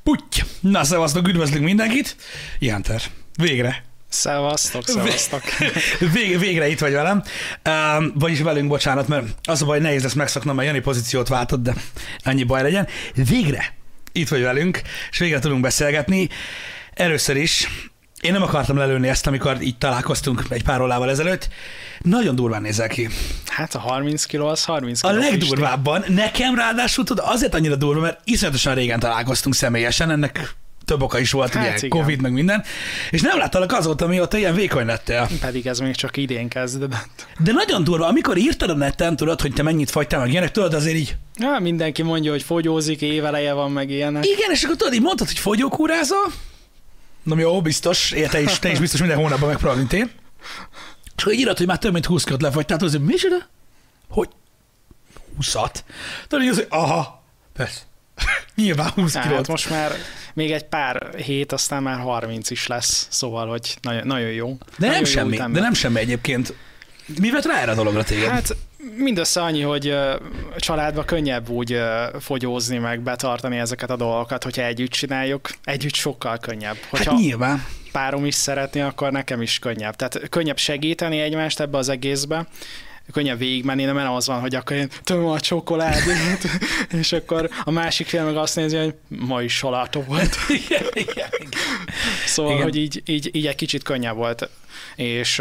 Putty! Na, szevasztok, üdvözlünk mindenkit. Jánter, végre. Szevasztok. Végre itt vagy velem. Vagyis velünk, bocsánat, mert az a baj, nehéz lesz megszoknom, mert Jani pozíciót váltott, de annyi baj legyen. Végre itt vagy velünk, és végre tudunk beszélgetni. Először is, én nem akartam lelőni ezt, amikor így találkoztunk egy pár órával ezelőtt. Nagyon durván nézel ki. Hát a 30 kiló az 30 kiló. A legdurvábban. Nekem ráadásul tudod, azért annyira durva, mert iszonyatosan régen találkoztunk személyesen, ennek több oka is volt, hát ugye, igen. Covid, meg minden, és nem láttalak azóta, mióta ilyen vékony lettél. Pedig ez még csak idén kezdődött. De nagyon durva, amikor írtad a neten, tudod, hogy te mennyit fagytál, meg ilyenek, tudod, azért így. Ja, mindenki mondja, hogy fogyózik, éveleje van, meg ilyenek. Igen, és akkor tudod, így mondtad, hogy fogyókúrázol. Na jó, biztos, te is biztos minden hónapban megpróbálod, mint én. És akkor írod, hogy már több mint 20 kilót lefagytál, tudod, hogy micsoda? Hogy? 20-at? Tudod, hogy az, hogy aha, persze. Nyilván 20 kilót. Hát most már még egy pár hét, aztán már 30 is lesz, szóval, hogy nagyon jó. De nagyon nem semmi egyébként. Mi vett rá erre a dologra téged? Hát mindössze annyi, hogy családban könnyebb úgy fogyózni, meg betartani ezeket a dolgokat, hogyha együtt csináljuk. Együtt sokkal könnyebb. Hogyha hát nyilván. Párom is szeretni, akkor nekem is könnyebb. Tehát könnyebb segíteni egymást ebbe az egészbe, könnyebb végigmenni, de mert az van, hogy akkor én tömöm a csokoládét, és akkor a másik fél meg azt nézi, hogy ma is salátó volt. Igen. Szóval, igen. hogy így egy kicsit könnyebb volt. És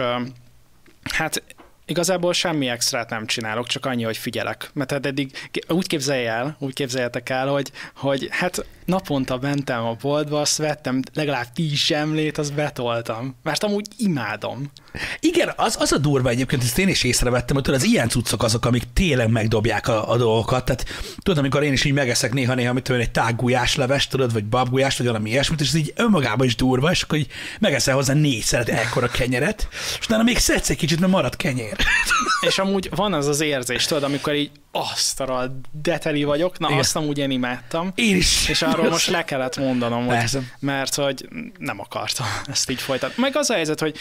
hát igazából semmi extrát nem csinálok, csak annyi, hogy figyelek. Mert hát eddig úgy képzeljetek el, hogy hát naponta mentem a boltba, azt vettem legalább 10 zsemlét, azt betoltam. Mert amúgy imádom. Igen, az a durva egyébként, ezt én is észrevettem, hogy tudod, az ilyen cuccok azok, amik tényleg megdobják a dolgokat. Tehát tudod, amikor én is így megeszek néha, mit tudom, egy tággulyáslevest, tudod, vagy babgulyást, vagy valami ilyesmit, és ez így önmagában is durva, és akkor így megeszel hozzá 4 szeret ekkora kenyeret, és utána még szedsz egy kicsit, mert marad kenyér. És amúgy van az érzés, tudod, amikor így azt arra deteli vagyok, na igen. Azt amúgy én imádtam. Én is. És arról most le kellett mondanom, mert hogy nem akartam ezt így folytatni. Meg az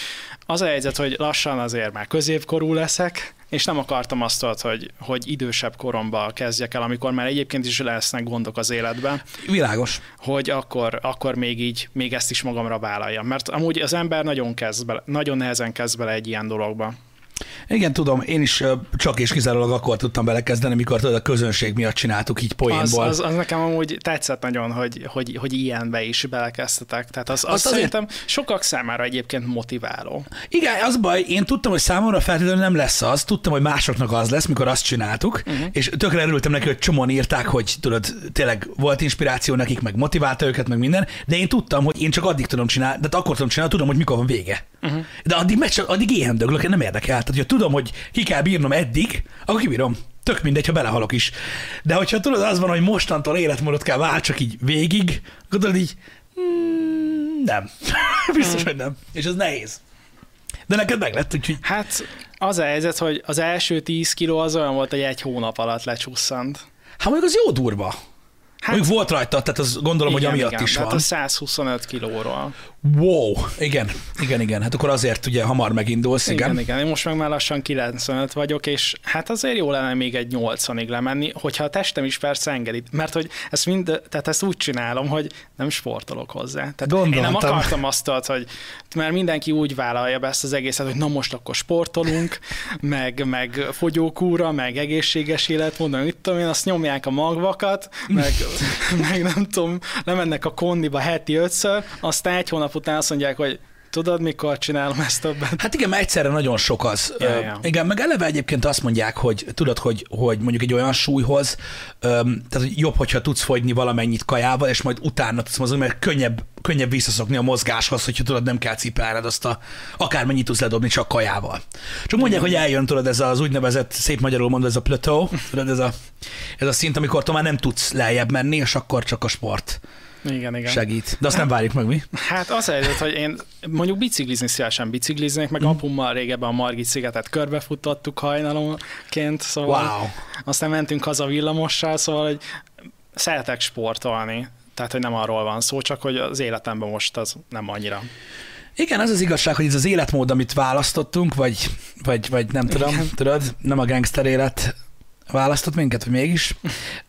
a helyzet, hogy lassan azért már középkorú leszek, és nem akartam azt, hogy idősebb koromban kezdjek el, amikor már egyébként is lesznek gondok az életben. Világos. Hogy akkor még ezt is magamra vállaljam. Mert amúgy az ember nagyon nehezen kezd bele egy ilyen dologba. Igen, tudom, én is csak és kizárólag akkor tudtam belekezdeni, mikor tudod, a közönség miatt csináltuk így poénból. Az nekem amúgy tetszett nagyon, hogy ilyenbe is belekezdtetek. Tehát az szerintem sokak számára egyébként motiváló. Igen, az baj, én tudtam, hogy számomra feltétlenül nem lesz az, tudtam, hogy másoknak az lesz, mikor azt csináltuk, és tökre örültem neki, hogy csomóan írták, hogy tudod, tényleg volt inspiráció nekik, meg motiválta őket, meg minden, de én tudtam, hogy én csak addig tudom csinálni, de akkor tudom csinálni, tudom, hogy mikor van vége. De addig éhen döglök, nem érdekel. Tehát, hogyha tudom, hogy ki kell bírnom eddig, akkor kibírom. Tök mindegy, ha belehalok is. De hogyha tudod, az van, hogy mostantól életmódot kell váltsak így végig, akkor tudod így, nem. Biztos, hogy nem. És ez nehéz. De neked meg lett, úgyhogy... Hát az a helyzet, hogy az első 10 kiló az olyan volt, hogy 1 hónap alatt lecsusszant. Hát mondjuk az jó durva. Hát, mondjuk volt rajta, tehát azt gondolom, hogy amiatt is van. Hát a 125 kilóról. Wow, igen. Hát akkor azért ugye hamar megindulsz, igen. Igen. Én most meg már lassan 95 vagyok, és hát azért jó lenne még egy 80-ig lemenni, hogyha a testem is persze engedi. Mert hogy ezt úgy csinálom, hogy nem sportolok hozzá. Tehát én nem akartam azt, hogy mert mindenki úgy vállalja be ezt az egészet, hogy na most akkor sportolunk, meg fogyókúra, meg egészséges életmód, meg mit tudom én, azt nyomják a magvakat, meg nem tudom, lemennek a kondiba heti 5-ször, aztán 1 hónap után azt mondják, hogy tudod, mikor csinálom ezt többet? Hát igen, mert egyszerre nagyon sok az. Ja. Igen, meg eleve egyébként azt mondják, hogy tudod, hogy mondjuk egy olyan súlyhoz, tehát jobb, hogyha tudsz fogyni valamennyit kajával, és majd utána tudsz mozogni, mert könnyebb visszaszokni a mozgáshoz, hogyha tudod, nem kell cipelned azt akármennyit tudsz ledobni csak kajával. Csak mondják, hogy eljön, tudod, ez az úgynevezett, szép magyarul mondva, ez a plateau, tudod, ez a szint, amikor már nem tudsz lejjebb menni, és akkor csak a sport igen. segít. De azt nem várjuk meg mi. Hát az helyzet, hogy én mondjuk szívesen bicikliznék, meg apummal régebben a Margit szigetet körbefutottuk hajnalonként, szóval wow. Aztán mentünk haza villamossal, szóval hogy szeretek sportolni. Tehát, hogy nem arról van szó, csak hogy az életemben most az nem annyira. Igen, az az igazság, hogy ez az életmód, amit választottunk, vagy nem tudom, tudod, nem a gangster élet, választott minket, vagy mégis.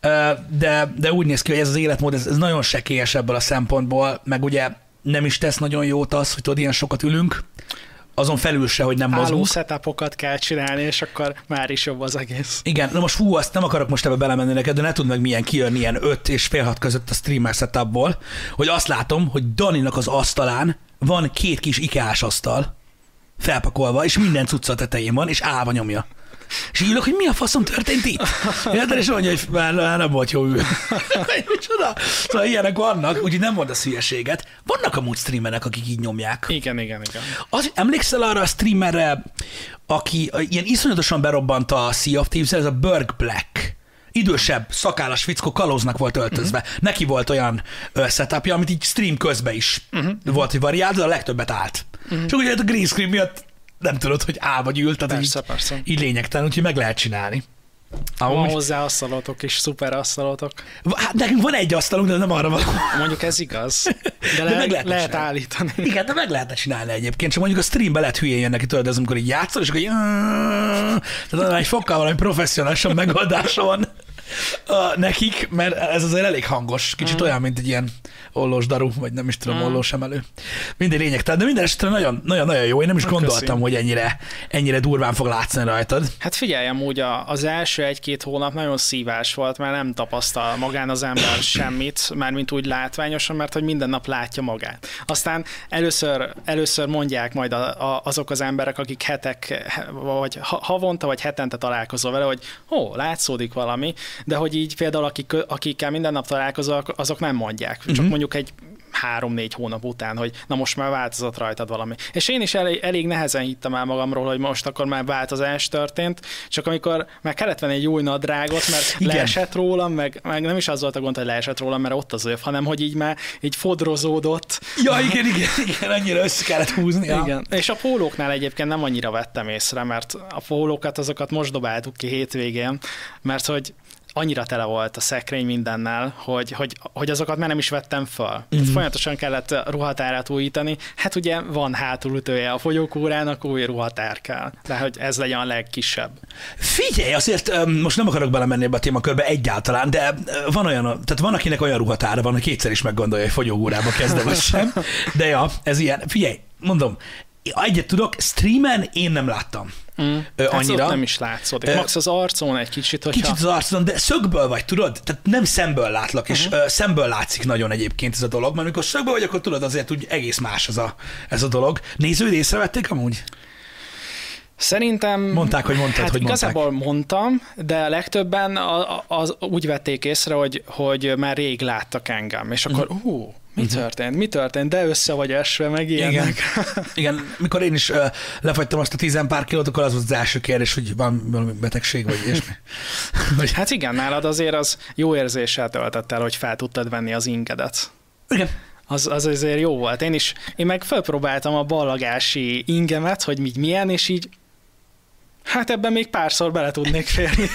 De úgy néz ki, hogy ez az életmód, ez nagyon sekélyes ebből a szempontból, meg ugye nem is tesz nagyon jót az, hogy tudod, ilyen sokat ülünk, azon felül se, hogy nem mozgunk. Álló setupokat kell csinálni, és akkor már is jobb az egész. Igen, na most azt nem akarok most ebbe belemenni neked, de ne tudd meg milyen kijönni ilyen 5 és fél 6 között a streamer setupból, hogy azt látom, hogy Daninak az asztalán van 2 kis IKEA-s asztal felpakolva, és minden cucca tetején van, és állva nyomja. És így ülök, hogy mi a faszom történt itt? Érted, és mondja, hogy már nem volt jó ül. Micsoda? Szóval ilyenek vannak, úgyhogy nem mondasz hülyeséget. Vannak amúgy streamerek, akik így nyomják. Igen. Emlékszel arra a streamerre, aki ilyen iszonyatosan berobbant a Sea of Thieves, ez a Berg Black. Idősebb, szakállas fickó, kalóznak volt öltözve. Neki volt olyan setupja, amit így stream közben is volt, hogy variált, de a legtöbbet állt. Csak ugye a green screen miatt nem tudod, hogy áll vagy ült, tehát persze. Így lényegtelen, úgyhogy meg lehet csinálni. Van hozzá asztalotok és szuper asztalotok. Hát nekünk van egy asztalunk, de nem arra van. Mondjuk ez igaz. De lehet állítani. Igen, de meg lehetne csinálni egyébként. Csak mondjuk a streambe lehet hülyén jön neki, tudod, ez amikor így játszol, és akkor így... Tehát egy fokkal valami professzionálisan megoldása van nekik, mert ez azért elég hangos. Kicsit olyan, mint egy ilyen ollós daru, vagy nem is tudom, ollós emelő. Minden lényegtelen, de minden esetre nagyon jó. Én nem is gondoltam, hogy ennyire durván fog látszani rajtad. Hát figyelj, amúgy az első 1-2 hónap nagyon szívás volt, mert nem tapasztal magán az ember semmit, mármint úgy látványosan, mert hogy minden nap látja magát. Aztán először mondják majd azok az emberek, akik vagy havonta, vagy hetente találkozol vele, hogy látszódik valami, de hogy így például akikkel minden nap találkozol, azok nem mondják. Csak mondjuk egy 3-4 hónap után, hogy na most már változott rajtad valami. És én is elég nehezen hittem el magamról, hogy most akkor már változás történt, csak amikor már kellett venni egy új nadrágot, mert leesett rólam, meg nem is az volt a gond, hogy leesett rólam, mert ott az öv, hanem hogy így már így fodrozódott. Ja, igen, annyira össze kellett húzni. Igen. És a pólóknál egyébként nem annyira vettem észre, mert a pólókat azokat most dobáltuk ki hétvégén, mert hogy annyira tele volt a szekrény mindennel, hogy azokat már nem is vettem föl. Folyamatosan kellett ruhatárát újítani. Hát ugye van hátulütője a fogyókúrának, új ruhatár kell. De hogy ez legyen a legkisebb. Figyelj, azért most nem akarok belemenni ebbe a témakörbe egyáltalán, de tehát van akinek olyan ruhatára van, hogy kétszer is meggondolja, hogy fogyókúrába kezdve vagy sem. De ja, ez ilyen. Figyelj, mondom, egyet tudok, streamen én nem láttam. Annyira. Hát nem is látszódik. Max az arcon egy kicsit, hogyha... Kicsit az arcon, de szögből vagy, tudod? Tehát nem szemből látlak, és szemből látszik nagyon egyébként ez a dolog, mert amikor szögből vagy, akkor tudod, azért úgy egész más ez a dolog. Néződ észrevették amúgy? Szerintem... Mondták, hogy mondtad, hát hogy igazából mondtam, de legtöbben úgy vették észre, hogy már rég láttak engem, és akkor mi történt? De össze vagy esve, meg ilyenek. Igen, mikor én is lefagytam azt a 10 pár kilót, akkor az volt az első kérdés, hogy van valami betegség, vagy ilyesmi. Hát igen, nálad azért az jó érzéssel töltött el, hogy fel tudtad venni az ingedet. Igen. Az azért jó volt. Én meg felpróbáltam a ballagási ingemet, hogy milyen, és így hát ebben még párszor bele tudnék férni.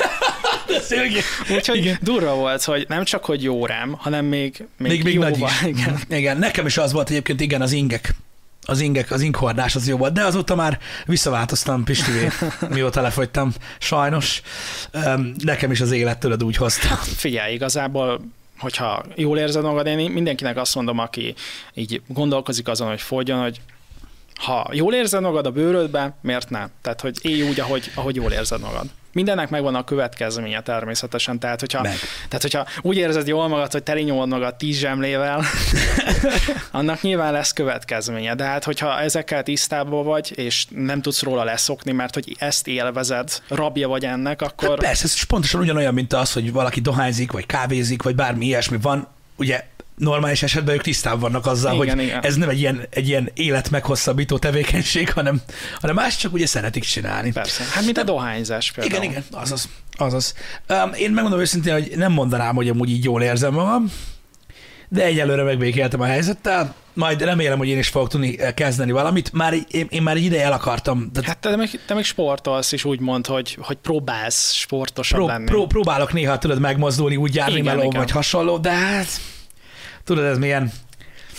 Úgyhogy durva volt, hogy nem csak, hogy jó rám, hanem még nagy is. Igen, nekem is az volt egyébként, igen, az inghordás az jó volt, de azóta már visszaváltoztam Pistivé, mióta lefogytam, sajnos. Nekem is az élet tőled úgy hozta. Figyelj, igazából hogyha jól érzed magad, én mindenkinek azt mondom, aki így gondolkozik azon, hogy fogyjon, hogy ha jól érzed magad a bőrödben, miért nem? Tehát, hogy élj úgy, ahogy jól érzed magad. Mindennek megvan a következménye természetesen, tehát hogyha úgy érzed jól magad, hogy telinyomod magad 10 zsemlével, annak nyilván lesz következménye, de hát hogyha ezekkel tisztában vagy, és nem tudsz róla leszokni, mert hogy ezt élvezed, rabja vagy ennek, akkor... Hát persze, ez pontosan ugyanolyan, mint az, hogy valaki dohányzik, vagy kávézik, vagy bármi ilyesmi van, ugye normális esetben ők tisztában vannak azzal, igen. Ez nem egy ilyen élet meghosszabbító tevékenység, hanem más csak ugye szeretik csinálni. Persze. Hát mint a dohányzás például. Igen, azaz. Én megmondom őszintén, hogy nem mondanám, hogy amúgy így jól érzem magam, de egyelőre megbékéltem a helyzettel, majd remélem, hogy én is fogok tudni kezdeni valamit. Én már egy ideje el akartam. Hát te meg sportolsz is úgy mond, hogy próbálsz sportosabb lenni. Próbálok néha, tudod, megmozdulni, úgy járni meló, vagy hasonló, de hát tudod, ez milyen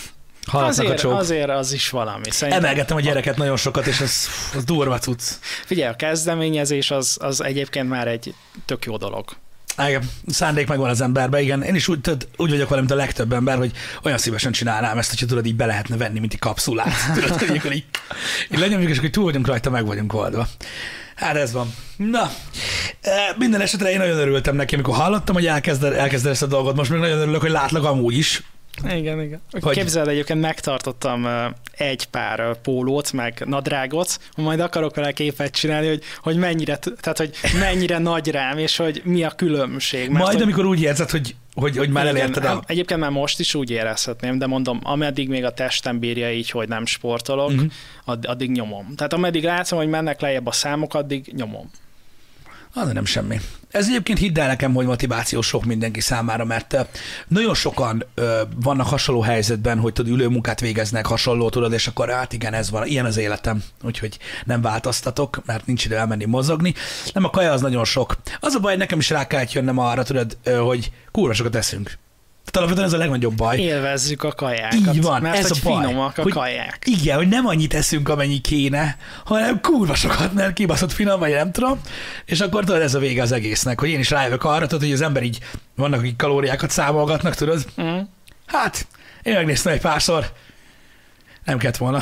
Azért az is valami. Szerintem emelgettem a gyereket nagyon sokat, és az durva cucc. Figyelj, a kezdeményezés az egyébként már egy tök jó dolog. Igen, szándék megvan az emberben, igen. Én is úgy vagyok vele, mint a legtöbb ember, hogy olyan szívesen csinálnám ezt, hogyha tudod, így be lehetne venni, mint egy kapszulát. Tudod, hogy így lenyomjuk, és hogy túl vagyunk rajta, meg vagyunk oldva. Hát ez van. Na, minden esetre én nagyon örültem neki, amikor hallottam, hogy elkezded ezt a dolgot. Most még nagyon örülök, hogy látlak amúgy is. Igen. Képzeld, egyébként megtartottam egy pár pólót, meg nadrágot, majd akarok vele képet csinálni, hogy mennyire nagy rám, és hogy mi a különbség. Mert majd amikor úgy érzed, hogy már elérted a... Egyébként már most is úgy érezhetném, de mondom, ameddig még a testem bírja így, hogy nem sportolok, addig nyomom. Tehát ameddig látom, hogy mennek lejjebb a számok, addig nyomom. De nem semmi. Ez egyébként hidd el nekem, hogy motiváció sok mindenki számára, mert nagyon sokan vannak hasonló helyzetben, hogy tudod, ülőmunkát végeznek, hasonló, tudod, és akkor hát igen, ez van, ilyen az életem, úgyhogy nem változtatok, mert nincs idő elmenni mozogni. Nem, a kaja az nagyon sok. Az a baj, nekem is rá kellett jönnöm arra, tudod, hogy kurva sokat eszünk. Tehát alapvetően ez a legnagyobb baj. Élvezzük a kajákat. Így van, mert ez hogy a baj. Finomak a kaják. Igen, hogy nem annyit eszünk, amennyi kéne, hanem kurva sokat, mert kibaszott finom, vagy nem tudom. És akkor tudod, ez a vége az egésznek, hogy én is rájövök arra, tudod, hogy az ember így, vannak, akik kalóriákat számolgatnak, tudod. Hát, én megnéztem egy párszor, nem kellett volna.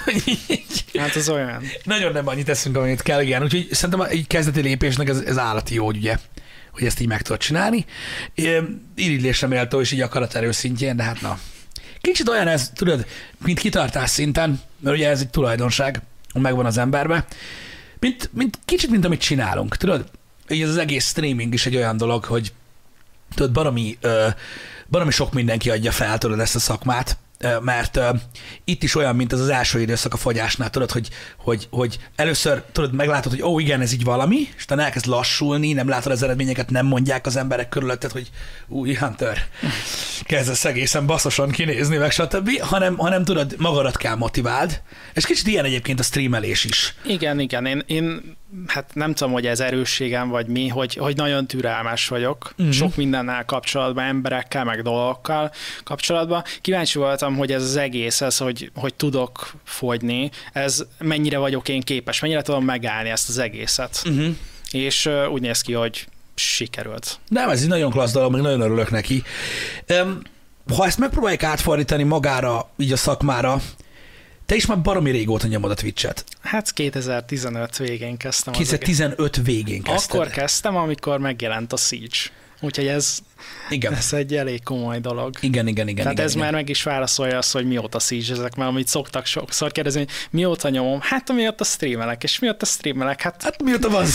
Hát az olyan. Nagyon nem annyit eszünk, amennyit kell, igen. Úgyhogy szerintem egy kezdeti lépésnek ez állati jó, ugye, hogy ezt így meg tudod csinálni. Irigylésre méltó és így akaraterő szintjén, de hát na. Kicsit olyan ez, tudod, mint kitartás szinten, mert ugye ez egy tulajdonság, megvan az emberbe. Kicsit, mint amit csinálunk, tudod? Így ez az egész streaming is egy olyan dolog, hogy tudod, baromi sok mindenki adja fel, tudod, ezt a szakmát, mert itt is olyan, mint az első időszak a fogyásnál, tudod, hogy először tudod, meglátod, hogy igen, ez így valami, és utána elkezd lassulni, nem látod az eredményeket, nem mondják az emberek körülötted, hogy Hunter, kezdesz egészen baszosan kinézni, meg stb., hanem tudod, magadat kell motiváld, és kicsit ilyen egyébként a streamelés is. Igen, én hát nem tudom, hogy ez erősségem vagy mi, hogy nagyon türelmes vagyok, sok mindennel kapcsolatban, emberekkel, meg dolgokkal kapcsolatban. Kíváncsi voltam, hogy ez az egész, hogy tudok fogyni, ez mennyire vagyok én képes, mennyire tudom megállni ezt az egészet. És úgy néz ki, hogy sikerült. Nem, ez egy nagyon klassz dolog, meg nagyon örülök neki. Ha ezt megpróbáljuk átfordítani magára, így a szakmára, te is már baromi régóta nyomod a Twitch-et. Hát 2015 végén kezdtem. 2015 végén kezdtem. Akkor kezdtem, amikor megjelent a Siege. Úgyhogy ez egy elég komoly dolog. Igen. Tehát ez már meg is válaszolja azt, hogy mióta Siege-ezek, mert amit szoktak sokszor kérdezni, hogy mióta nyomom, hát mióta streamelek, és mióta streamelek, hát mióta van.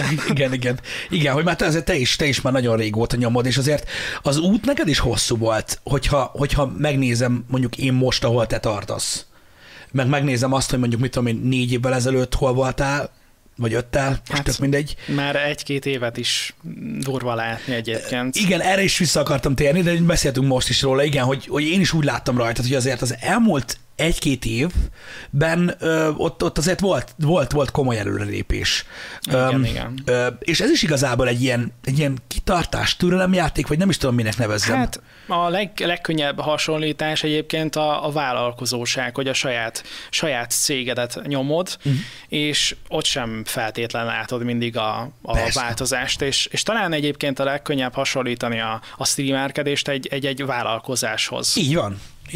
Igen, hogy már te is már nagyon régóta nyomod, és azért az út neked is hosszú volt, hogyha megnézem mondjuk én most, ahol te tartasz. Megnézem azt, hogy mondjuk mit tudom én 4 évvel ezelőtt hol voltál, vagy 5-tel, most tök mindegy. Már 1-2 évet is durva látni egyébként. Igen, erre is vissza akartam térni, de beszéltünk most is róla, igen, hogy én is úgy láttam rajtad, hogy azért az elmúlt 1-2 évben ott azért volt komoly előrelépés. Igen. És ez is igazából egy ilyen kitartás, türelemjáték, vagy nem is tudom, minek nevezzem. Hát a legkönnyebb hasonlítás egyébként a vállalkozóság, hogy a saját cégedet nyomod, és ott sem feltétlenül látod mindig a változást, és talán egyébként a legkönnyebb hasonlítani a streamerkedést egy vállalkozáshoz. Így van.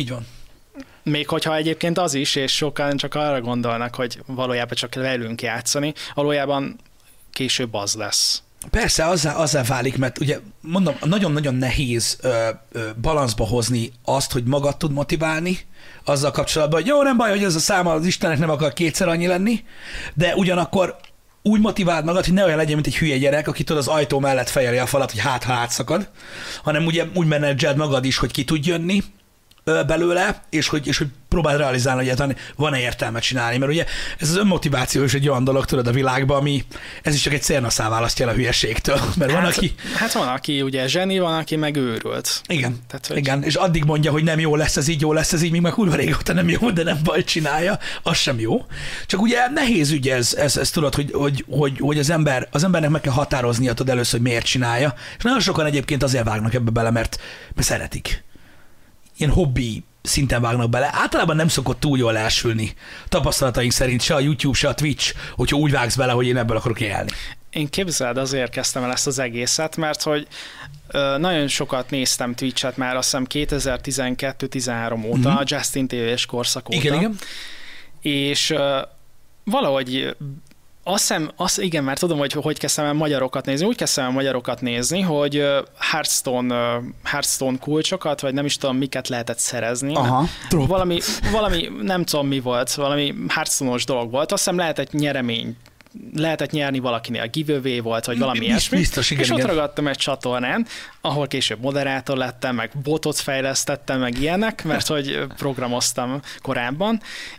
Még hogyha egyébként az is, és sokan csak arra gondolnak, hogy valójában csak velünk játszani, valójában később az lesz. Persze, azzá válik, mert ugye mondom, nagyon-nagyon nehéz balanszba hozni azt, hogy magad tud motiválni, azzal kapcsolatban, hogy jó, nem baj, hogy ez a szám az Istennek nem akar 2-szer annyi lenni, de ugyanakkor úgy motiváld magad, hogy ne olyan legyen, mint egy hülye gyerek, aki tudod az ajtó mellett fejeli a falat, hogy ha átszakad, hanem ugye úgy menedzseld magad is, hogy ki tud jönni belőle, és hogy próbáld realizálni, hogy egyáltalán van-e értelme csinálni, mert ugye ez az önmotiváció is egy olyan dolog, tudod, a világban, ami ez is csak egy cérnaszál választja el a hülyeségtől, mert van, aki... Hát van, aki ugye zseni, van, aki meg őrült. Igen, tehát, hogy... igen, és addig mondja, hogy nem jó lesz ez így, míg már kurva régóta nem jó, de nem baj, csinálja, az sem jó. Csak ugye nehéz ügy ez tudod, hogy az embernek meg kell határoznia, tudod először, hogy miért csinálja, és nagyon sokan egyébként azért vágnak ebbe bele, mert szeretik. ilyen hobbi szinten vágnak bele. Általában nem szokott túl jól elsülni. Tapasztalataink szerint se a YouTube, se a Twitch, hogyha úgy vágsz bele, hogy én ebből akarok élni. Én képzeld, azért kezdtem el ezt az egészet, mert hogy nagyon sokat néztem Twitch-et már, azt hiszem 2012-13 óta, a Justin TV-s korszak óta. Igen. És valahogy igen, mert tudom, hogy kezdtem el magyarokat nézni. Úgy kezdtem el magyarokat nézni, hogy Hearthstone kulcsokat, vagy nem is tudom, miket lehetett szerezni. Aha, valami, nem tudom mi volt, valami Hearthstone-os dolog volt. Azt hiszem lehetett nyerni valakinél, giveaway volt, vagy valami ilyesmi. Biztos, igen, és ott ragadtam egy csatornán, ahol később moderátor lettem, meg botot fejlesztettem, meg ilyenek, mert hogy programoztam korábban,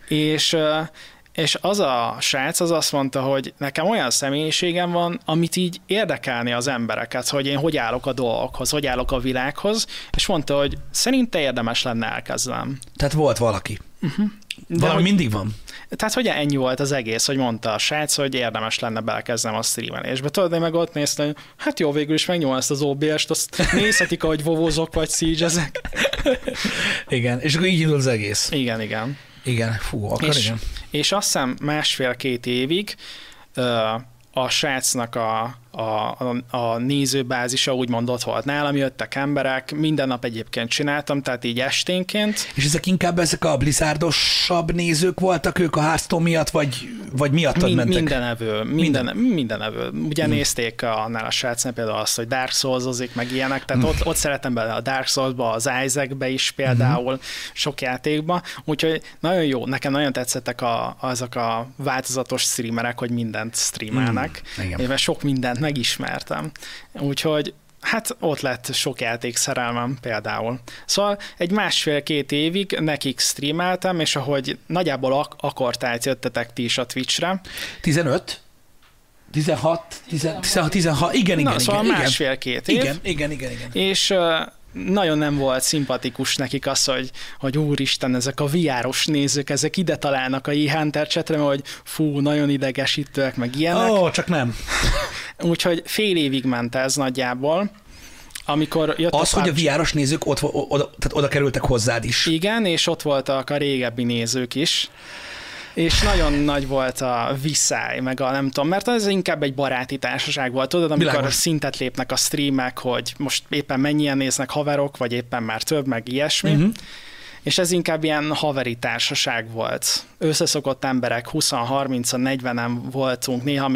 és az a srác az azt mondta, hogy nekem olyan személyiségem van, amit így érdekelni az embereket, hogy én hogy állok a dolgokhoz, hogy állok a világhoz, és mondta, hogy szerinte érdemes lenne elkezdenem. Tehát volt valaki. Valami mindig van. Tehát, hogy ennyi volt az egész, hogy mondta a srác, hogy érdemes lenne belekezdenem a streamelésbe. Tudod, én meg ott néztem, hogy hát jó, végül is megnyomom ezt az OBS-t, azt nézhetik, ahogy vovózok vagy siege-ezek. Igen, és akkor így indul az egész. Igen. Igen, fú, akkor igen. És azt hiszem 1,5-2 évig a srácnak a nézőbázisa úgymond ott volt nálam, jöttek emberek, minden nap egyébként csináltam, tehát így esténként. És ezek a blizzardosabb nézők voltak ők a Hearthstone miatt, vagy miattad mentek? Minden evő. Ugye nézték annál a srácnál például azt, hogy Dark Souls-ozik, meg ilyenek, tehát ott szeretem bele a Dark Souls-ba, az Isaac-be is például, sok játékba, úgyhogy nagyon jó, nekem nagyon tetszettek azok a változatos streamerek, hogy mindent streamelnek, mert sok mindent megismertem. Úgyhogy hát ott lett sok játékszerelmem például. Szóval egy 1,5-2 évig nekik streameltem, és ahogy nagyjából akkortájt jöttetek ti is a Twitchre. 15? 16? 16, igen. Szóval 1,5-2 év. Igen. És nagyon nem volt szimpatikus nekik az, hogy úristen, ezek a VR-os nézők, ezek ide találnak a e-Hunter chatre, hogy fú, nagyon idegesítőek, meg ilyenek. Csak nem. Úgyhogy fél évig ment ez nagyjából, amikor jött hogy a VR-os nézők tehát oda kerültek hozzád is. Igen, és ott voltak a régebbi nézők is. És nagyon nagy volt a viszály, meg a nem tudom, mert ez inkább egy baráti társaság volt, tudod, amikor Világos. szintet lépnek a streamek, hogy most éppen mennyien néznek haverok, vagy éppen már több, meg ilyesmi. És ez inkább ilyen haveri társaság volt. Összeszokott emberek, 20-30-an, 40-en voltunk néha,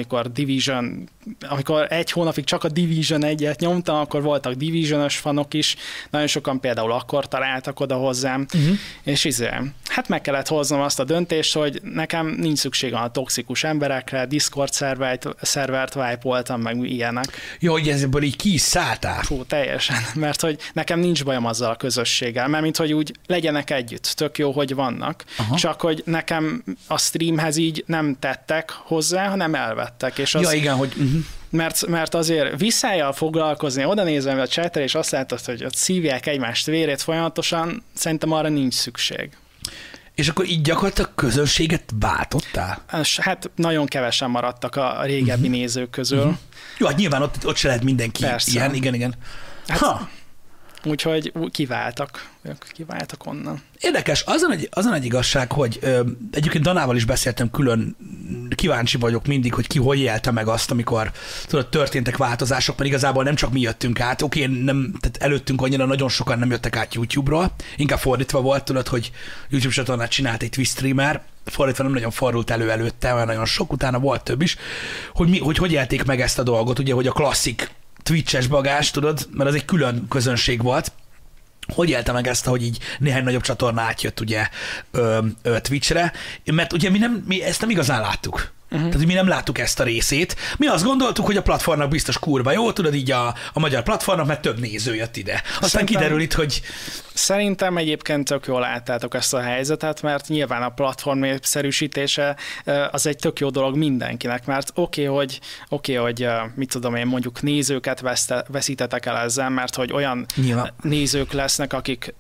amikor egy hónapig csak a Division 1-et nyomtam, akkor voltak Division-ös fanok is, nagyon sokan például akkor találtak oda hozzám, és hát meg kellett hoznom azt a döntést, hogy nekem nincs szükségem a toxikus emberekre, Discord szervert wipe-oltam, meg ilyenek. Jó, hogy ebből így ki is szálltál. Hú, teljesen, mert hogy nekem nincs bajom azzal a közösséggel, mert mint hogy úgy legyenek együtt, tök jó, hogy vannak, csak hogy nekem a streamhez így nem tettek hozzá, hanem elvettek. És az, igen, hogy... Mert azért visszájjal foglalkozni, oda nézem a chatre, és azt látod, hogy ott szívják egymást vérét folyamatosan, szerintem arra nincs szükség. És akkor így gyakorlatilag közönséget váltottál? Hát nagyon kevesen maradtak a régebbi nézők közül. Jó, hát nyilván ott se lehet mindenki. Persze. Igen. Hát, úgyhogy kiváltak onnan. Érdekes, azon egy igazság, hogy egyébként Danával is beszéltem külön, kíváncsi vagyok mindig, hogy ki hogy élte meg azt, amikor tudod, történtek változások, mert igazából nem csak mi jöttünk át, tehát előttünk annyira nagyon sokan nem jöttek át YouTube-ról, inkább fordítva volt, tudod, hogy YouTube csatornát csinált egy Twitch streamer, fordítva nem nagyon fordult elő előtte, mert nagyon sok, utána volt több is, hogy élték meg ezt a dolgot, ugye, hogy a klasszik Twitch-es bagás, tudod, mert az egy külön közönség volt. Hogy élte meg ezt, hogy így néhány nagyobb csatorna átjött ugye Twitchre, mert ugye mi ezt nem igazán láttuk. Tehát, hogy mi nem láttuk ezt a részét. Mi azt gondoltuk, hogy a platformnak biztos kurva jó, tudod, így a magyar platformnak, mert több néző jött ide. Aztán kiderül itt, hogy... Szerintem egyébként tök jól láttátok ezt a helyzetet, mert nyilván a platform népszerűsítése az egy tök jó dolog mindenkinek, mert oké, hogy mit tudom én, mondjuk nézőket veszítetek el ezzel, mert hogy olyan nézők lesznek, akik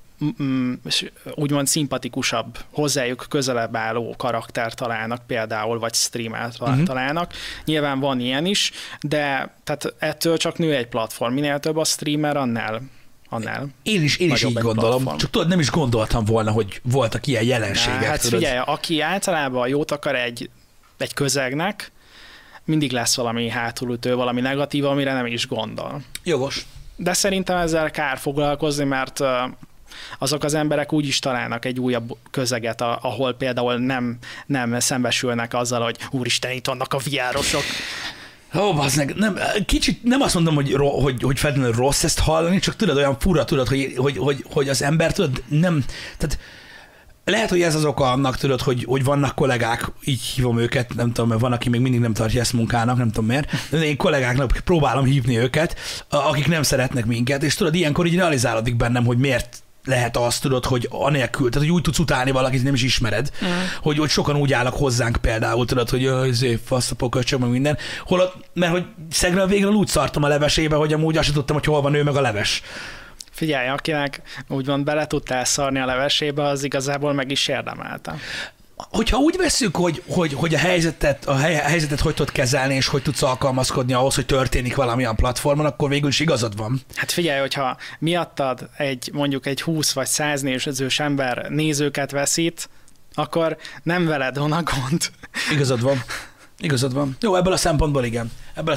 úgymond szimpatikusabb, hozzájuk közelebb álló karakter találnak például, vagy streamet találnak. Nyilván van ilyen is, de tehát ettől csak nő egy platform. Minél több a streamer, annál annál. Én is így gondolom, platform. Csak tudod, nem is gondoltam volna, hogy voltak ilyen jelenségek. Hát figyelj, aki általában jót akar egy közegnek, mindig lesz valami hátulütő, valami negatív, amire nem is gondol. Jogos. De szerintem ezzel kár foglalkozni, mert azok az emberek úgy is találnak egy újabb közeget, ahol például nem szembesülnek azzal, hogy úristen, itt vannak a VR-osok. Ó, bazdmeg, kicsit nem azt mondom, hogy feltétlenül rossz ezt hallani, csak tudod, olyan fura, tudod, hogy az ember, tudod, nem, tehát lehet, hogy ez az oka annak, tudod, hogy vannak kollégák, így hívom őket, nem tudom, mert van, aki még mindig nem tartja ezt munkának, nem tudom miért, de én kollégáknak próbálom hívni őket, akik nem szeretnek minket, és tudod, ilyenkor így realizálódik bennem, hogy miért lehet azt, tudod, hogy anélkül, tehát hogy úgy tudsz utálni valakit, nem is ismered, hogy sokan úgy állnak hozzánk például, tudod, hogy faszapok, köcsög, meg minden, mert hogy szegre a végre úgy szartam a levesébe, hogy amúgy azt sem tudtam, hogy hol van ő meg a leves. Figyelj, akinek úgymond bele tudtál szarni a levesébe, az igazából meg is érdemelte. Hogyha úgy vesszük, hogy a helyzetet hogy tudod kezelni, és hogy tudsz alkalmazkodni ahhoz, hogy történik valamilyen platformon, akkor végül is igazad van. Hát figyelj, hogyha miattad mondjuk egy 20 vagy 100 nézős ember nézőket veszít, akkor nem veled van a gond. Igazad van. Jó, ebből a szempontból igen.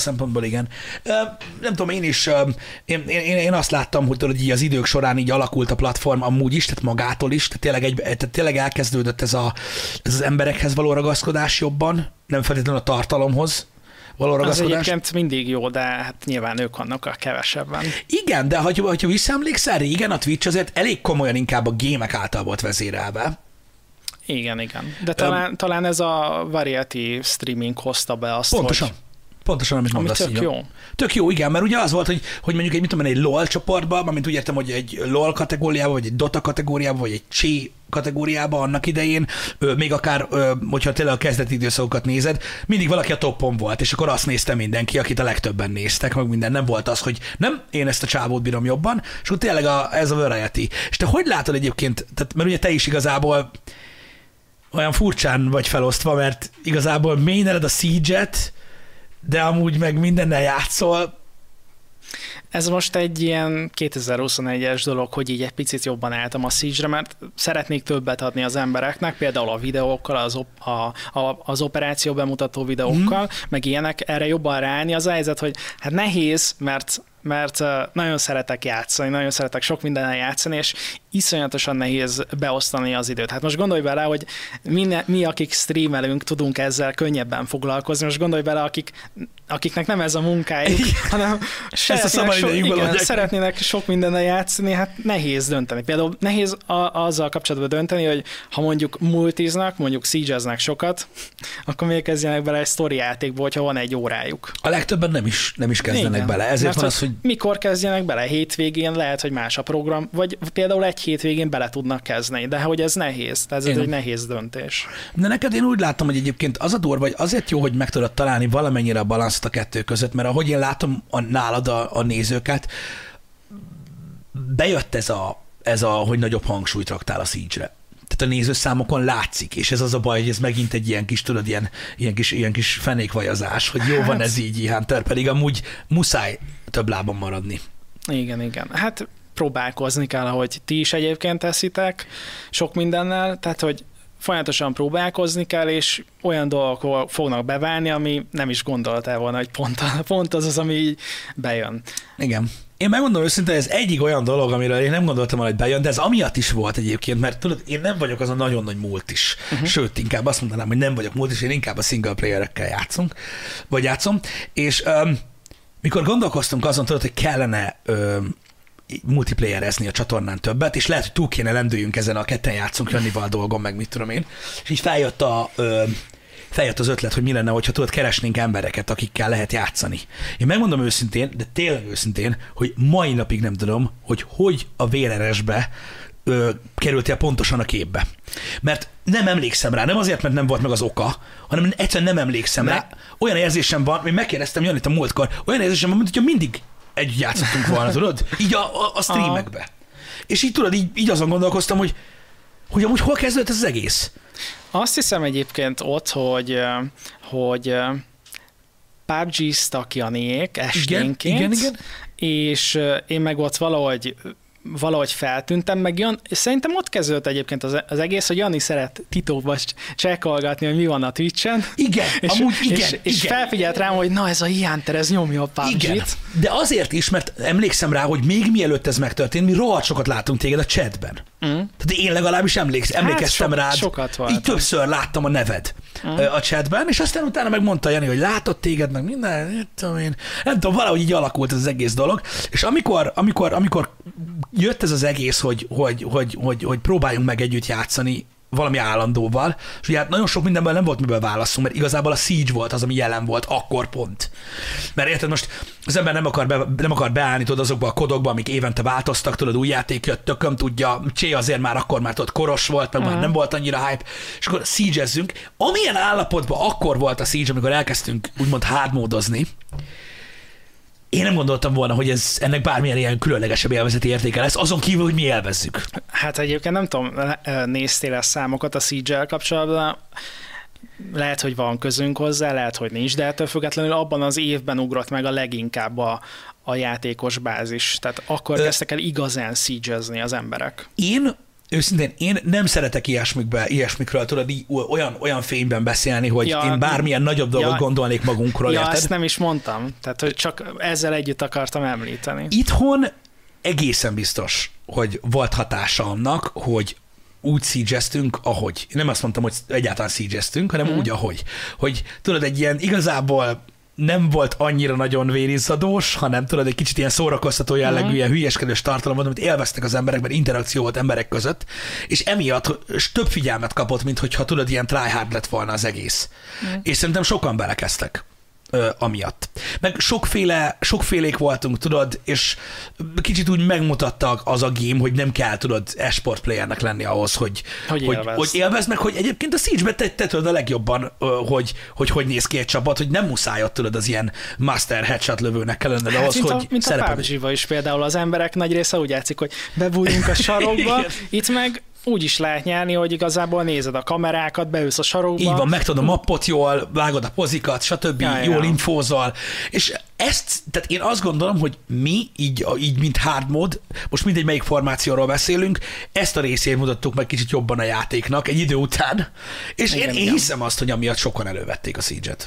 Nem tudom, én azt láttam, hogy tudod, így az idők során így alakult a platform amúgy is, tehát magától is, tehát tényleg elkezdődött ez az emberekhez való ragaszkodás jobban, nem feltétlenül a tartalomhoz való ragaszkodás. Az egyébként mindig jó, de hát nyilván ők vannak a kevesebben. Igen, de ha visszaemlékszel, régen a Twitch azért elég komolyan inkább a gémek által volt vezérelve. Igen. De talán ez a variety streaming hozta be azt, Pontosan, amit mondasz. Ami tök jó. Tök jó, igen, mert ugye az volt, hogy mondjuk egy LOL csoportban, mint úgy értem, hogy egy LOL kategóriában, vagy egy Dota kategóriában, vagy egy Chi kategóriában annak idején, még akár, hogyha tényleg a kezdeti időszakokat nézed, mindig valaki a toppon volt, és akkor azt nézte mindenki, akit a legtöbben néztek, meg minden. Nem volt az, hogy nem, én ezt a csávót bírom jobban, és akkor tényleg ez a variety. És te hogy látod egyébként, tehát, mert ugye te is igazából olyan furcsán vagy felosztva, mert igazából maineled a Siege-et, de amúgy meg mindennel játszol. Ez most egy ilyen 2021-es dolog, hogy így egy picit jobban álltam a Siege-re, mert szeretnék többet adni az embereknek, például a videókkal, az operáció bemutató videókkal, meg ilyenek, erre jobban ráállni. Az a helyzet, hogy hát nehéz, mert nagyon szeretek játszani, nagyon szeretek sok mindennel játszani, és iszonyatosan nehéz beosztani az időt. Hát most gondolj bele, hogy mi akik streamelünk, tudunk ezzel könnyebben foglalkozni. Most gondolj bele, akiknek nem ez a munkájuk, hanem szeretnének sok mindennel játszani, hát nehéz dönteni. Például nehéz azzal kapcsolatban dönteni, hogy ha mondjuk multiznak, mondjuk siege-eznek sokat, akkor miért kezdjenek bele egy sztori játékba, hogyha van egy órájuk. A legtöbben nem is kezdenek bele. Ezért van az, hogy mikor kezdjenek bele? Hétvégén lehet, hogy más a program, vagy például egy hétvégén bele tudnak kezdeni, de hogy ez nehéz, ez egy nehéz döntés. De neked én úgy látom, hogy egyébként az a durva, hogy azért jó, hogy meg tudod találni valamennyire a balanszt a kettő között, mert ahogy én látom nálad a nézőket, bejött ez a, hogy nagyobb hangsúlyt raktál a Siege-re. Tehát a nézőszámokon látszik, és ez az a baj, hogy ez megint egy ilyen kis, tudod, ilyen kis fenékvajazás, hogy jó van ez így, Hunter, pedig amúgy muszáj több lábon maradni. Igen. Hát próbálkozni kell, ahogy ti is egyébként teszitek sok mindennel, tehát hogy folyamatosan próbálkozni kell, és olyan dolgok fognak beválni, ami nem is gondoltál volna, hogy pont az, ami így bejön. Igen. Én megmondom őszintén, ez egyik olyan dolog, amiről én nem gondoltam volna, hogy bejön, de ez amiatt is volt egyébként, mert tudod, én nem vagyok az a nagyon nagy multis. Sőt, inkább azt mondanám, hogy nem vagyok multis, én inkább a single playerekkel játszom. És mikor gondolkoztunk azon, tudod, hogy kellene multiplayerezni a csatornán többet, és lehet, hogy túl kéne lendüljünk ezen a ketten játszunk Jannival dolgon, meg mit tudom én. És így feljött az ötlet, hogy mi lenne, hogyha tudod, keresnénk embereket, akikkel lehet játszani. Én megmondom őszintén, de tényleg őszintén, hogy mai napig nem tudom, hogy a VRRS-be kerültél pontosan a képbe. Mert nem emlékszem rá, nem azért, mert nem volt meg az oka, hanem egyszerűen nem emlékszem rá. Olyan érzésem van, hogy megkérdeztem Janit a múltkor, olyan érzésem van, mint hogyha mindig együtt játszottunk volna, tudod? Így a streamekbe. És így tudod, így azon gondolkoztam, hogy amúgy hol kezdődött ez az egész? Azt hiszem egyébként ott, hogy PUBG-ztak Janiék esténként, igen. És én meg ott valahogy valahogy feltűntem, meg és szerintem ott kezdődött egyébként az egész, hogy Jani szeret titóba csekkolgatni, hogy mi van a Twitch-en. Igen, és felfigyelt rám, hogy na ez a Hunter, ez nyomja a PUBG-t. Igen, de azért is, mert emlékszem rá, hogy még mielőtt ez megtörtént, mi rohadt sokat látunk téged a chatben. Tehát én legalábbis emlékeztem rád. Sokat voltam. Így többször láttam a neved a chatben, és aztán utána megmondta Jani, hogy látott téged, meg minden, nem tudom, valahogy így alakult ez az egész dolog. És amikor jött ez az egész, hogy próbáljunk meg együtt játszani valami állandóval, és ugye hát nagyon sok mindenben nem volt miből válaszunk, mert igazából a Siege volt az, ami jelen volt akkor pont. Mert érted, most az ember nem akar beállni tudod azokba a kodokba, amik évente változtak, tudod, új játék jött, tököm tudja, Csé azért már akkor már tudod, koros volt, meg már nem volt annyira hype, és akkor Siege-ezzünk. Amilyen állapotban akkor volt a Siege, amikor elkezdtünk úgymond hardmódozni, én nem gondoltam volna, hogy ennek bármilyen ilyen különlegesebb élvezeti értéke lesz, azon kívül, hogy mi élvezzük. Hát egyébként nem tudom, néztél a számokat a Siege-el kapcsolatban, lehet, hogy van közünk hozzá, lehet, hogy nincs, de ettől függetlenül abban az évben ugrott meg a leginkább a játékos bázis. Tehát akkor kezdtek el igazán siege-ezni az emberek. Őszintén, én nem szeretek ilyesmikről, tudod, olyan fényben beszélni, hogy én bármilyen nagyobb dolgot gondolnék magunkról, érted? Ezt nem is mondtam. Tehát, hogy csak ezzel együtt akartam említeni. Itthon egészen biztos, hogy volt hatása annak, hogy úgy siege-eztünk, ahogy. Nem azt mondtam, hogy egyáltalán siege-eztünk, hanem úgy, ahogy. Hogy tudod, egy ilyen igazából nem volt annyira nagyon vérizzadós, hanem tudod, egy kicsit ilyen szórakoztató jellegű, ilyen hülyeskedős tartalom volt, amit élveztek az emberek, mert interakció volt emberek között, és emiatt több figyelmet kapott, mint hogyha tudod, ilyen tryhard lett volna az egész. És szerintem sokan belekeztek amiatt. Meg sokfélék voltunk, tudod, és kicsit úgy megmutattak az a game, hogy nem kell, tudod, esport playernek lenni ahhoz, hogy élvezd, meg, hogy egyébként a Siege-ben te tudod a legjobban, hogy néz ki egy csapat, hogy nem muszáj ott, tudod, az ilyen master headshot lövőnek kell lenned ahhoz, hogy mint a PUBG-ba is például az emberek nagy része úgy játszik, hogy bebújunk a sarokba, itt meg úgy is lehet nyerni, hogy igazából nézed a kamerákat, beülsz a sarokba. Így van, megtudod a mappot jól, vágod a pozikat, stb. Jól infózol. És tehát én azt gondolom, hogy mi, így mint hard mode, most mindegy melyik formációról beszélünk, ezt a részét mutattuk meg kicsit jobban a játéknak egy idő után, és én hiszem azt, hogy amiatt sokan elővették a Siege-et.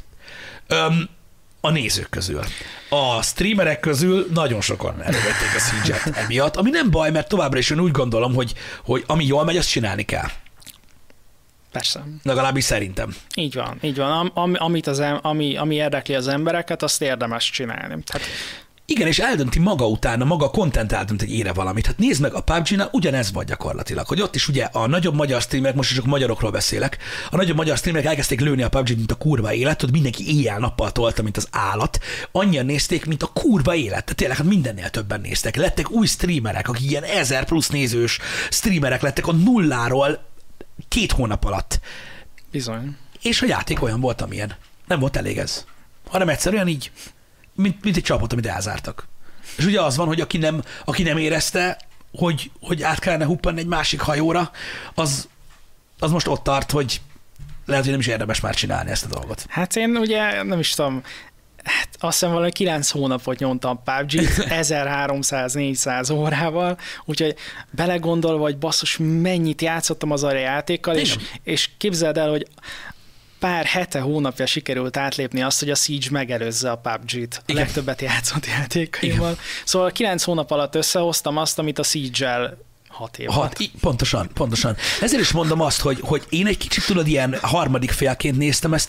A nézők közül. A streamerek közül nagyon sokan elővették a Siege-et emiatt, ami nem baj, mert továbbra is én úgy gondolom, hogy ami jól megy, azt csinálni kell. Persze. Legalábbis szerintem. Így van. Ami érdekli az embereket, azt érdemes csinálni. Tehát... Igen, és eldönti maga utána, maga a content eldönt, hogy ére valamit. Hát nézd meg, a PUBG-nál ugyanez vagy gyakorlatilag, hogy ott is ugye a nagyobb magyar streamerek, most csak magyarokról beszélek, a nagyobb magyar streamerek elkezdték lőni a PUBG-t, mint a kurva élet, hogy mindenki éjjel-nappal tolta, mint az állat. Annyian nézték, mint a kurva élet. Tehát tényleg, hát mindennél többen néztek. Lettek új streamerek, akik ilyen 1000 plusz nézős streamerek lettek a nulláról 2 hónap alatt. Bizony. És a játék olyan volt, amilyen. Nem volt elég ez. Hanem egyszerűen így, mint egy csapat, amit elzártak. És ugye az van, hogy aki nem érezte, hogy át kellene huppanni egy másik hajóra, az most ott tart, hogy lehet, hogy nem is érdemes már csinálni ezt a dolgot. Hát én ugye nem is tudom, azt hiszem valami 9 hónapot nyomtam PUBG-t, 1300-400 órával, úgyhogy belegondolva, hogy basszus, mennyit játszottam az a játékkal, és képzeld el, hogy pár hete, hónapja sikerült átlépni azt, hogy a Siege megelőzze a PUBG-t. A legtöbbet játszott játékaimmal. Igen. Szóval 9 hónap alatt összehoztam azt, amit a Siege-el 6 év alatt. Pontosan. Ezért is mondom azt, hogy én egy kicsit tudod, ilyen harmadik félként néztem ezt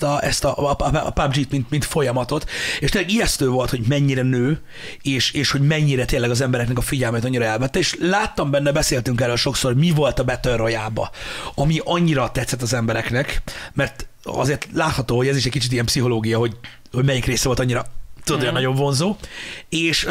a PUBG-t, mint folyamatot, és tényleg ijesztő volt, hogy mennyire nő, és hogy mennyire tényleg az embereknek a figyelmét annyira elvette, és láttam benne, beszéltünk erről sokszor, hogy mi volt a Battle Royale-ba, ami annyira tetszett az embereknek, mert azért látható, hogy ez is egy kicsit ilyen pszichológia, hogy melyik része volt annyira, tudod, olyan nagyon vonzó, és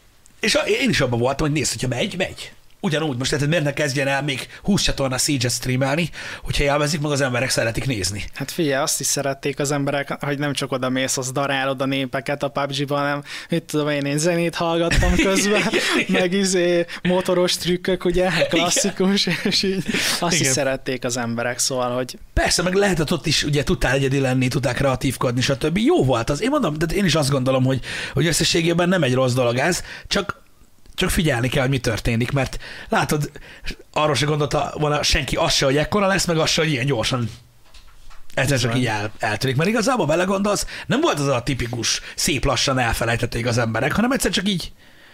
én is abban voltam, hogy nézd, hogyha megy. Ugyanúgy, most tehát miért ne kezdjen el még 20 csatorna Siege-et streamelni, hogyha élvezik, meg az emberek szeretik nézni. Hát figyelj, azt is szerették az emberek, hogy nem csak oda mész, az darálod a népeket a PUBG-ban, hanem mit tudom én zenét hallgattam közben, meg motoros trükök, ugye, klasszikus, és így azt is szerették az emberek, szóval, hogy... Persze, meg lehetett ott is, ugye tudtál egyedi lenni, tudtál kreatívkodni, stb. Jó volt az. Én mondom, de én is azt gondolom, hogy összességében nem egy rossz dolog ez, csak Csak figyelni kell, hogy mi történik, mert látod, arról se gondolta volna senki azt se, hogy ekkora lesz, meg azt se, hogy ilyen gyorsan egyszer csak így eltűnik. Mert igazából belegondolsz, nem volt az a tipikus, szép lassan elfelejtették az emberek, hanem egyszer csak így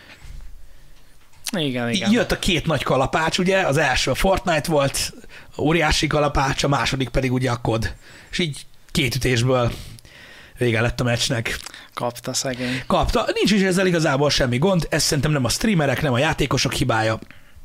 igen. Jött a két nagy kalapács, ugye, az első a Fortnite volt, óriási kalapács, a második pedig ugye a COD. És így 2 ütésből vége lett a meccsnek. Kapta szegény. Kapta. Nincs is ezzel igazából semmi gond, ez szerintem nem a streamerek, nem a játékosok hibája.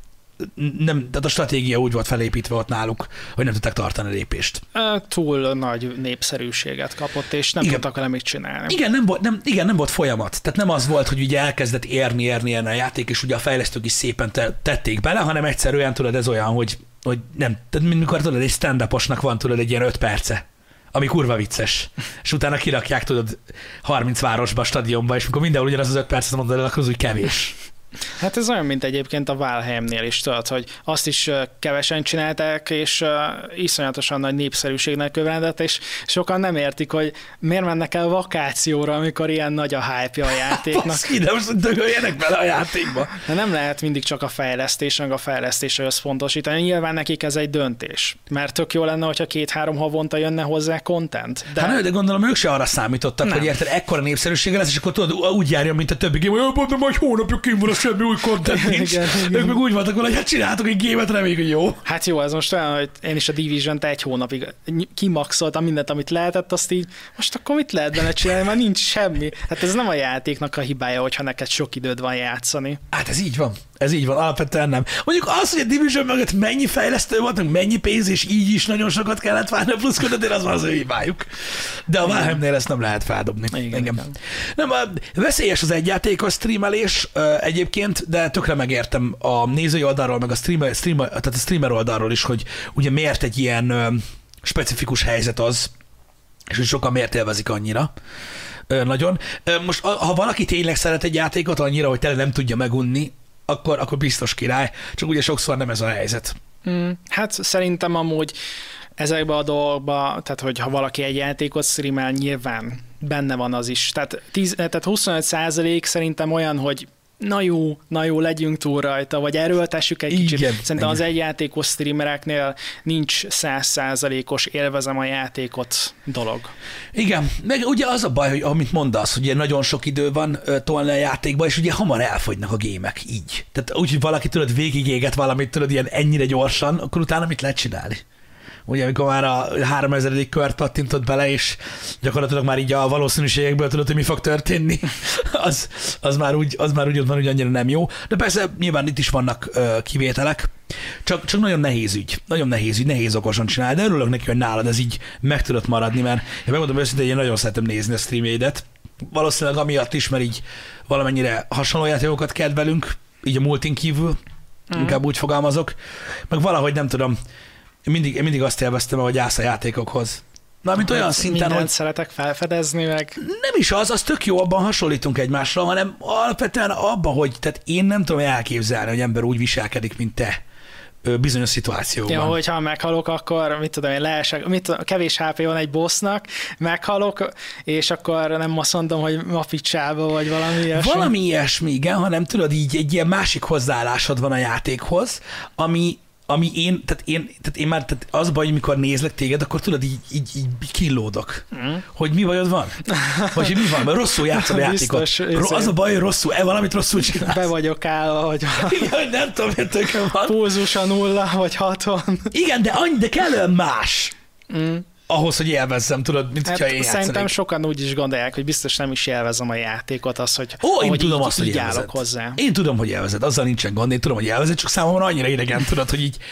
Nem, tehát a stratégia úgy volt felépítve ott náluk, hogy nem tudták tartani a lépést. Túl nagy népszerűséget kapott, és nem tudtak vele mit csinálni. Nem volt folyamat. Tehát nem az volt, hogy ugye elkezdett érni a játék, és ugye a fejlesztők is szépen tették bele, hanem egyszerűen tudod, ez olyan, hogy nem. Tehát mikor tudod, egy stand-uposnak van tudod egy ilyen 5 perce, ami kurva vicces. És utána kirakják, tudod, 30 városba, stadionba, és mikor mindenhol ugyanaz az 5 percet mondod el, akkor az úgy kevés. Hát ez olyan, mint egyébként a Valheimnél is, tudod, hogy azt is kevesen csinálták, és iszonyatosan nagy népszerűségnek követett, és sokan nem értik, hogy miért mennek el vakációra, amikor ilyen nagy a hype-ja a játéknak. Baszki, de most dögöljenek bele a játékba. De nem lehet mindig csak a fejlesztésre összpontosítani. Nyilván nekik ez egy döntés, mert tök jó lenne, hogyha 2-3 havonta jönne hozzá content. De gondolom, ők se arra számítottak, hogy érted, ekkora népszerűsége lesz, és akkor tudod, úgy járjon, mint a többi game, hogy majd hónapja kim van, semmi új content nincs. Ők meg úgy voltak, hogy hát csináltok egy gémet, reméljük, hogy jó. Hát jó, ez most olyan, hogy én is a Division-t 1 hónapig kimaxoltam mindent, amit lehetett, azt így, most akkor mit lehet benne csinálni, már nincs semmi. Hát ez nem a játéknak a hibája, hogyha neked sok időd van játszani. Hát ez így van. Ez így van, alapvetően nem. Mondjuk az, hogy a Division mögött mennyi fejlesztő volt, mennyi pénz, és így is nagyon sokat kellett várni a pluszkodot, az van az ő hibájuk. De a Valheimnél ezt nem lehet feldobni. Igen. Nem, veszélyes az egyjátékos streamelés egyébként, de tökre megértem a nézői oldalról, meg tehát a streamer oldalról is, hogy ugye miért egy ilyen specifikus helyzet az, és hogy sokan miért élvezik annyira. Nagyon. Most, ha valaki tényleg szeret egy játékot annyira, hogy tényleg nem tudja megunni, akkor biztos király, csak ugye sokszor nem ez a helyzet. Hát szerintem amúgy ezekben a dolgokban, tehát hogy ha valaki egy játékot streamel, nyilván benne van az is. Tehát 25% szerintem olyan, hogy na jó, legyünk túl rajta, vagy erőltessük egy kicsit. Szerintem az egyjátékos streamereknél nincs 100%-os élvezem a játékot dolog. Igen, meg ugye az a baj, hogy amit mondasz, hogy nagyon sok idő van tolni a játékba, és ugye hamar elfogynak a gémek így. Tehát úgy, hogy valaki tudod végigéget valamit, tudod ilyen ennyire gyorsan, akkor utána mit lehet csinálni? Ugye, amikor már a 3000. kört pattintod bele, és gyakorlatilag már így a valószínűségekből tudod, hogy mi fog történni, az már úgy ott van, hogy annyira nem jó. De persze nyilván itt is vannak kivételek, csak nagyon nehéz ügy, nehéz okosan csinálni, de örülök neki, hogy nálad ez így meg tudott maradni, mert én megmondom őszintén, hogy én nagyon szeretem nézni a streamjeidet. Valószínűleg amiatt is, mert így valamennyire hasonló játékokat kedvelünk, így a multin kívül, inkább úgy fogalmazok, meg valahogy nem tudom, én mindig azt élveztem, hogy állsz a játékokhoz. Mármint olyan szinten, hogy szeretek felfedezni, meg... Nem is az tök jó, abban hasonlítunk egymásra, hanem alapvetően abban, hogy tehát én nem tudom elképzelni, hogy ember úgy viselkedik, mint te bizonyos szituációban. Ja, hogyha meghalok, akkor mit tudom én, leesek, kevés HP van egy bossnak, meghalok, és akkor nem azt mondom, hogy a picsába, vagy valami ilyesmi. Valami ilyesmi, igen, hanem tudod, így egy ilyen másik hozzáállásod van a játékhoz, ami tehát az baj, hogy mikor nézlek téged, akkor tudod, így killódok. Hogy mi bajod van? Vagy hogy mi van? Mert rosszul játszom a játékot. Az a baj, hogy valamit rosszul csinálsz. Be vagyok állva, vagy igen, nem tudom, hogy tökön van. Pulzus a 0 vagy 60. Igen, de kellően más. Ahhoz, hogy élvezzem, tudod, mint hogyha én játszanék. Szerintem sokan úgy is gondolják, hogy biztos nem is élvezem a játékot, az, hogy én tudom azt, hogy állok hozzá. Én tudom, hogy élvezed, azzal nincsen gond, én tudom, hogy élvezed, csak számomra annyira idegen, tudod, hogy így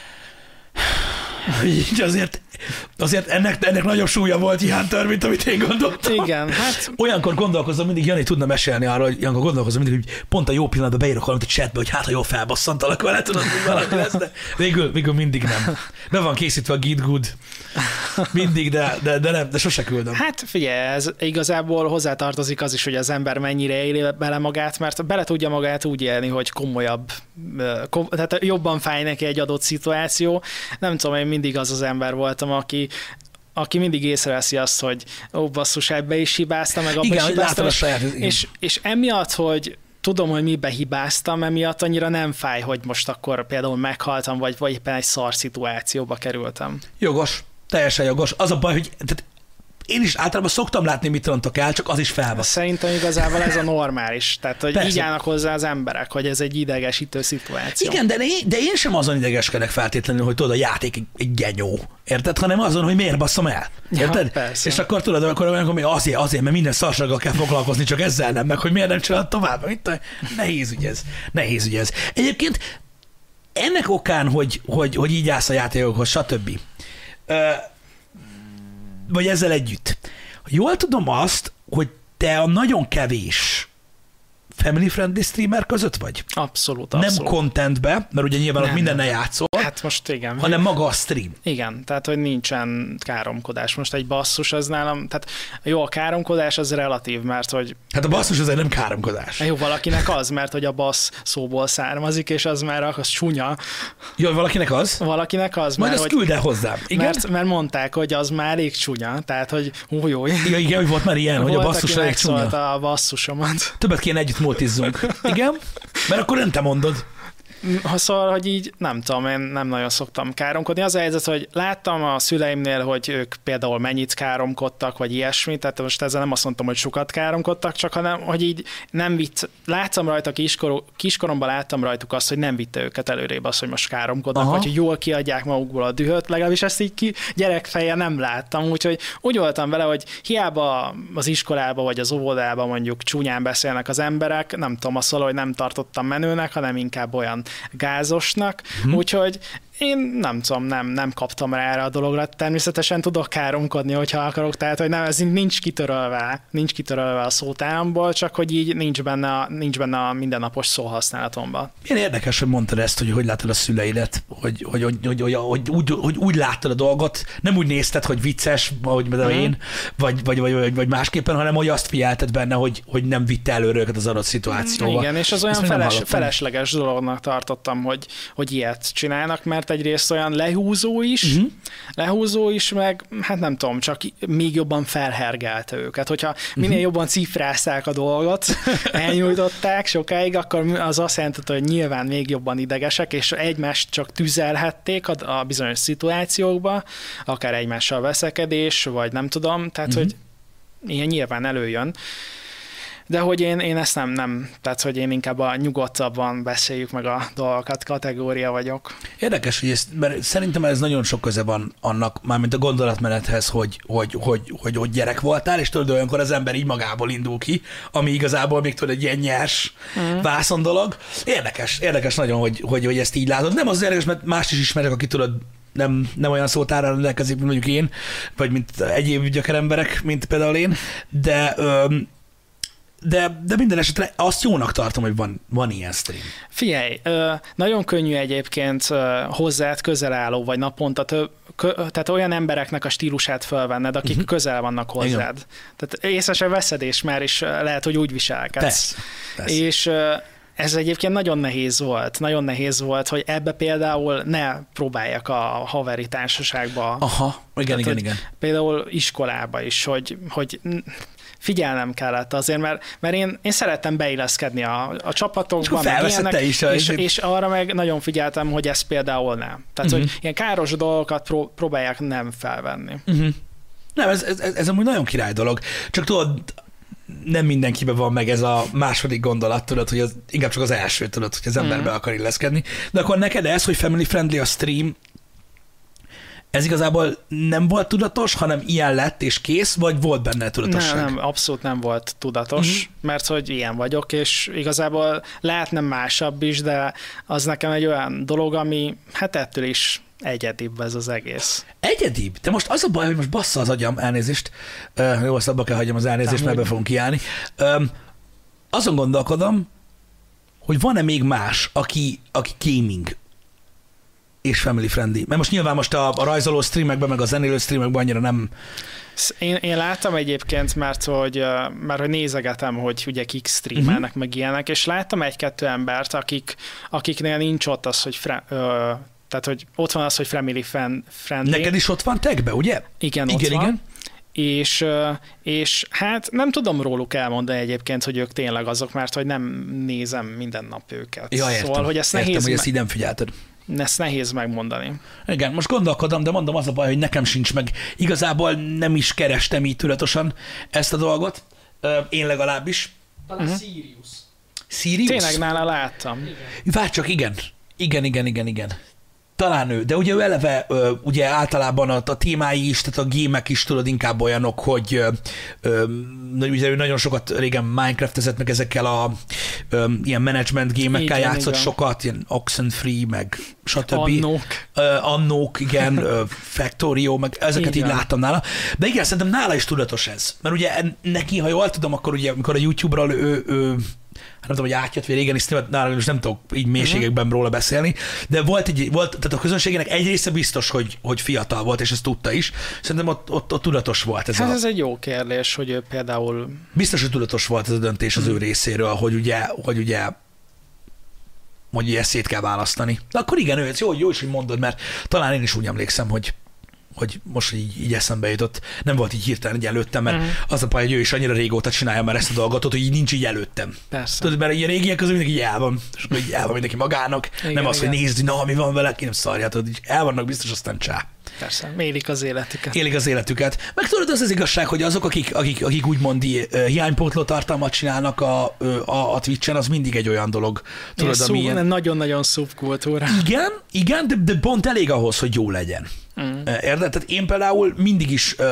azért ennek nagyobb súlya volt Hunter, mint amit én gondoltam. Igen, hát... Olyankor gondolkozom, mindig Jani tudna mesélni arról, hogy olyankor gondolkozom mindig, hogy pont a jó pillanatban beírok valamit a chatbe, hogy hát, ha jól felbasszantalak vele, tudod, hogy valami lesz, de végül mindig nem. Be van készítve a Git Good. Mindig, de sose küldöm. Hát figyelj, ez igazából hozzátartozik az is, hogy az ember mennyire éli bele magát, mert bele tudja magát úgy élni, hogy komolyabb, tehát jobban fáj neki egy adott szituáció. Nem tudom, én mindig az ember voltam, aki mindig észreveszi azt, hogy basszus, ebbe is hibáztam, meg abba is hibáztam, és emiatt, hogy tudom, hogy mibe hibáztam, emiatt annyira nem fáj, hogy most akkor például meghaltam, vagy éppen egy szar szituációba kerültem. Jogos, teljesen jogos. Az a baj, hogy én is általában szoktam látni, mit rontok el, csak az is felvesz. Szerintem igazából ez a normális. Tehát, hogy persze. Így állnak hozzá az emberek, hogy ez egy idegesítő szituáció. Igen, de én sem azon idegeskedek feltétlenül, hogy tudod, a játék egy genyó. Érted? Hanem azon, hogy miért basszom el. Érted? Ja, és akkor tudod, akkor azért, mert minden szarsággal kell foglalkozni, csak ezzel nem, meg hogy miért nem csinálod tovább. Nehéz ügy ez. Egyébként ennek okán, hogy így állsz a játékokhoz, stb. Vagy ezzel együtt. Jól tudom azt, hogy te a nagyon kevés family-friendly streamer között vagy? Abszolút. Nem contentbe, mert ugye nyilván ott mindennel játszol, hát most igen. hanem maga a stream. Igen, tehát hogy nincsen káromkodás. Most egy basszus az nálam, tehát jó, a káromkodás az relatív, mert hogy... Hát a basszus azért nem káromkodás. Jó, valakinek az, mert hogy a bassz szóból származik, és az már az csúnya. Jó, valakinek az? Valakinek az. Majd azt küld el hozzám. Igen? Mert mondták, hogy az már elég csúnya, tehát hogy jó. Igen, hogy volt már ilyen, hogy a basszus elég csúnya. A basszusomat. Többet kéne együtt multizzunk. Igen? Mert akkor nem te mondod. Szóval, hogy így nem tudom, én nem nagyon szoktam káromkodni. Az a helyzet, hogy láttam a szüleimnél, hogy ők például mennyit káromkodtak, vagy ilyesmi, tehát most ezzel nem azt mondtam, hogy sokat káromkodtak, csak hanem, hogy így nem vitt. Láttam rajta, kiskoromban láttam rajtuk azt, hogy nem vitte őket előrébb azt, hogy most káromkodnak, vagy hogy jól kiadják magukból a dühöt, legalábbis ezt így gyerekfejjel nem láttam, úgyhogy úgy voltam vele, hogy hiába az iskolában vagy az óvodában mondjuk csúnyán beszélnek az emberek, nem tudom, azt valahogy nem tartottam menőnek, hanem inkább olyan gázosnak, úgyhogy én nem tudom, nem kaptam rá erre a dologra. Természetesen tudok káromkodni, hogyha akarok, tehát hogy nem, ez nincs kitörölve a szótáramból, csak hogy így nincs benne a mindennapos szóhasználatomban. Milyen érdekes, hogy mondtad ezt, hogy látod a szüleidet, hogy úgy láttad a dolgot, nem úgy nézted, hogy vicces, ahogy én, vagy másképpen, hanem hogy azt figyelted benne, hogy nem vitte előre őket az adott szituációba. Igen, és az olyan felesleges dolognak tartottam, hogy ilyet csinálnak, mert egyrészt olyan lehúzó is, meg hát nem tudom, csak még jobban felhergelte őket. Hogyha minél jobban cifrázták a dolgot, elnyújtották sokáig, akkor az azt jelentette, hogy nyilván még jobban idegesek, és egymást csak tüzelhették a bizonyos szituációkba, akár egymással veszekedés, vagy nem tudom, tehát hogy ilyen nyilván előjön. De hogy én ezt nem, tehát hogy én inkább a nyugodtabban beszéljük meg a dolgokat, kategória vagyok. Érdekes, hogy mert szerintem ez nagyon sok köze van annak, mármint a gondolatmenethez, hogy gyerek voltál, és tudod, olyankor az ember így magából indul ki, ami igazából még tudod egy ilyen nyers vászon dolog. Érdekes nagyon, hogy ezt így látod. Nem az érdekes, mert mást is ismerek, aki tudod, nem olyan szótárral rendelkezik, mint mondjuk én, vagy mint egyéb gyökeremberek, mint például én, de minden esetre azt jónak tartom, hogy van ilyen stream. Figyelj, nagyon könnyű egyébként hozzád közel álló, vagy naponta tehát olyan embereknek a stílusát felvenned, akik közel vannak hozzád. Igen. Tehát észre sem veszed, és már is lehet, hogy úgy viselkedsz. Persze. És ez egyébként nagyon nehéz volt, hogy ebbe például ne próbáljak a haveri társaságba. Aha, igen. Például iskolába is, hogy figyelnem kellett azért, mert én szerettem beilleszkedni a csapatokban, és arra meg nagyon figyeltem, hogy ez például nem. Tehát, hogy ilyen káros dolgokat próbálják nem felvenni. Nem, ez amúgy nagyon király dolog. Csak tudod, nem mindenkiben van meg ez a második gondolat, tudod, hogy inkább csak az első, tudod, hogy az ember be akar illeszkedni. De akkor neked ez, hogy family friendly a stream, ez igazából nem volt tudatos, hanem ilyen lett és kész, vagy volt benne tudatosság? Nem, abszolút nem volt tudatos, mert hogy ilyen vagyok, és igazából lehetne másabb is, de az nekem egy olyan dolog, ami hát ettől is egyedibb ez az egész. Egyedibb? De most az a baj, hogy most bassza az agyam, elnézést. Jó, azt abba kell hagyjam az elnézést, mert be fogunk kiállni. Azon gondolkodom, hogy van-e még más, aki gaming és family friendly. Mert most nyilván a rajzoló streamekben, meg a zenélő streamekben annyira nem... Én láttam egyébként, mert hogy nézegetem, hogy ugye kik streamelnek, meg ilyenek, és láttam egy-kettő embert, akiknél nincs ott az, hogy tehát, hogy ott van az, hogy family friendly. Neked is ott van tagbe, ugye? Igen, ott van. és hát nem tudom róluk elmondani egyébként, hogy ők tényleg azok, mert hogy nem nézem minden nap őket. Ja, értem. Szóval, hogy ezt nehéz, hogy ezt így nem figyelted. Ezt nehéz megmondani. Igen, most gondolkodom, de mondom, az a baj, hogy nekem sincs meg. Igazából nem is kerestem így tudatosan ezt a dolgot. Én legalábbis. Talán Sirius? Tényleg nála láttam. Várj csak, igen. Igen. Talán ő, de ugye ő eleve, ugye általában a témái is, tehát a gémek is tudod inkább olyanok, hogy ugye ő nagyon sokat régen Minecraftezett, meg ezekkel a ilyen management gémekkel játszott sokat, ilyen Oxenfree, meg stb. Annók, igen, Factorio, meg ezeket így láttam nála. De igen, szerintem nála is tudatos ez. Mert ugye neki, ha jól tudom, akkor ugye, amikor a YouTube-ról ő nem tudom, hogy átjött, vagy régen is, nálam is nem tudok így mélységekben róla beszélni, de volt, tehát a közönségének egy része biztos, hogy fiatal volt, és ezt tudta is. Szerintem ott tudatos volt ez. Hát ez egy jó kérdés, hogy ő például... Biztos, hogy tudatos volt ez a döntés az ő részéről, hogy ugye ezt szét kell választani. De akkor igen, ez jó is, hogy mondod, mert talán én is úgy emlékszem, hogy most így eszembe jutott. Nem volt így hirtelen így előttem, mert az a baj, hogy ő is annyira régóta csinálja már ezt a dolgot, hogy így nincs így előttem. Persze. Tudod, mert ilyen régiek közül mindenki el van, és akkor így el van mindenki magának, igen, nem az, hogy nézd, na, mi van vele, ki nem szarja, tudod, így el vannak biztos, aztán csá. Persze, élik az életüket. Élik az életüket. Meg tudod, az igazság, hogy azok, akik úgymond hiánypótló tartalmat csinálnak a Twitch-en, az mindig egy olyan dolog. Tudod, ami ilyen... Nagyon-nagyon szubkultúra. Igen, de pont elég ahhoz, hogy jó legyen. Érted? Tehát én például mindig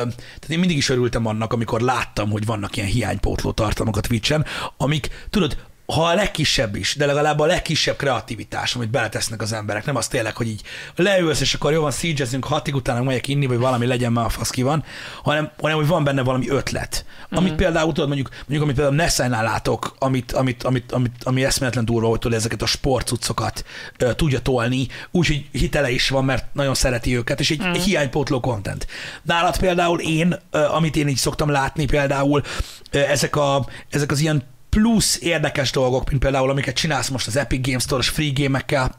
is örültem annak, amikor láttam, hogy vannak ilyen hiánypótló tartalmak a Twitch-en, amik, tudod, ha a legkisebb is, de legalább a legkisebb kreativitás, amit beletesznek az emberek, nem az tényleg, hogy így leülsz, és akkor jó van, siege-ezünk 6-ig, utána megyek inni, vagy valami legyen, már a fasz ki van, hanem hogy van benne valami ötlet. Amit például, tudod, mondjuk amit például Nessai-nál látok, ami eszméletlen durva, hogy tudod, ezeket a sportcuccokat tudja tolni, úgyhogy hitele is van, mert nagyon szereti őket, és egy hiánypótló content. Nálad például amit én így szoktam látni, például ezek az ilyen plusz érdekes dolgok, mint például amiket csinálsz most az Epic Games Store-os free gémekkel.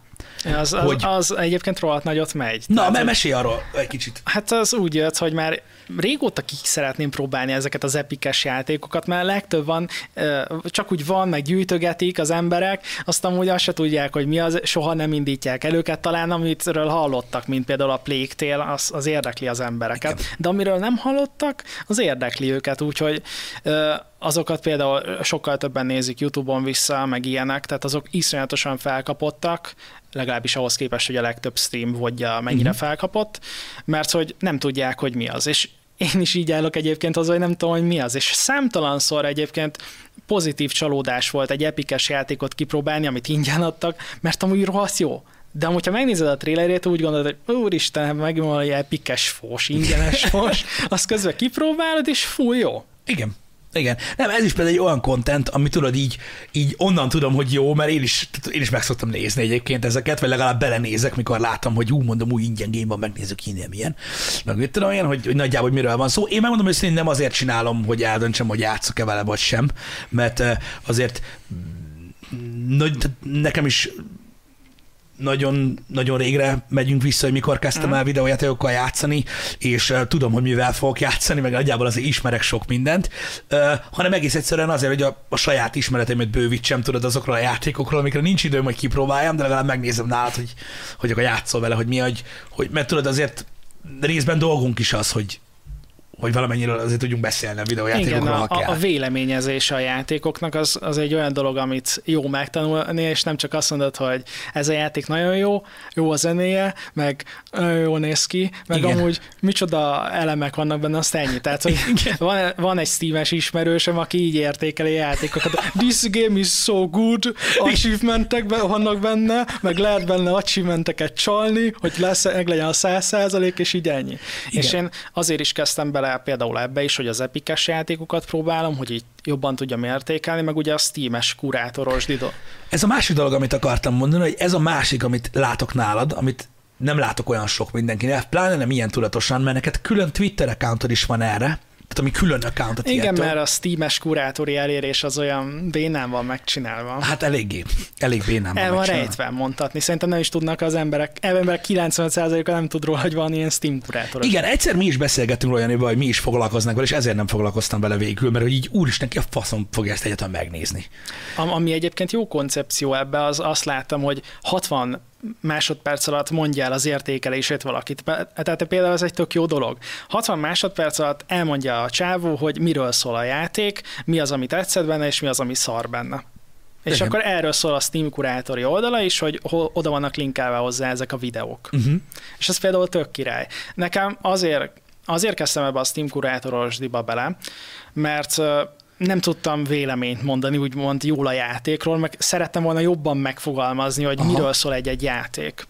Az egyébként rohadt nagyot megy. Na, mesélj arról egy kicsit. Hát az úgy jött, hogy már régóta ki szeretném próbálni ezeket az epikes játékokat, mert legtöbb van, csak úgy van, meg gyűjtögetik az emberek, aztán úgy azt se tudják, hogy mi az, soha nem indítják el őket, talán amitről hallottak, mint például a Plague Tale, az érdekli az embereket. Igen. De amiről nem hallottak, az érdekli őket, úgyhogy azokat például sokkal többen nézik YouTube-on vissza, meg ilyenek, tehát azok iszonyatosan felkapottak, legalábbis ahhoz képest, hogy a legtöbb stream vodja mennyire felkapott, mert hogy nem tudják, hogy mi az. És én is így állok egyébként hozzá, hogy nem tudom, hogy mi az. És számtalanszor egyébként pozitív csalódás volt egy epikes játékot kipróbálni, amit ingyen adtak, mert amúgy rohadt jó. De amúgy, ha megnézed a trailerét, úgy gondolod, hogy úristen, megint valami epikes fos, ingyenes fos, azt közben kipróbálod, és fú, jó. Igen. Nem, ez is például egy olyan content, ami tudod így onnan tudom, hogy jó, mert én is meg szoktam nézni egyébként ezeket, vagy legalább belenézek, mikor látom, hogy mondom, új ingyen game van, megnézzük innen milyen. Meg mit tudom én, hogy nagyjából miről van szó. Én megmondom, hogy szerintem nem azért csinálom, hogy eldöntsem, hogy játszok-e vele, vagy sem, mert azért nekem is nagyon, nagyon régre megyünk vissza, hogy mikor kezdtem el videójátékokkal játszani, és tudom, hogy mivel fogok játszani, meg nagyjából azért ismerek sok mindent, hanem egész egyszerűen azért, hogy a saját ismereteimet bővítsem, tudod, azokról a játékokról, amikre nincs időm, hogy kipróbáljam, de legalább megnézem nálad, hogy akkor játszol vele, hogy mi, hogy mert tudod, azért részben dolgunk is az, hogy valamennyire azért tudjunk beszélni a videójátékokról, ha kell. A véleményezése a játékoknak az egy olyan dolog, amit jó megtanulni, és nem csak azt mondod, hogy ez a játék nagyon jó a zenéje, meg jól néz ki, meg igen. Amúgy micsoda elemek vannak benne, azt ennyi. Tehát, hogy van egy Steam-es ismerősöm, aki így értékeli a játékokat. This game is so good, achievementek vannak benne, meg lehet benne achievementeket csalni, hogy meg legyen a 100%, és így ennyi. Igen. És én azért is kezdtem bele például ebbe is, hogy az epikes játékokat próbálom, hogy így jobban tudjam értékelni, meg ugye a Steam-es kurátoros didó. Ez a másik dolog, amit akartam mondani, hogy ez a másik, amit látok nálad, amit nem látok olyan sok mindenkinél, pláne nem ilyen tudatosan, mert neked külön Twitter accountod is van erre, Tehát ami külön accountot igen, ilyettől. mert a Steam-es kurátori elérés az olyan bénán van megcsinálva. Hát elég bénán van el van rejtve mondhatni. Szerintem nem is tudnak az emberek 95%-a nem tud róla, hogy van ilyen Steam kurátor. Igen, egyszer mi is beszélgettünk olyan, hogy mi is foglalkoznánk vele, és ezért nem foglalkoztam vele végül, mert hogy így úristen, ki a faszom fogja ezt egyáltalán megnézni. Ami egyébként jó koncepció ebbe, az azt láttam, hogy 60 másodperc alatt mondja el az értékelését valakit. Tehát például ez egy tök jó dolog. 60 másodperc alatt elmondja a csávó, hogy miről szól a játék, mi az, ami tetszett benne, és mi az, ami szar benne. És akkor erről szól a Steam kurátori oldala is, hogy oda vannak linkelve hozzá ezek a videók. És ez például tök király. Nekem azért kezdtem ebbe a Steam kurátorosdiba bele, mert nem tudtam véleményt mondani, úgymond jól a játékról, meg szerettem volna jobban megfogalmazni, hogy miről szól egy játék.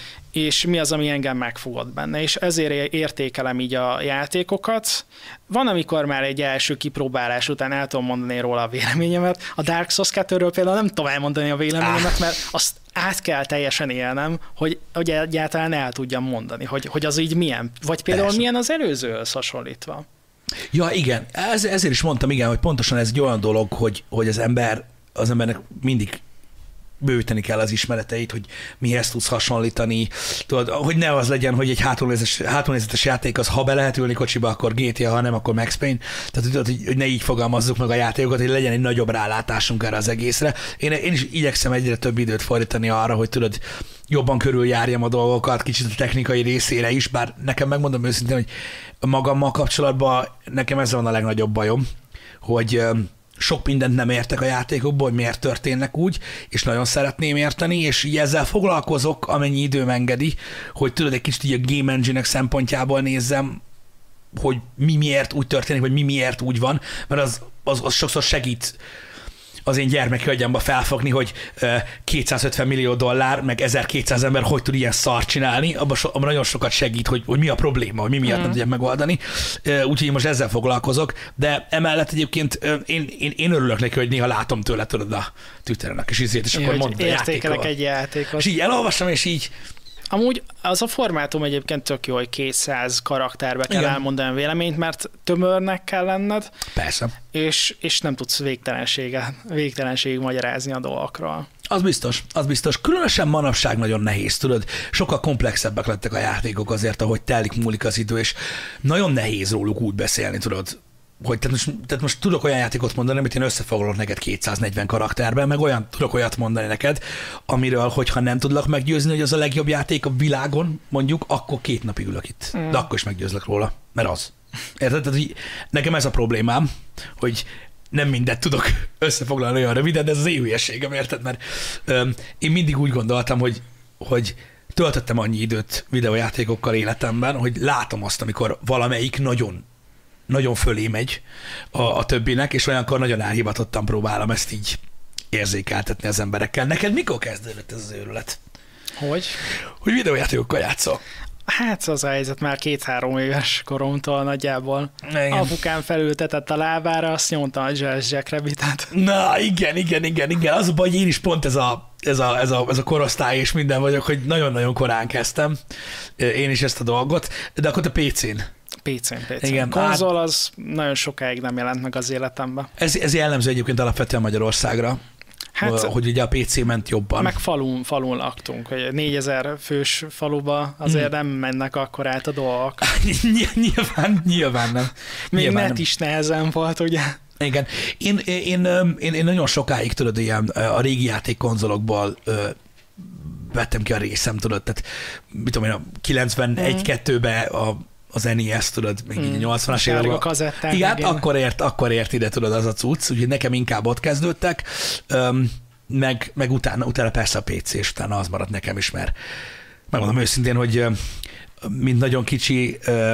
És mi az, ami engem megfogott benne. És ezért értékelem így a játékokat. Van, amikor már egy első kipróbálás után el tudom mondani róla a véleményemet. A Dark Souls 2-ről például nem tudom elmondani a véleményemet, mert azt át kell teljesen élnem, hogy egyáltalán el tudjam mondani, hogy az így milyen. Vagy például milyen az előzőhöz hasonlítva. Ja, igen. Ezért is mondtam, igen, hogy pontosan ez egy olyan dolog, hogy az embernek mindig bővíteni kell az ismereteit, hogy mihez tudsz hasonlítani. Tudod, hogy ne az legyen, hogy egy hátulnézetes játék az, ha be lehet ülni kocsiba, akkor GTA, ha nem, akkor Max Payne. Tehát tudod, hogy ne így fogalmazzuk meg a játékokat, hogy legyen egy nagyobb rálátásunk erre az egészre. Én is igyekszem egyre több időt fordítani arra, hogy tudod, jobban körüljárjam a dolgokat, kicsit a technikai részére is, bár nekem megmondom őszintén, hogy magammal kapcsolatban nekem ez van a legnagyobb bajom, hogy sok mindent nem értek a játékokból, hogy miért történnek úgy, és nagyon szeretném érteni, és így ezzel foglalkozok, amennyi időm engedi, hogy tudod, egy kicsit így a game engine-ek szempontjából nézzem, hogy mi miért úgy történik, vagy mi miért úgy van, mert az sokszor segít az én gyermeki agyamba felfogni, hogy $250 millió, meg 1200 ember hogy tud ilyen szart csinálni, abban nagyon sokat segít, hogy mi a probléma, hogy mi miatt nem tudják megoldani. Úgyhogy én most ezzel foglalkozok, de emellett egyébként én örülök neki, hogy néha látom tőle, tudod, a Twitteren és akkor mondom, értékelek egy játékot. És így elolvasom, és így amúgy az a formátum egyébként tök jó, hogy 200 karakterbe kell elmondani a véleményt, mert tömörnek kell lenned. Persze. És nem tudsz végtelenségig magyarázni a dolgokról. Az biztos. Különösen manapság nagyon nehéz, tudod, sokkal komplexebbek lettek a játékok azért, ahogy múlik az idő, és nagyon nehéz róluk úgy beszélni, tudod, hogy tehát most tudok olyan játékot mondani, amit én összefoglalok neked 240 karakterben, meg tudok olyat mondani neked, amiről, hogyha nem tudlak meggyőzni, hogy az a legjobb játék a világon, mondjuk, akkor 2 napig ülök itt. De akkor is meggyőzlek róla, mert az. Érted? Tehát, nekem ez a problémám, hogy nem mindent tudok összefoglalni olyan röviden, de ez az én hülyeségem, érted? Mert én mindig úgy gondoltam, hogy töltöttem annyi időt videójátékokkal életemben, hogy látom azt, amikor valamelyik nagyon fölé megy a többinek, és olyankor nagyon elhivatottan próbálom ezt így érzékeltetni az emberekkel. Neked mikor kezdődött ez az őrület? Hogy videójátékokkal játszol? Hát az a helyzet már 2-3 éves koromtól nagyjából. Igen. Apukám felültetett a lábára, azt nyomtam a Jazz Jack Rabbitet. Na, igen. Az a baj, hogy én is pont ez a korosztály és minden vagyok, hogy nagyon-nagyon korán kezdtem én is ezt a dolgot, de akkor a PC-n. PC-n. Igen, konzol az nagyon sokáig nem jelent meg az életemben. Ez jellemző egyébként alapvetően Magyarországra, hogy ugye a PC ment jobban. Meg falun laktunk, hogy 4000 fős faluba azért nem mennek akkor át a dolgok. Nyilván nem. Még net is nehezen volt, ugye? Igen. Én nagyon sokáig, tudod, ilyen a régi játékkonzolokból vettem ki a részem, tudod, tehát mit tudom én, a 91-2-ben az NES, tudod, még így a 80-as években. A kazettán. Igen, akkor ért ide, tudod, az a cucc, úgyhogy nekem inkább ott kezdődtek, meg utána persze a PC, és utána az maradt nekem is, mert megmondom őszintén, hogy mint nagyon kicsi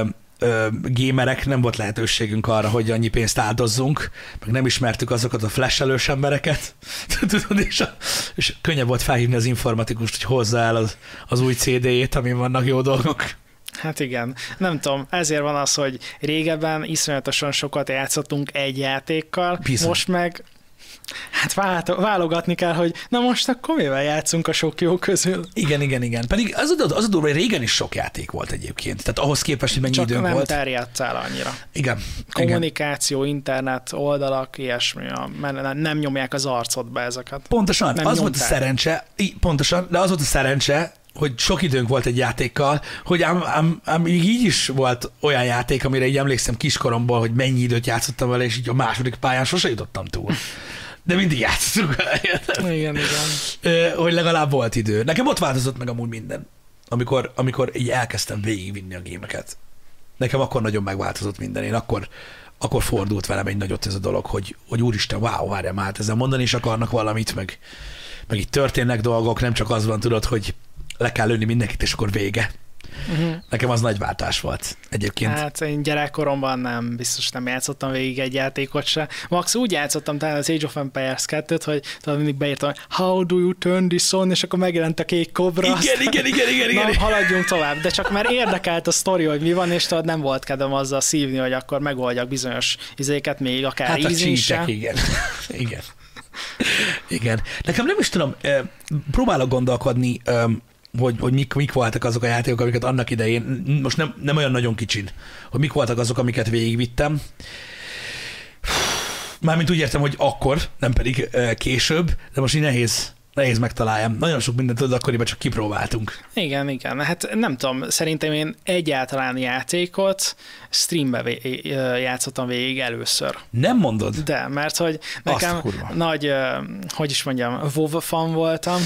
gamerek nem volt lehetőségünk arra, hogy annyi pénzt áldozzunk, meg nem ismertük azokat a flash-elős embereket, tudod, és könnyebb volt felhívni az informatikust, hogy hozza el az új CD-jét, amin vannak jó dolgok. Hát igen, nem tudom, ezért van az, hogy régebben iszonyatosan sokat játszottunk egy játékkal, Bizony. most meg Hát válogatni kell, hogy na most akkor mivel játszunk a sok jó közül. Igen. Pedig az a durva, hogy régen is sok játék volt egyébként. Tehát ahhoz képest, hogy mennyi időnk volt. Csak nem terjedtál annyira. Igen. Kommunikáció, internet, oldalak, ilyesmi, nem nyomják az arcodba ezeket. Pontosan, nem az volt a szerencse, pontosan, de az volt a szerencse, hogy sok időnk volt egy játékkal, hogy ám így is volt olyan játék, amire így emlékszem kiskoromból, hogy mennyi időt játszottam vele, és így a második pályán sose jutottam túl. De mindig játszottunk vele. Igen. Hogy legalább volt idő. Nekem ott változott meg amúgy minden, amikor így elkezdtem végigvinni a gémeket. Nekem akkor nagyon megváltozott minden. Én akkor fordult velem egy nagyot ez a dolog, hogy úristen, wow, várjál már, ezzel mondani is akarnak valamit, meg itt történnek dolgok, nem csak az van, tudod, hogy le kell lőni mindenkit, és akkor vége. Nekem az nagy váltás volt egyébként. Hát én gyerekkoromban biztos nem játszottam végig egy játékot se. Max úgy játszottam talán az Age of Empires 2-t, hogy talán mindig beírtam, hogy how do you turn this on, és akkor megjelent a kék kobra. Igen. Na, haladjunk tovább. De csak már érdekelt a sztori, hogy mi van, és tudod, nem volt kedvem azzal szívni, hogy akkor megoldjak bizonyos izéket, még akár hát easy se. Igen. Nekem nem is tudom, próbálok gondolkodni, hogy mik voltak azok a játékok, amiket annak idején, most nem olyan nagyon kicsin, hogy mik voltak azok, amiket végigvittem. Mármint úgy értem, hogy akkor, nem pedig később, de most így nehéz megtaláljam. Nagyon sok mindent tudod, akkoriban csak kipróbáltunk. Igen. Hát nem tudom, szerintem én egyáltalán játékot streambe játszottam végig először. Nem mondod? De, mert hogy nekem nagy, hogy is mondjam, WoW fan voltam.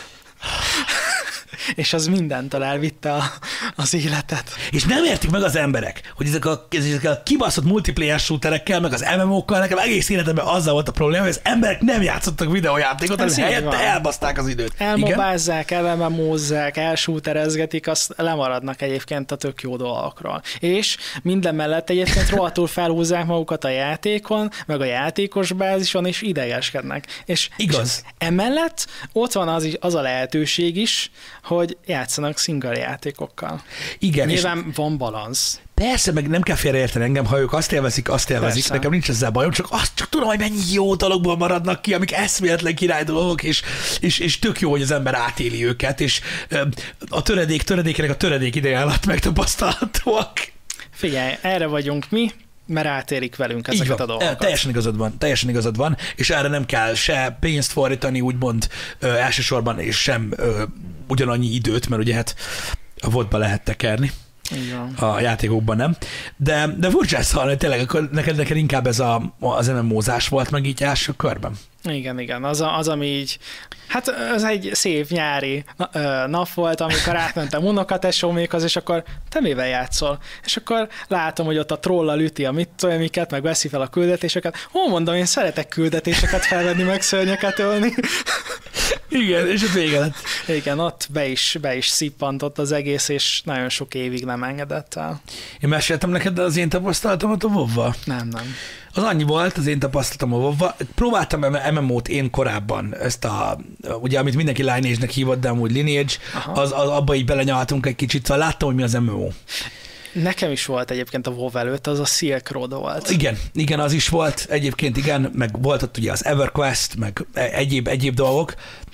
És az mindentől elvitte az életet. És nem értik meg az emberek, hogy ezek a kibaszott multiplayer shooterekkel, meg az MMO-kkal, nekem egész életemben azzal volt a probléma, hogy az emberek nem játszottak videójátékot, hanem helyette elbaszták az időt. Elmobázzák, elMMO-zzák, elshooterezgetik, azt lemaradnak egyébként a tök jó dolgokról. És minden mellett egyébként rohadtul felhúzzák magukat a játékon, meg a játékos bázison, és idegeskednek. És emellett ott van az a lehetőség is, hogy játszanak single játékokkal. Igen. Nyilván van balansz. Persze, meg nem kell félreérteni engem, ha ők azt élvezik. Persze. Nekem nincs ezzel bajom, csak tudom, hogy mennyi jó dologból maradnak ki, amik eszméletlen király dolgok, és tök jó, hogy az ember átéli őket, és a töredékének a töredék ideje alatt megtapasztalhatóak. Figyelj, erre vagyunk mi, mert átérik velünk ezeket a dolgokat. Teljesen igazad van, és erre nem kell se pénzt fordítani, úgymond elsősorban, és sem ugyanannyi időt, mert ugye hát a VOD-ba lehet tekerni. Igen. A játékokban nem. De furcsa ezt hallani, tényleg akkor neked inkább ez az MMO-zás volt meg így első körben. Igen. Az, ami így, hát ez egy szép nyári nap volt, amikor átmentem unokatesómékhoz, és akkor te mivel játszol? És akkor látom, hogy ott a trollal üti a mit-miket, meg veszi fel a küldetéseket. Mondom, én szeretek küldetéseket felvenni, meg szörnyeket ölni. Igen, és ott vége lett. Igen, ott be is szippantott az egész, és nagyon sok évig nem engedett el. Én meséltem neked az én tapasztalatomat a WoW-val? Nem. Az annyi volt, az én tapasztalatom a WoW-val. Próbáltam MMO-t én korábban, ezt ugye, amit mindenki Lineage-nek hívott, de amúgy Lineage, az abba így belenyaltunk egy kicsit, szóval láttam, hogy mi az MMO. Nekem is volt egyébként a WoW előtt, az a Silk Road volt. Igen, az is volt egyébként, igen, meg volt ott ugye az EverQuest, meg egyéb dolgok.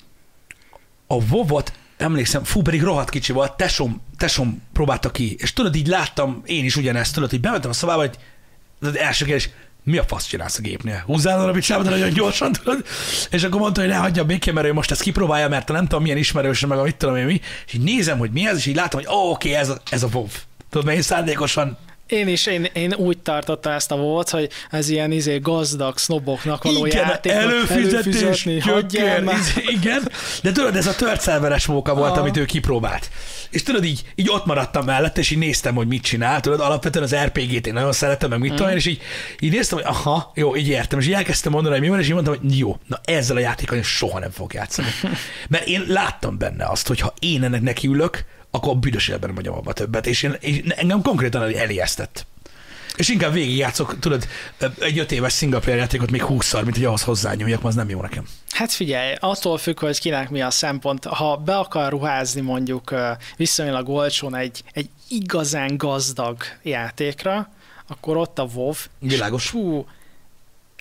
A WoW-ot emlékszem, pedig rohadt kicsi volt, tesom próbálta ki, és tudod, így láttam én is ugyanezt, tudod, hogy bementem a szobába, hogy az első kérdés, mi a fasz csinálsz a gépnél? Húzzál arra, amit csinálod nagyon gyorsan, tudod? És akkor mondta, hogy ne hagyja békén, mert ő most ezt kipróbálja, mert nem tudom, milyen ismerősre, meg mit tudom én mi. És így nézem, hogy mi ez, és így látom, hogy oké, ez a WoW. Tudod, mert én szándékosan Én úgy tartottam ezt a volt, hogy ez ilyen gazdag sznoboknak való játék. Előfizetni, igen. De tudod, ez a tört szerveres móka volt, amit ő kipróbált. És tudod, így ott maradtam mellette, és így néztem, hogy mit csinál. Tudod, alapvetően az RPG-t én nagyon szeretem, meg mit tudom én, és így néztem, hogy aha, jó, így értem. És így elkezdtem mondani, hogy mi van, és így mondtam, hogy jó, na ezzel a játékkal én soha nem fogok játszani. Mert én láttam benne azt, hogy ha én ennek nekiülök, akkor büdös életben nem hagyom abba többet, és engem konkrétan elijesztett. És inkább végigjátszok, tudod, egy 5 éves single player játékot még 20-szor, mint hogy ahhoz hozzányúljak, az nem jó nekem. Hát figyelj, attól függ, hogy kinek mi a szempont. Ha be akar ruházni mondjuk viszonylag olcsón egy igazán gazdag játékra, akkor ott a WoW. Világos.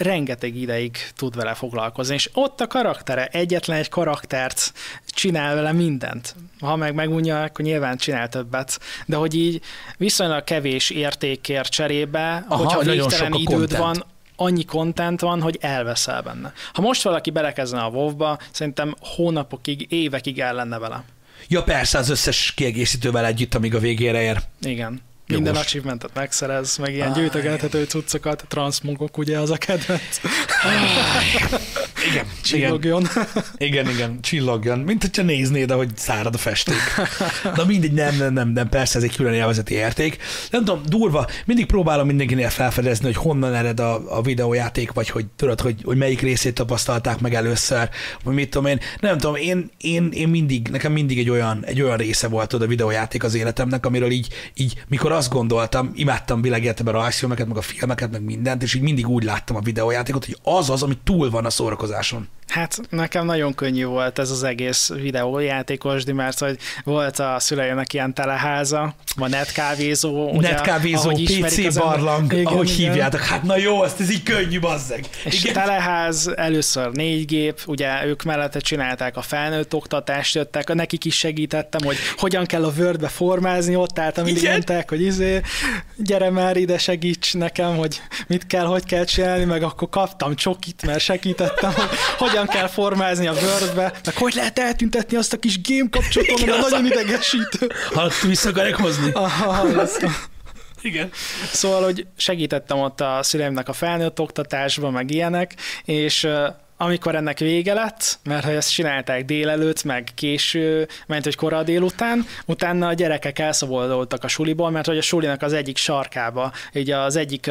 rengeteg ideig tud vele foglalkozni, és ott a karaktere, egyetlen egy karaktert csinál vele mindent. Ha megunja, akkor nyilván csinál többet, de hogy így viszonylag kevés értékért cserébe, hogyha végtelen időd van, annyi content van, hogy elveszel benne. Ha most valaki belekezdene a WoW-ba, szerintem hónapokig, évekig el lenne vele. Ja persze, az összes kiegészítővel együtt, amíg a végére ér. Igen. Minden achievementet megszerez, meg ilyen gyűjtögethető cuccokat, transzmogok, ugye az a kedvenc. Igen. Csillogjon. Igen, csillogjon. Mint hogyha néznéd, ahogy szárad a festék. Na mindegy, nem, persze ez egy külön élvezeti érték. Nem tudom, durva, mindig próbálom mindenkinél felfedezni, hogy honnan ered a videójáték, vagy hogy tudod, hogy melyik részét tapasztalták meg először, vagy mit tudom én. Nem tudom, én mindig, nekem mindig egy olyan része volt a videójáték az életemnek, amiről így mikor azt gondoltam, imádtam világéletemben a rajzfilmeket, meg a filmeket, meg mindent, és így mindig úgy láttam a videójátékot, hogy az, ami túl van a szórakozáson. Hát nekem nagyon könnyű volt ez az egész videójátékosdi, mert hogy volt a szüleimnek ilyen teleháza, a netkávézó, netkávézó, PC barlang, ahogy hívjátok. Hát na jó, ez így könnyű, bazzeg. És teleház, először 4 gép, ugye ők mellette csinálták a felnőtt oktatást, jöttek, nekik is segítettem, hogy hogyan kell a Wordbe formázni, ott álltam, mindig mondták, hogy gyere már ide, segíts nekem, hogy mit kell, hogy kell csinálni, meg akkor kaptam csokit, mert segítettem, hogy hogyan kell formázni a Wordbe, meg hogy lehet eltüntetni azt a kis game kapcsolatot, mert nagyon idegesítő. Hallott, vissza akarják hozni? Igen. Szóval, hogy segítettem ott a szüleimnek a felnőtt oktatásban, meg ilyenek, és amikor ennek vége lett, mert ha ezt csinálták délelőtt, meg késő, mert hogy kora délután, utána a gyerekek elszabadultak a suliból, mert hogy a sulinak az egyik sarkába, így az egyik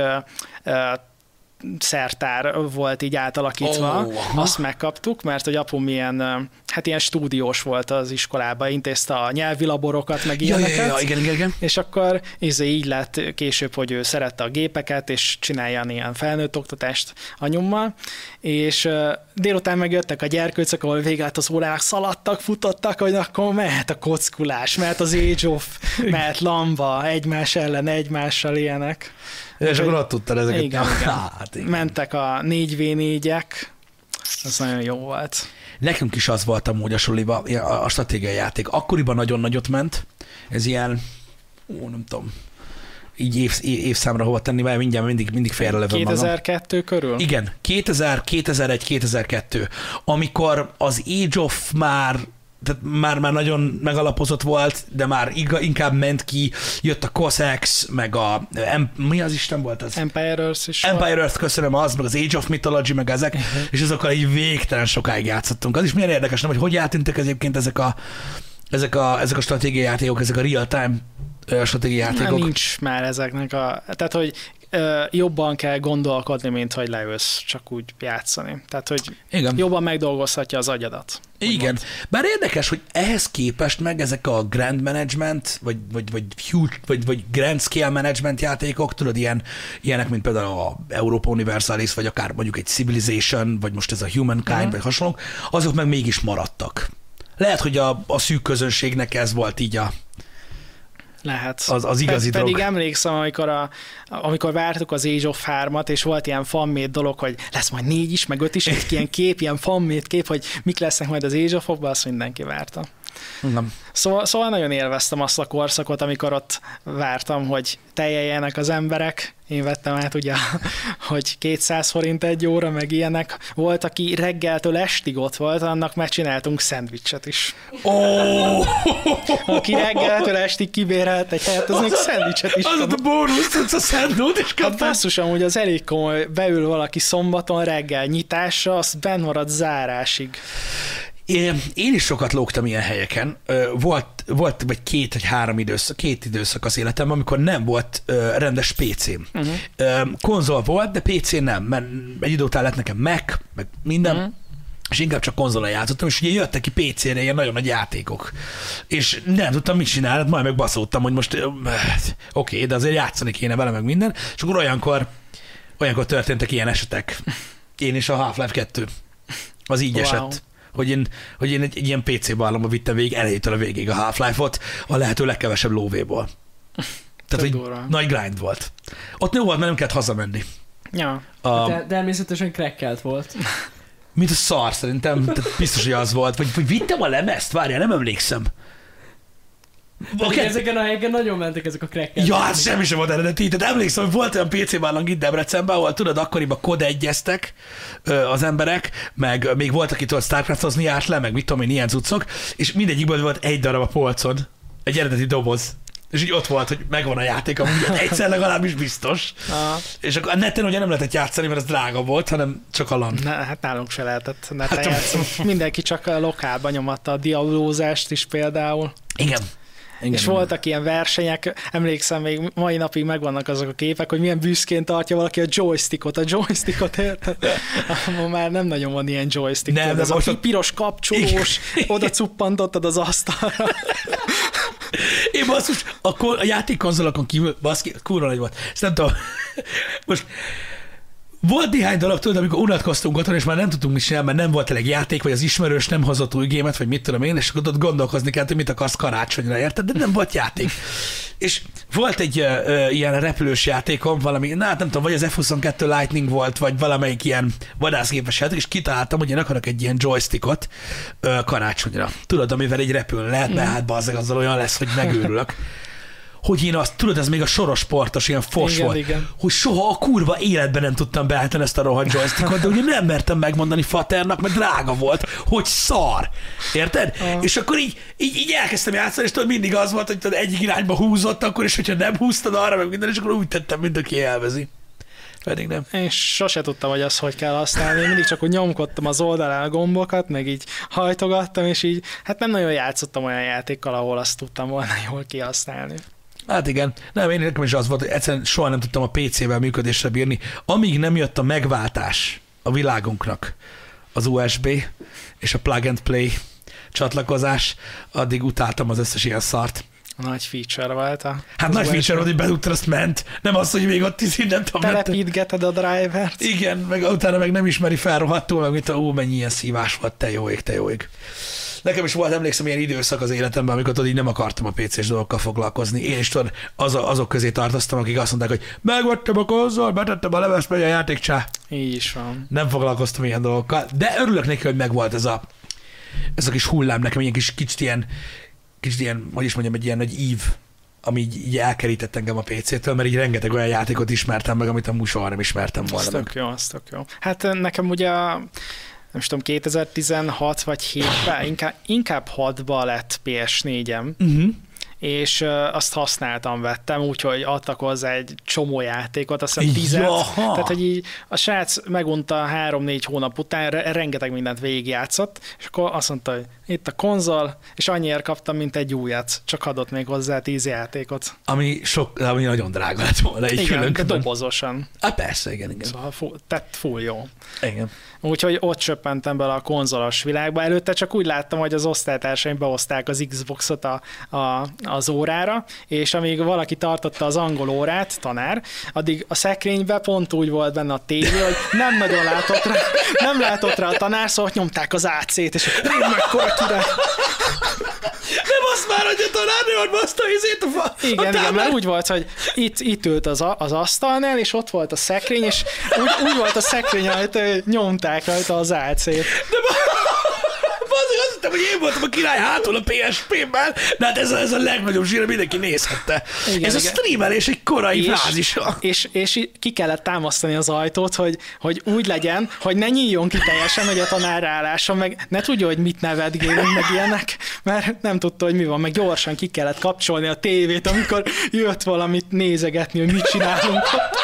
szertár volt így átalakítva, azt megkaptuk, mert hogy apum ilyen stúdiós volt az iskolában, intézte a nyelvi laborokat, meg ilyeneket. Igen. És akkor így lett később, hogy ő szerette a gépeket, és csináljan ilyen felnőtt oktatást anyummal, és délután megjöttek a gyerkőcök, ahol vége lett az órának, szaladtak, futottak, hogy akkor mehet a kockulás, mehet az Age of, mehet Lamba, egymás ellen, egymással ilyenek. És akkor ott tudtad ezeket. Igen. Mentek a 4v4-ek, ez nagyon jó volt. Nekünk is az volt amúgy a suliba, a stratégiai játék. Akkoriban nagyon nagyot ment, ez ilyen, nem tudom, így évszámra hova tenni, mert mindjárt mindig félrelövöm magam. 2002 körül? Igen, 2000, 2001, 2002, amikor az Age of tehát már nagyon megalapozott volt, de már inkább ment ki, jött a Cossacks, meg mi az Isten volt az? Empire Earth is. Empire Earth, köszönöm, az, meg az Age of Mythology, meg ezek, és azokkal így végtelen sokáig játszottunk. Az is milyen érdekes, nem, hogy eltűntek egyébként ezek a stratégiai játékok, ezek a real-time stratégiai játékok. Nincs már ezeknek tehát, hogy jobban kell gondolkodni, mint hogy leülsz csak úgy játszani. Tehát, hogy igen, jobban megdolgozhatja az agyadat. Igen. Bár érdekes, hogy ehhez képest meg ezek a Grand Management, vagy Grand Scale Management játékok, tudod, ilyenek, mint például a Europa Universalis, vagy akár mondjuk egy Civilization, vagy most ez a Humankind, vagy hasonlók, azok meg mégis maradtak. Lehet, hogy a szűk közönségnek ez volt így lehet. Az igazi dolog. Pedig emlékszem, amikor vártuk az Age of 3-at, és volt ilyen fanmade dolog, hogy lesz majd 4 is, meg 5 is, egy ilyen kép, ilyen fanmade kép, hogy mik lesznek majd az Age of-okban, azt mindenki várta. Nem. Szóval nagyon élveztem azt a korszakot, amikor ott vártam, hogy teljeljenek az emberek. Én vettem át ugye, hogy 200 forint egy óra, meg ilyenek. Volt, aki reggeltől estig ott volt, annak megcsináltunk szendvicset is. Aki reggeltől estig kibérelt egy helyet, az még szendvicset is. Az a bónusz, tudsz a szendót is kapni. Hát basszus, amúgy az elég komoly, beül valaki szombaton reggel nyitásra, azt benn marad zárásig. Én is sokat lógtam ilyen helyeken. Volt vagy 2 vagy 3 időszak az életemben, amikor nem volt rendes PC-m. Konzol volt, de PC nem, mert egy idő után lett nekem Mac, meg minden, és inkább csak konzolon játszottam, és ugye jöttek ki PC-re ilyen nagyon nagy játékok. És nem tudtam mit csinálni, majd megbaszódtam, hogy most oké, de azért játszani kéne vele, meg minden, és akkor olyankor történtek ilyen esetek. Én is a Half-Life 2. Az így esett. Hogy én egy ilyen PC barlangba vittem végig elejétől a végig a Half-Life-ot a lehető legkevesebb lóvéból. Tehát, hogy nagy grind volt. Ott jó volt, mert nem kellett hazamenni. Ja. Természetesen crackelt volt. Mint a szar, szerintem. Tehát biztos, hogy az volt. Vagy vittem a lemezt? Várjál, nem emlékszem. Okay. Ezeken a helyeken nagyon mentek ezek a crackelt. Ja, hát semmi sem volt eredeti. Tehát emlékszem, hogy volt olyan PC barlang itt Debrecenben, ahol tudod, akkoriban kod-egyeztek az emberek, meg még volt, aki tudott Starcraftozni járt le, meg mit tudom én, ilyen cuccok, és mindegyikből volt egy darab a polcon. Egy eredeti doboz. És így ott volt, hogy megvan a játék, amúgy egyszer legalábbis biztos. És akkor a neten ugye nem lehetett játszani, mert az drága volt, hanem csak a LAN. Hát nálunk se lehetett neten játszani. Mindenki csak a lokálban nyomatta a diablózást is például. Igen. És voltak ilyen versenyek, emlékszem, még mai napig megvannak azok a képek, hogy milyen büszkén tartja valaki a joystickot, érted? Már nem nagyon van ilyen joystick. Nem, ez a piros kapcsolós, oda cuppantottad az asztalra. Én basszus, a játékkonzolokon kívül, baszki, kurva nagy volt. Ezt nem tudom. Most volt néhány dolog, tudod, amikor unatkoztunk otthon, és már nem tudtunk mit csinálni, mert nem volt elég játék, vagy az ismerős nem hozott új gémet, vagy mit tudom én, és akkor ott gondolkozni kellett, hogy mit akarsz karácsonyra, érted? De nem volt játék. És volt egy ilyen repülős játékom, valami, nem tudom, vagy az F-22 Lightning volt, vagy valamelyik ilyen vadászgépes játék, és kitaláltam, hogy én akarok egy ilyen joystickot karácsonyra. Tudod, amivel egy repülni lehet, mert hát bazzeg azzal olyan lesz, hogy megőrülök. Hogy én azt, tudod, ez még a soros sportos, ilyen fos volt, igen. Hogy soha a kurva életben nem tudtam beállítani ezt a rohadt joystickot, de ugye nem mertem megmondani faternak, mert drága volt, hogy szar. Érted? És akkor így elkezdtem játszani, és tudod, mindig az volt, hogy tudod, egyik irányba húzott akkor, és hogyha nem húztad arra, meg minden, és akkor úgy tettem, mint aki élvezi. Pedig nem. Én sose tudtam, hogy azt hogy kell használni. Én mindig csak úgy nyomkodtam az oldalán a gombokat, meg így hajtogattam, és így, hát nem nagyon játszottam olyan játékkal, ahol azt tudtam volna jól kihasználni. Hát igen. Nem, én nekem is az volt, hogy egyszerűen soha nem tudtam a PC-vel működésre bírni. Amíg nem jött a megváltás a világunknak, az USB és a plug and play csatlakozás, addig utáltam az összes ilyen szart. Nagy feature volt Hát nagy feature volt, hogy bedugtad, azt ment. Nem az, hogy még ott nem tudom. Telepítgeted a drivert. Igen, meg utána meg nem ismeri fel rohadtul, meg mint mennyi ilyen szívás volt, te jó ég. Nekem is volt, emlékszem, ilyen időszak az életemben, amikor tudod, így nem akartam a PC-s dolgokkal foglalkozni. Én is tudod, azok közé tartoztam, akik azt mondták, hogy megvettem a konzol, betettem a levezt, megy a játék, csá. Így is van. Nem foglalkoztam ilyen dolgokkal, de örülök neki, hogy megvolt ez a kis hullám nekem, ilyen kicsit ilyen, hogy is mondjam, egy ilyen nagy ív, ami így elkerített engem a PC-től, mert így rengeteg olyan játékot ismertem meg, amit amúgy soha nem ismertem volna. Az tök jó. Hát nekem ugye nem tudom, 2016 vagy 7-ben, inkább 6-ban lett PS4-em, és azt használtam, vettem, úgyhogy adtak hozzá egy csomó játékot, azt hiszem 10. Tehát, hogy így a srác megunta 3-4 hónap után, rengeteg mindent végigjátszott, és akkor azt mondta, hogy itt a konzol, és annyiért kaptam, mint egy újat, csak adott még hozzá 10 játékot. Ami nagyon drága lett volna. Igen, de dobozosan. Persze, igen. Szóval full jó. Igen. Úgyhogy ott csöppentem bele a konzolos világba. Előtte csak úgy láttam, hogy az osztálytársaim behozták az Xboxot az órára, és amíg valaki tartotta az angol órát, tanár, addig a szekrényben pont úgy volt benne a tévé, hogy nem látott rá a tanár, szóval nyomták az AC-t, és mekkora király. Nem azt már, hogy a tanárnő adta izét a Igen, mert úgy volt, hogy itt ült az asztalnál, és ott volt a szekrény, és úgy volt a szekrény, hogy nyomták rajta az AC-t. Azt hittem, hogy én voltam a király hátul a PSP-ben, de hát ez a legnagyobb zsír, mindenki nézhette. Igen, ez a streamelés egy korai fázisa. És ki kellett támasztani az ajtót, hogy úgy legyen, hogy ne nyíljon ki teljesen, hogy a tanár álláson, meg ne tudja, hogy mit nevetgélünk, meg ilyenek, mert nem tudta, hogy mi van, meg gyorsan ki kellett kapcsolni a tévét, amikor jött valamit nézegetni, hogy mit csinálunk.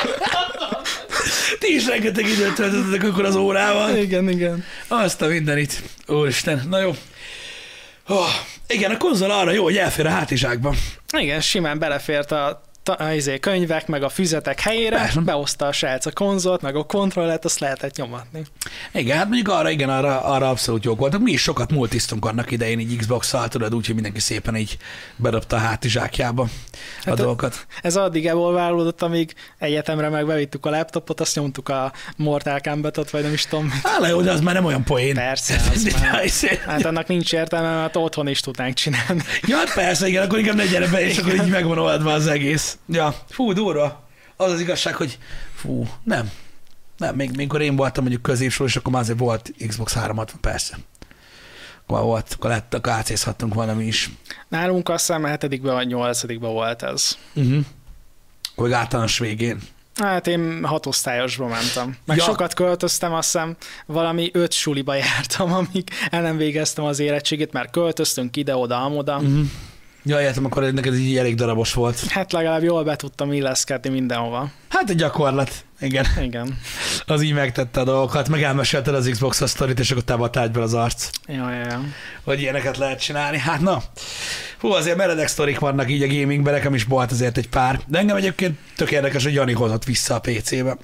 Ti is rengeteg időt töltöttetek akkor az órával. Igen. Azt a mindenit. Úristen, na jó. Igen, a konzol arra jó, hogy elfér a hátizsákba. Igen, simán belefért a könyvek, meg a füzetek helyére, persze. Behozta a srác a konzolt, meg a kontrollert, azt lehetett nyomatni. Igen, hát mondjuk arra abszolút jók voltak. Mi is sokat multiztunk annak idején így Xbox-szal, tudod, úgyhogy mindenki szépen így bedobta a hátizsákjába a dolgokat. Ez addig evolválódott, amíg egyetemre meg bevittük a laptopot, azt nyomtuk a Mortal Kombatot, vagy nem is tudom. Hát jó, de az már nem olyan poén. Persze, hát annak nincs értelme, mert otthon is tudnánk csinálni. Ja, hát persze, igen, akkor inkább ne gyere be, és akkor így megvan oldva az egész. Ja, durva. Az igazság, hogy nem. Nem, még amikor én voltam mondjuk középsor, és akkor már azért volt Xbox 360, persze. Akkor volt, akkor átszészhattunk valami is. Nálunk azt hiszem 7-ben vagy 8-ben volt ez. Vagy általános végén. Hát én 6 osztályosba mentem. Meg sokat költöztem, azt hiszem valami 5 suliba jártam, amíg el nem végeztem az érettségét, mert költöztünk ide-oda, amoda. Ja, értem, akkor neked ez így elég darabos volt. Hát legalább jól be tudtam illeszkedni mindenhova. Hát egy gyakorlat, igen. Igen. Az így megtette a dolgokat, meg elmesélted az Xbox-os sztorit, és akkor te a tárgyban az arc. Ja. Hogy ilyeneket lehet csinálni. Hát na, hú, azért meredek sztorik vannak így a gamingben, nekem is volt azért egy pár. De engem egyébként tök érdekes, hogy Jani hozott vissza a PC-be.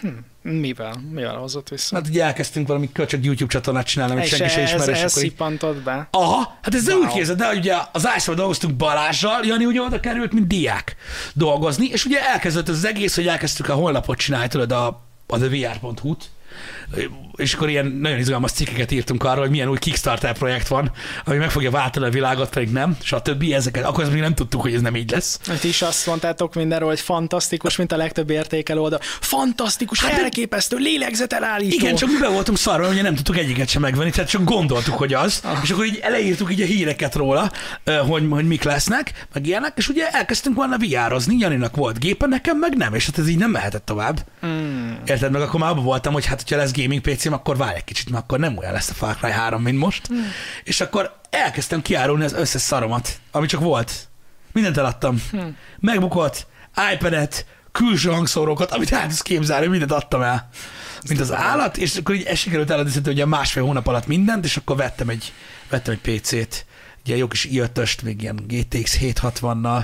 Mivel hozott vissza? Hát ugye elkezdtünk valami köcsög YouTube csatornát csinálni, amit senki se ismer. És ez szippantott be? Aha, hát ez úgy képzeld el, hogy ugye az Ászról dolgoztunk Balázsral, Jani ugye oda került, mint diák dolgozni, és ugye elkezdődött az egész, hogy elkezdtük a honlapot csinálni, tudod, a VR.hu-t, és akkor ilyen nagyon izgalmas cikkeket írtunk arról, hogy milyen új Kickstarter projekt van, ami meg fogja váltani a világot, pedig nem, stb. Ezeket. Akkor még nem tudtuk, hogy ez nem így lesz. Ti is azt mondtátok mindenről, hogy fantasztikus, mint a legtöbb értékelő oldal. Fantasztikus, hát elképesztő, lélegzetelállító. Igen, csak mi be voltunk szarva, hogy nem tudtuk egyiket sem megvenni, tehát csak gondoltuk, hogy az. És akkor így eleírtuk így a híreket róla, hogy mik lesznek, meg ilyenek, és ugye elkezdtünk volna VR-ozni, Janinak volt gépen, nekem meg nem, és hát ez így nem mehetett tovább. Érted, meg akkor már abban voltam, hogy hát, hogyha lesz gaming PC-m, akkor várj egy kicsit, mert akkor nem olyan lesz a Far Cry 3, mint most. És akkor elkezdtem kiárulni az összes szaromat, ami csak volt. Mindent eladtam. Megbukott, iPad-et, külső hangszórókat, amit el tudsz képzelni, mindent adtam el. Mint az állat, és akkor így sikerült eladni, ugye 1,5 hónap alatt mindent, és akkor vettem egy PC-t, ugye jó kis i5-öst, még ilyen GTX 760-nal,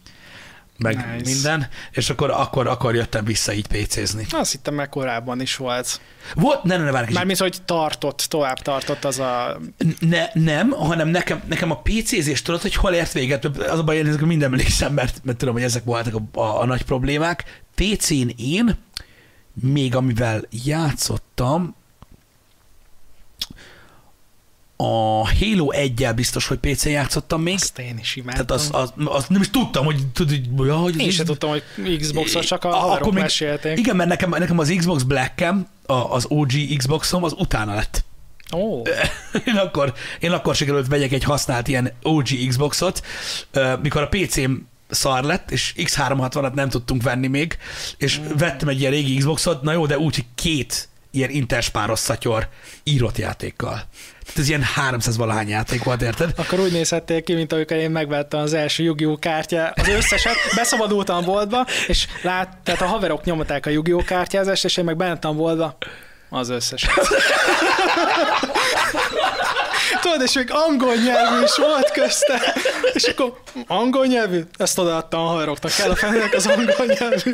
meg minden, és akkor jöttem vissza így PC-zni. Azt hittem, meg korábban is volt. Volt? Ne, várj kicsit. Mármint, hogy tovább tartott az a... Nem, hanem nekem a PC-zés tudod, hogy hol ért véget. Az a baj, hogy minden emlékszem, mert tudom, hogy ezek voltak a nagy problémák. PC-n én, még amivel játszottam, a Halo 1-jel biztos, hogy PC-n játszottam még. Azt én is imádtam. Tehát azt nem is tudtam, hogy én sem tudtam, hogy Xbox-os, csak a haverok mesélték. Igen, mert nekem az Xbox Black-em, az OG Xboxom, az utána lett. Oh. Én akkor sikerült vegyek egy használt ilyen OG Xboxot, mikor a PC-m szar lett, és X360-at nem tudtunk venni még, és vettem egy ilyen régi Xboxot, na jó, de úgy, hogy 2 ilyen interspáros szatyor írott játékkal. Tehát ez ilyen 300-valahány játék volt, érted? Akkor úgy nézhettél ki, mint amikor én megvettem az első Yu-Gi-Oh kártyát, az összeset, beszabadultam a boltba, és tehát a haverok nyomták a Yu-Gi-Oh kártyázást, és én meg bementem a boltba az összeset. Tudod, és még angol nyelvű is volt közte, és akkor angol nyelvű? Ezt odaadtam a haveroknak, kell a felnek az angol nyelvű.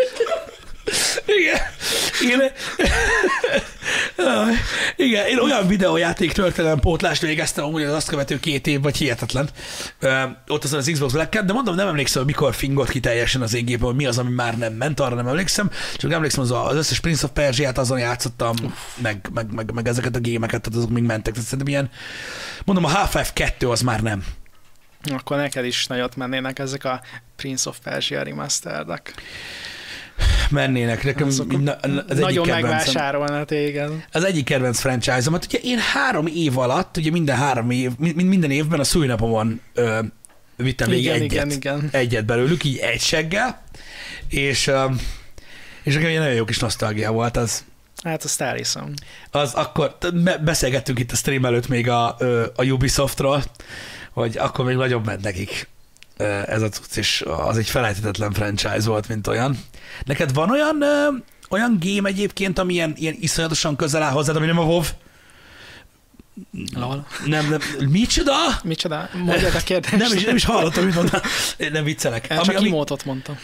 Igen, én olyan videójáték történelem pótlást végeztem, amúgy az azt követő 2 év, vagy hihetetlen. Ott azon az Xbox Black-en, de mondom, nem emlékszem, hogy mikor fingott ki teljesen az én gépen, hogy mi az, ami már nem ment, arra nem emlékszem. Csak emlékszem, az összes Prince of Persia-t azon játszottam, meg ezeket a gémeket, tehát azok még mentek. Tehát szerintem ilyen, mondom, a Half-Life 2 az már nem. Akkor neked is nagyot mennének ezek a Prince of Persia remastered-ek. Mennének. Nekem nagyon megvásárolna téged. Az egyik kedvenc franchise-omat. Ugye én 3 év alatt, ugye minden évben a szülinapomon vittem még egyet belőlük, így egy seggel, és nekem egy nagyon jó kis nosztalgia volt az. Hát azt elhiszem. Az akkor, beszélgettünk itt a stream előtt még a Ubisoftról, hogy akkor még nagyobb ment nekik ez a cucc, és az egy felejthetetlen franchise volt, mint olyan. Neked van olyan game egyébként, ami ilyen iszonyatosan közel áll hozzád, ami nem a WoW? Nem. Micsoda? Micsoda? Mondjad a kérdést. Nem is hallottam, mit mondtam. Nem viccelek. Csak imótot mondtam.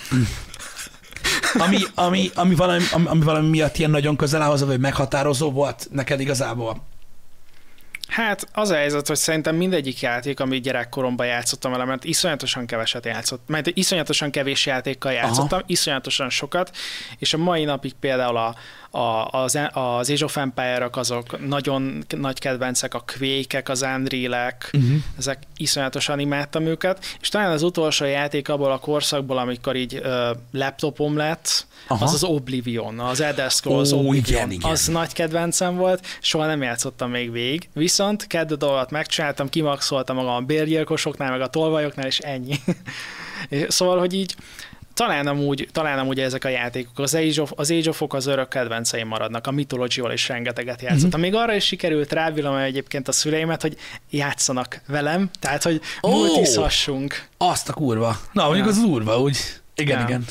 Ami valami miatt ilyen nagyon közel áll hozzá, vagy meghatározó volt neked igazából? Hát az a helyzet, hogy szerintem mindegyik játék, amit gyerekkoromban játszottam vele, mert iszonyatosan keveset játszottam, mert iszonyatosan kevés játékkal játszottam, iszonyatosan sokat, és a mai napig például az Age of Empire-ok azok nagyon nagy kedvencek, a Quake-ek, az Unreal-ek, ezek iszonyatosan imádtam őket, és talán az utolsó játék abból a korszakból, amikor így laptopom lett, az Oblivion, az Elder Scrolls Oblivion. Igen. Az nagy kedvencem volt, soha nem játszottam még végig, viszont 2 dolgot megcsináltam, kimaxoltam magam a bérgyilkosoknál, meg a tolvajoknál, és ennyi. Szóval, hogy így talán amúgy ezek a játékok, az Age of-ok az örök kedvenceim maradnak, a Mythology-val is rengeteget játszottam. Még arra is sikerült rávillalni egyébként a szüleimet, hogy játszanak velem, tehát, hogy multizhassunk. Azt a kurva. Na, mondjuk az durva, úgy. Igen.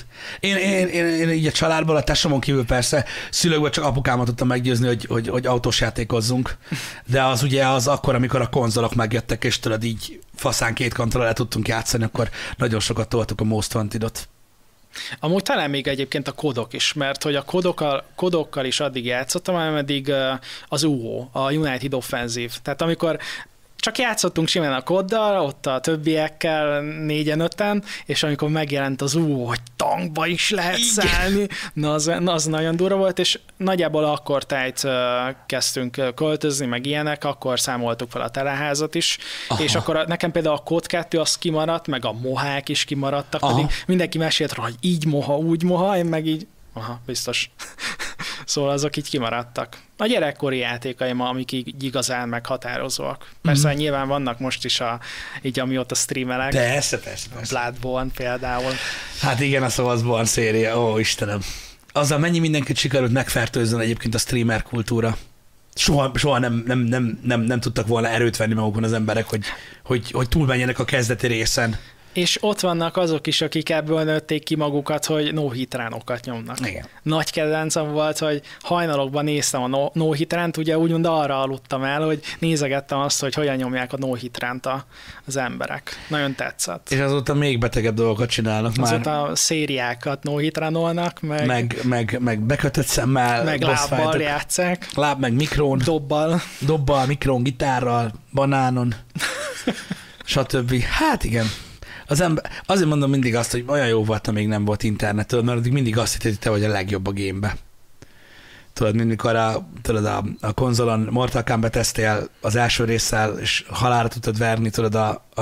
Én így a családból, a tesomon kívül persze szülőkből csak apukámat tudtam meggyőzni, hogy autós játékozzunk. De az ugye az akkor, amikor a konzolok megjöttek, és tudod így faszán 2 kontrollal tudtunk játszani, akkor nagyon sokat toltuk a Most Wanted-ot. Amúgy talán még egyébként a kodok is, mert hogy a kodokkal is addig játszottam, ameddig az UO, a United Offensive. Tehát amikor csak játszottunk simán a koddal, ott a többiekkel 4-5-en, és amikor megjelent az hogy tankba is lehet szállni, az nagyon durva volt, és nagyjából akkor tájt kezdtünk költözni, meg ilyenek, akkor számoltuk fel a teleházat is, és akkor nekem például a Kod 2 az kimaradt, meg a mohák is kimaradtak, pedig mindenki mesélt rá, hogy így moha, úgy moha, én meg így, biztos. Szóval azok így kimaradtak. A gyerekkori játékaim, amik így igazán meghatározóak. Persze nyilván vannak most is, így amióta streamelek. Persze. Bloodborne például. Hát igen, a Soulsborne széria, ó Istenem. Azzal mennyi mindenkit sikerült megfertőzni egyébként a streamer kultúra. Soha nem tudtak volna erőt venni magukon az emberek, hogy túlmenjenek a kezdeti részen. És ott vannak azok is, akik ebből nőtték ki magukat, hogy no-hitránokat nyomnak. Igen. Nagy kedvencem volt, hogy hajnalokban néztem a no-hitránt, ugye úgymond arra aludtam el, hogy nézegettem azt, hogy hogyan nyomják a no-hitránt az emberek. Nagyon tetszett. És azóta még betegebb dolgokat csinálnak már. Azóta szériákat no-hitránolnak, meg bekötött szemmel, meg lábbal játszák. Láb meg mikrón. Dobbal, mikrón, gitárral, banánon, stb. Hát igen. Azért mondom mindig azt, hogy olyan jó volt, amíg nem volt internettől, mert addig mindig azt hitted, hogy te vagy a legjobb a gémbe. Tudod, amikor a konzolon Mortal Kombat tesztél az első résszel, és halálra tudtad verni, tudod,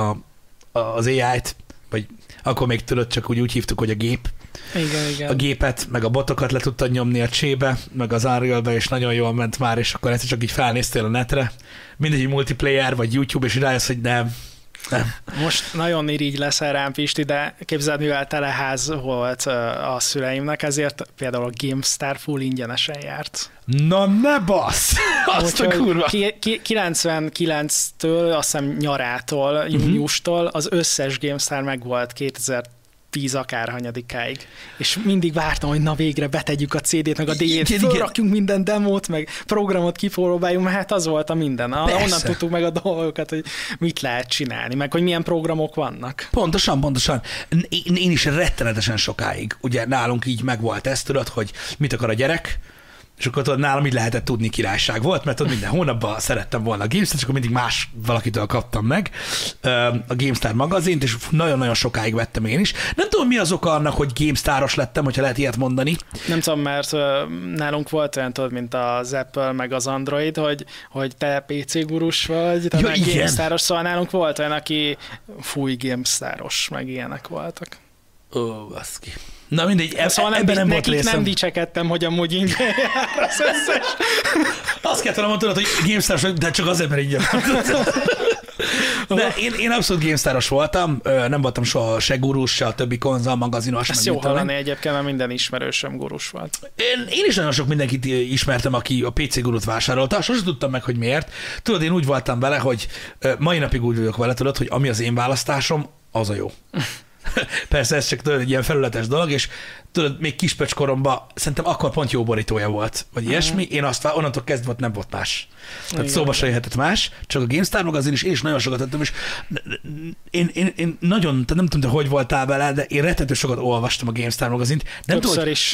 az AI-t, vagy akkor még tudod, csak úgy hívtuk, hogy a gép. Igen. A gépet, meg a botokat le tudtad nyomni a csébe, meg az Unreal-be, és nagyon jól ment már, és akkor egyszer csak így felnéztél a netre. Mindegy multiplayer, vagy YouTube, és rájössz, hogy nem. Most nagyon irigy leszel rám, Pisti, de képzeld, mivel teleház volt a szüleimnek, ezért például a GameStar full ingyenesen járt. Na ne bassz! Azt a kurva! 99-től, azt hiszem nyarától, júniustól az összes GameStar megvolt 2010 akárhanyadikáig. És mindig vártam, hogy na végre betegyük a CD-t, meg a D-t, fölrakjunk minden demót, meg programot kipróbáljunk, mert hát az volt a minden. Onnan tudtuk meg a dolgokat, hogy mit lehet csinálni, meg hogy milyen programok vannak. Pontosan. Én is rettenetesen sokáig, ugye nálunk így megvolt ezt, tudod, hogy mit akar a gyerek, és akkor tudod, nálam így lehetett tudni, királyság volt, mert tudod, minden hónapban szerettem volna a GameStar, és akkor mindig más valakitől kaptam meg a GameStar magazint, és nagyon-nagyon sokáig vettem én is. Nem tudom, mi az oka annak, hogy GameStar-os lettem, hogyha lehet ilyet mondani. Nem tudom, mert nálunk volt olyan, tudod, mint az Apple meg az Android, hogy te PC gurus vagy, te meg GameStar-os, szóval nálunk volt olyan, aki fúj GameStar-os, meg ilyenek voltak. Ó, baszki. Na mindegy, szóval ebben nem volt részem. Nem dicsekedtem, hogy amúgy ingyen jár az összes. Azt kellett volna mondani, hogy GameStar-os, de csak azért, mert ingyen. De én abszolút GameStar-os voltam, nem voltam soha se gurus, se a többi konzol, magazinos. Ezt jó hallani egyébként, mert minden ismerősöm gurus volt. Én is nagyon sok mindenkit ismertem, aki a PC gurut vásárolta, sosem tudtam meg, hogy miért. Tudod, én úgy voltam vele, hogy mai napig úgy vagyok vele, tudod, hogy ami az én választásom, az a jó. Persze ez csak tudod, egy ilyen felületes dolog, és tudod, még kispöcs koromban szerintem akkor pont jó borítója volt, vagy ilyesmi, én azt onnantól kezdve nem volt más. Tehát szóba se jöhetett más, csak a GameStar magazin is, én is nagyon sokat tettem, és én nagyon, nem tudom, hogy voltál vele, de én rettető sokat olvastam a GameStar magazint. Többször is.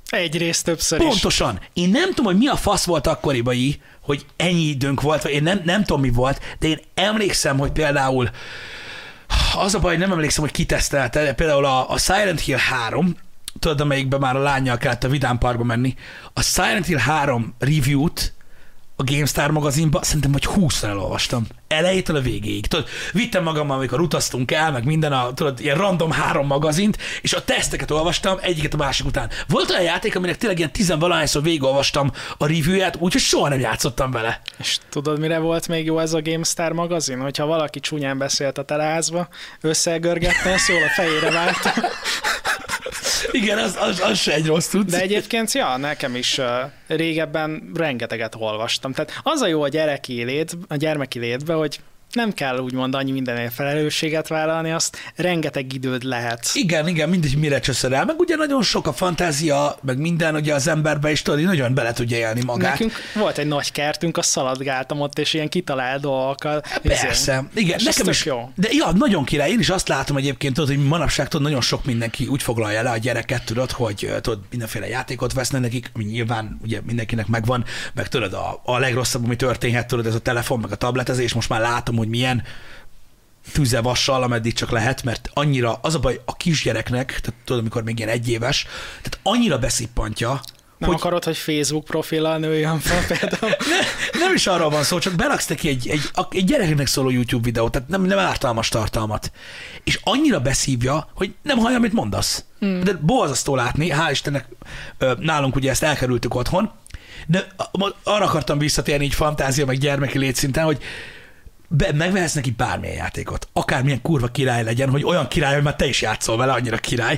Egyrészt többször is. Pontosan. Én nem tudom, hogy mi a fasz volt akkoriban, hogy ennyi időnk volt, vagy én nem tudom, mi volt, de én emlékszem, hogy például az a baj, nem emlékszem, hogy kitesztelte, például a Silent Hill 3, tudod, amelyikben már a lánnyal kellett a Vidám Parkba menni, a Silent Hill 3 review-t a GameStar magazinba szerintem vagy 20-szor elolvastam. Elejétől a végéig. Tudod, vittem magammal, amikor utaztunk el, meg minden tudod, ilyen random 3 magazint, és a teszteket olvastam egyiket a másik után. Volt olyan játék, aminek tényleg ilyen 10-valahányszor végigolvastam a reviewját, úgyhogy soha nem játszottam vele. És tudod, mire volt még jó ez a GameStar magazin? Hogyha valaki csúnyán beszélt a teleházba, összegörgette, azt jól a fejére vált. Igen, az se egy rossz tudsz. De egyébként, ja, nekem is régebben rengeteget olvastam. Tehát az a jó a gyermeki létbe, hogy nem kell úgymond annyi mindenért felelősséget vállalni, azt rengeteg időd lehet. Igen, mindegy, mire csöszöd el. Meg ugye nagyon sok a fantázia, meg minden ugye az emberbe is tudod, nagyon bele tudja élni magát. Nekünk volt egy nagy kertünk, azt szaladgáltam ott, és ilyen kitalált dolgokkal. Persze. Igen, nekem is jó. De ja, nagyon király. Én is azt látom egyébként, tudod, hogy manapság tudod, nagyon sok mindenki úgy foglalja le a gyereket, tudod, hogy tudod, mindenféle játékot vesznek nekik, ami nyilván ugye mindenkinek megvan, meg tudod, a legrosszabb, ami történhet, tudod, ez a telefon, meg a tabletezés, most már látom, hogy milyen tűzevassal, ameddig csak lehet, mert annyira, az a baj a kisgyereknek, tehát tudod, amikor még ilyen 1 éves, tehát annyira beszippantja, nem hogy... akarod, hogy Facebook profillal nőjön fel például? Nem is arról van szó, csak beraksz neki egy gyereknek szóló YouTube videót, tehát nem ártalmas tartalmat. És annyira beszívja, hogy nem hallja, amit mondasz. De borzasztó látni, hál' Istennek nálunk ugye ezt elkerültük otthon, de arra akartam visszatérni így fantázia, meg gyermeki létszinten, hogy megvehetsz neki bármilyen játékot. Akármilyen kurva király legyen, hogy olyan király, hogy már te is játszol vele, annyira király.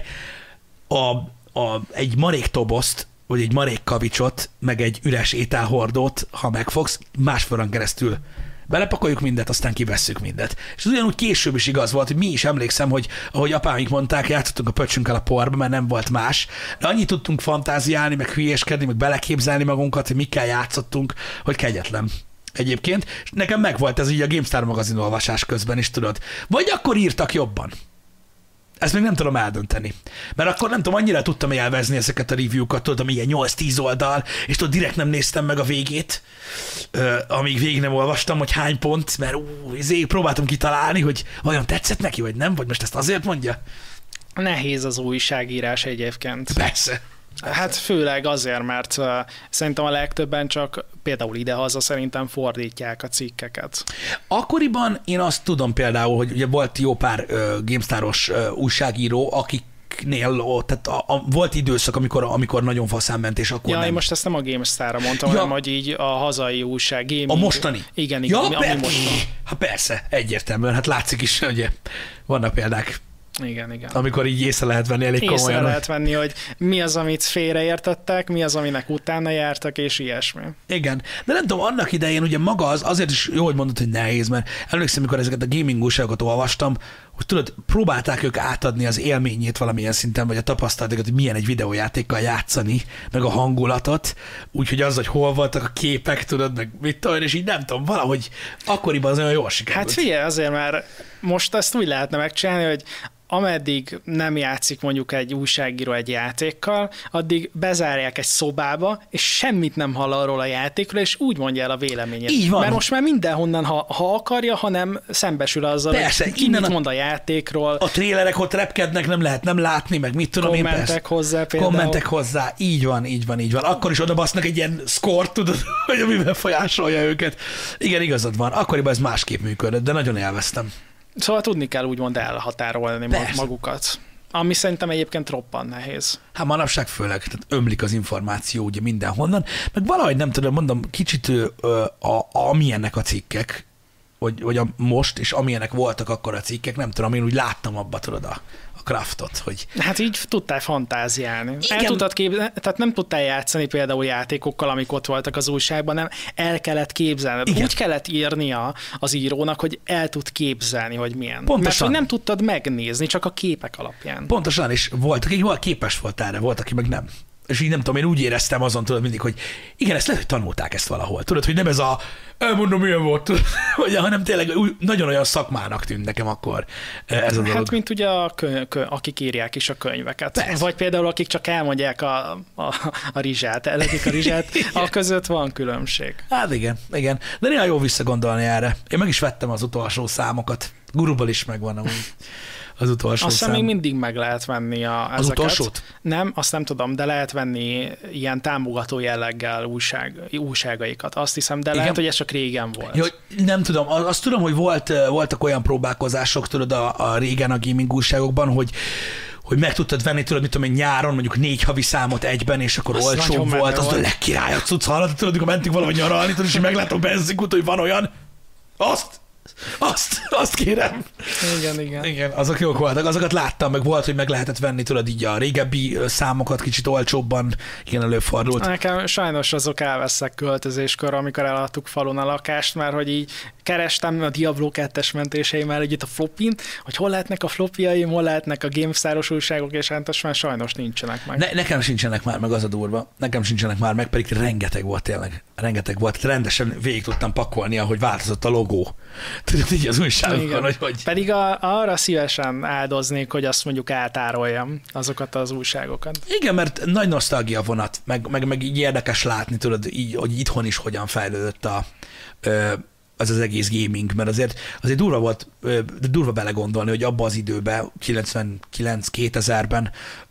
Egy marék tobozt, vagy egy marék kavicsot, meg egy üres ételhordót, ha megfogsz, másfél keresztül belepakoljuk mindet, aztán kivesszük mindet. És ez ugyanúgy később is igaz volt, hogy mi is emlékszem, hogy ahogy apámik mondták, játszottunk a pöcsünkkel a porba, mert nem volt más. De annyit tudtunk fantáziálni, meg hülyéskedni, meg beleképzelni magunkat, hogy mikkel játszottunk, hogy kegyetlen. Egyébként, és nekem megvolt ez így a GameStar magazin olvasás közben is, tudod. Vagy akkor írtak jobban. Ezt még nem tudom eldönteni. Mert akkor nem tudom, annyira tudtam élvezni ezeket a review-kat, tudod, ami ilyen 8-10 oldal, és tudod, direkt nem néztem meg a végét, amíg végig nem olvastam, hogy hány pont, mert próbáltam kitalálni, hogy vajon tetszett neki, vagy nem, vagy most ezt azért mondja? Nehéz az újságírás egyébként. Persze. Hát főleg azért, mert szerintem a legtöbben csak például idehaza szerintem fordítják a cikkeket. Akkoriban én azt tudom például, hogy ugye volt jó pár GameStar-os újságíró, akiknél tehát volt időszak, amikor nagyon faszán ment, és akkor ja, nem. Én most ezt nem a GameStar-ra mondtam, hanem hogy így a hazai újság. Gaming. A mostani? Igen, ja, ami mostani. Hát persze, egyértelműen, hát látszik is, hogy vannak példák. Igen. Amikor így észre lehet venni elég komolyan. Észre lehet venni, hogy mi az, amit félreértettek, mi az, aminek utána jártak, és ilyesmi. Igen, de nem tudom, annak idején ugye maga azért is jó, hogy mondod, hogy nehéz, mert emlékszem, amikor ezeket a gaming újságokat olvastam, hogy tudod, próbálták ők átadni az élményét valamilyen szinten, vagy a tapasztalatokat, hogy milyen egy videójátékkal játszani, meg a hangulatot, úgyhogy az, hogy hol voltak a képek, tudod, meg mit tudom, és így nem tudom, valahogy akkoriban az olyan jól sikerült. Hát figyelj, azért már most ezt úgy lehetne megcsinálni, hogy ameddig nem játszik mondjuk egy újságíró egy játékkal, addig bezárják egy szobába, és semmit nem hall arról a játékról, és úgy mondja el a véleményét. Így van. Mert most már mindenhonnan, ha akarja, hanem szembesül azzal, persze, hogy ki mit mond a játékról. A trélerek ott repkednek, nem lehet nem látni, meg mit tudom kommentek én. Kommentek hozzá például. Kommentek hozzá, így van. Akkor is odabasznak egy ilyen szkort, tudod, hogy amiben folyásolja őket. Igen, igazad van. Akkoriban ez másképp működött, de nagyon élveztem. Szóval tudni kell úgymond elhatárolni magukat. Ami szerintem egyébként roppant nehéz. Hát manapság főleg, tehát ömlik az információ ugye mindenhonnan, meg valahogy nem tudom, mondom, kicsit amilyenek a cikkek, vagy most, és amilyenek voltak akkor a cikkek, nem tudom, én úgy láttam abba, tudod, a craftot, hogy... Hát így tudtál fantáziálni. El tudtad képzelni, tehát nem tudtál játszani például játékokkal, amik ott voltak az újságban, nem el kellett képzelni. Igen. Úgy kellett írnia az írónak, hogy el tud képzelni, hogy milyen. Pontosan. Mert hogy nem tudtad megnézni, csak a képek alapján. Pontosan, és volt, aki jól képes volt erre, volt, aki meg nem. És így nem tudom, én úgy éreztem azon, tudod mindig, hogy igen, ezt lehet, hogy tanulták ezt valahol. Tudod, hogy nem ez a elmondom, milyen volt, tudod, hanem tényleg nagyon olyan szakmának tűnt nekem akkor ez a dolog. Hát, mint ugye akik írják is a könyveket. Persze. Vagy például akik csak elmondják a rizsát, eledik a rizsát, a között van különbség. Hát igen. De néha jó visszagondolni erre. Én meg is vettem az utolsó számokat. Guruban is megvan amúgy. Az utolsó Aztán még mindig meg lehet venni ezeket. Az utolsót? Nem, azt nem tudom, de lehet venni ilyen támogató jelleggel újságaikat. Azt hiszem, de lehet, hogy ez csak régen volt. Jó, nem tudom, azt tudom, hogy voltak olyan próbálkozások, tudod, a régen a gaming újságokban, hogy meg tudtad venni, tudod, mit tudom én, nyáron mondjuk 4 havi számot egyben, és akkor olcsóbb volt, az a legkirályabb cucc, hallod, tudod, amikor mentünk valahogy nyaralni, tudod, és meglátom benzinkút, hogy van olyan, azt kérem. Igen, azok jók voltak, azokat láttam, meg volt, hogy meg lehetett venni, tudod, így a régebbi számokat kicsit olcsóbban, igen, előfordult. Nekem sajnos azok elveszek költözéskor, amikor eladtuk falun a lakást, mert hogy így kerestem a Diablo 2-es mentéseimmel együtt a flopin, hogy hol lehetnek a flopjaim, hol lehetnek a GameStar-os újságok, és hát már sajnos nincsenek meg. Nekem sincsenek már meg, az a durva. Nekem sincsenek már meg, pedig rengeteg volt tényleg. Rengeteg volt. Rendesen végig tudtam pakolni, ahogy változott a logó. Tudod, így az újságokon, hogy... Pedig arra szívesen áldoznék, hogy azt mondjuk eltároljam, azokat az újságokat. Igen, mert nagy nosztalgia vonat, meg így érdekes látni, tudod, így, hogy itthon is hogyan fejlődött az egész gaming, mert azért durva volt, durva belegondolni, hogy abban az időben, 99-2000-ben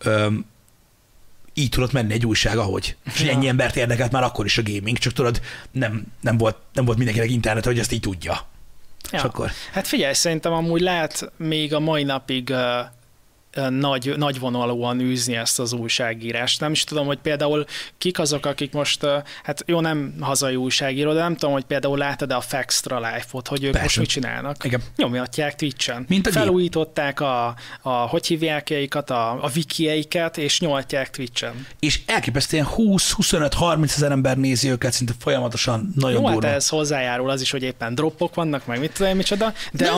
így tudott menni egy újság, ahogy. És ennyi embert érdekelt már akkor is a gaming, csak tudod, nem volt mindenkinek internet, hogy ezt így tudja. Ja. Akkor... Hát figyelj, szerintem amúgy lehet még a mai napig nagy vonalúan űzni ezt az újságírást. Nem is tudom, hogy például kik azok, akik most, hát jó, nem hazai újságíró, de nem tudom, hogy például látod a Factstra Life-ot, hogy ők Persze. most mit csinálnak. Igen. Nyomjatják Twitch-en. Felújították hogy hívják a wikieiket, és nyomatják Twitch-en. És elképesztően 20-25-30 ezer ember nézi őket, szinte folyamatosan nagyon durva. Jó, hát ez hozzájárul az is, hogy éppen droppok vannak, meg mit tudom, micsoda.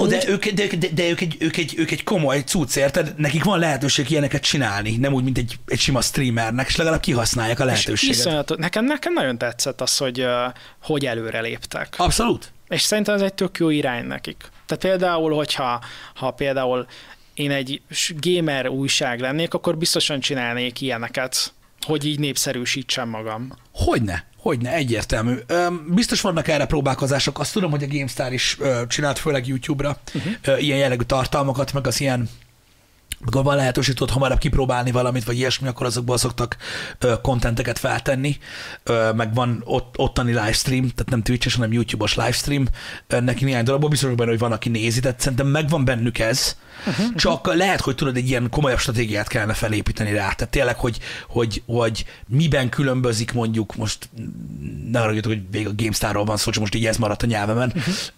De ők egy komoly cucc, érted? Nekik van lehetőség ilyeneket csinálni, nem úgy, mint egy sima streamernek, és legalább kihasználják a lehetőséget. Nekem nagyon tetszett az, hogy előre léptek. Abszolút. És szerintem ez egy tök jó irány nekik. Tehát például, hogyha például én egy gamer újság lennék, akkor biztosan csinálnék ilyeneket, hogy így népszerűsítsem magam. Hogyne, egyértelmű. Biztos vannak erre próbálkozások. Azt tudom, hogy a GameStar is csinált, főleg YouTube-ra ilyen jellegű tartalmakat, meg az ilyen, amikor van lehetőség, tudod hamarabb kipróbálni valamit, vagy ilyesmi, akkor azokból szoktak kontenteket feltenni, meg van ottani livestream, tehát nem Twitch-es, hanem YouTube-os livestream, neki néhány darabból, biztos benne, hogy van, aki nézi, tehát szerintem megvan bennük ez, csak lehet, hogy tudod, egy ilyen komolyabb stratégiát kellene felépíteni rá, tehát tényleg, hogy miben különbözik mondjuk, most ne arra hogy végig a GameStar-ról van szó, csak most így ez maradt a nyelvemen,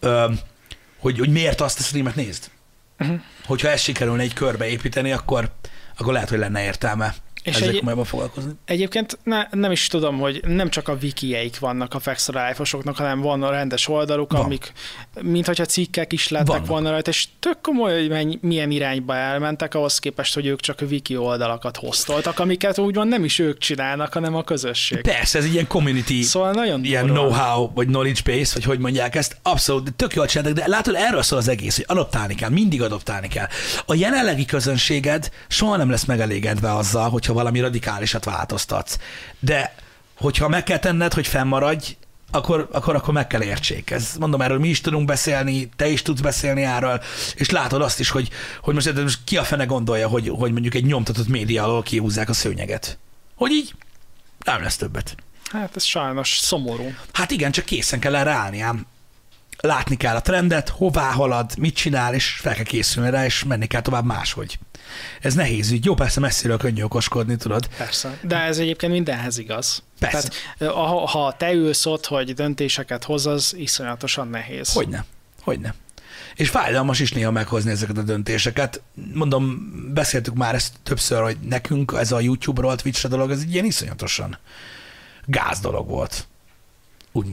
hogy miért azt a streamet nézd. Hogyha ezt sikerülne egy körbe építeni, akkor lehet, hogy lenne értelme ezzel komolyabban foglalkozni. Egyébként nem is tudom, hogy nem csak a wikieik vannak a Factstra Life-osoknak, hanem van a rendes oldaluk, amik, mintha cikkek is lettek volna rajta, és tök komoly, hogy milyen irányba elmentek, ahhoz képest, hogy ők csak a wiki oldalakat hoztoltak, amiket úgymond nem is ők csinálnak, hanem a közösség. Persze, ez egy ilyen community, szóval nagyon ilyen know-how, vagy knowledge base, vagy hogy mondják ezt, abszolút, tök jól csináltak, de látod, erről szól az egész, hogy adoptálni kell, mindig adoptálni kell. A jelenlegi közönséged soha nem lesz megelégedve azzal, hogyha valami radikálisat változtatsz. De hogyha meg kell tenned, hogy fennmaradj, akkor meg kell értsék. Ez, mondom, erről mi is tudunk beszélni, te is tudsz beszélni erről, és látod azt is, hogy most ki a fene gondolja, hogy mondjuk egy nyomtatott média alól kihúzzák a szőnyeget. Hogy így nem lesz többet. Hát ez sajnos szomorú. Hát igen, csak készen kell erre állni ám. Látni kell a trendet, hová halad, mit csinál, és fel kell készülni rá, és menni kell tovább máshogy. Ez nehéz ügy. Jó, persze messziről könnyű okoskodni, tudod. Persze. De ez egyébként mindenhez igaz. Persze. Tehát, ha te ülsz ott, hogy döntéseket hoz, az iszonyatosan nehéz. Hogyne. És fájdalmas is néha meghozni ezeket a döntéseket. Mondom, beszéltük már ezt többször, hogy nekünk ez a YouTube-ról, Twitch-re dolog, ez egy ilyen iszonyatosan gáz dolog volt. Úgymond.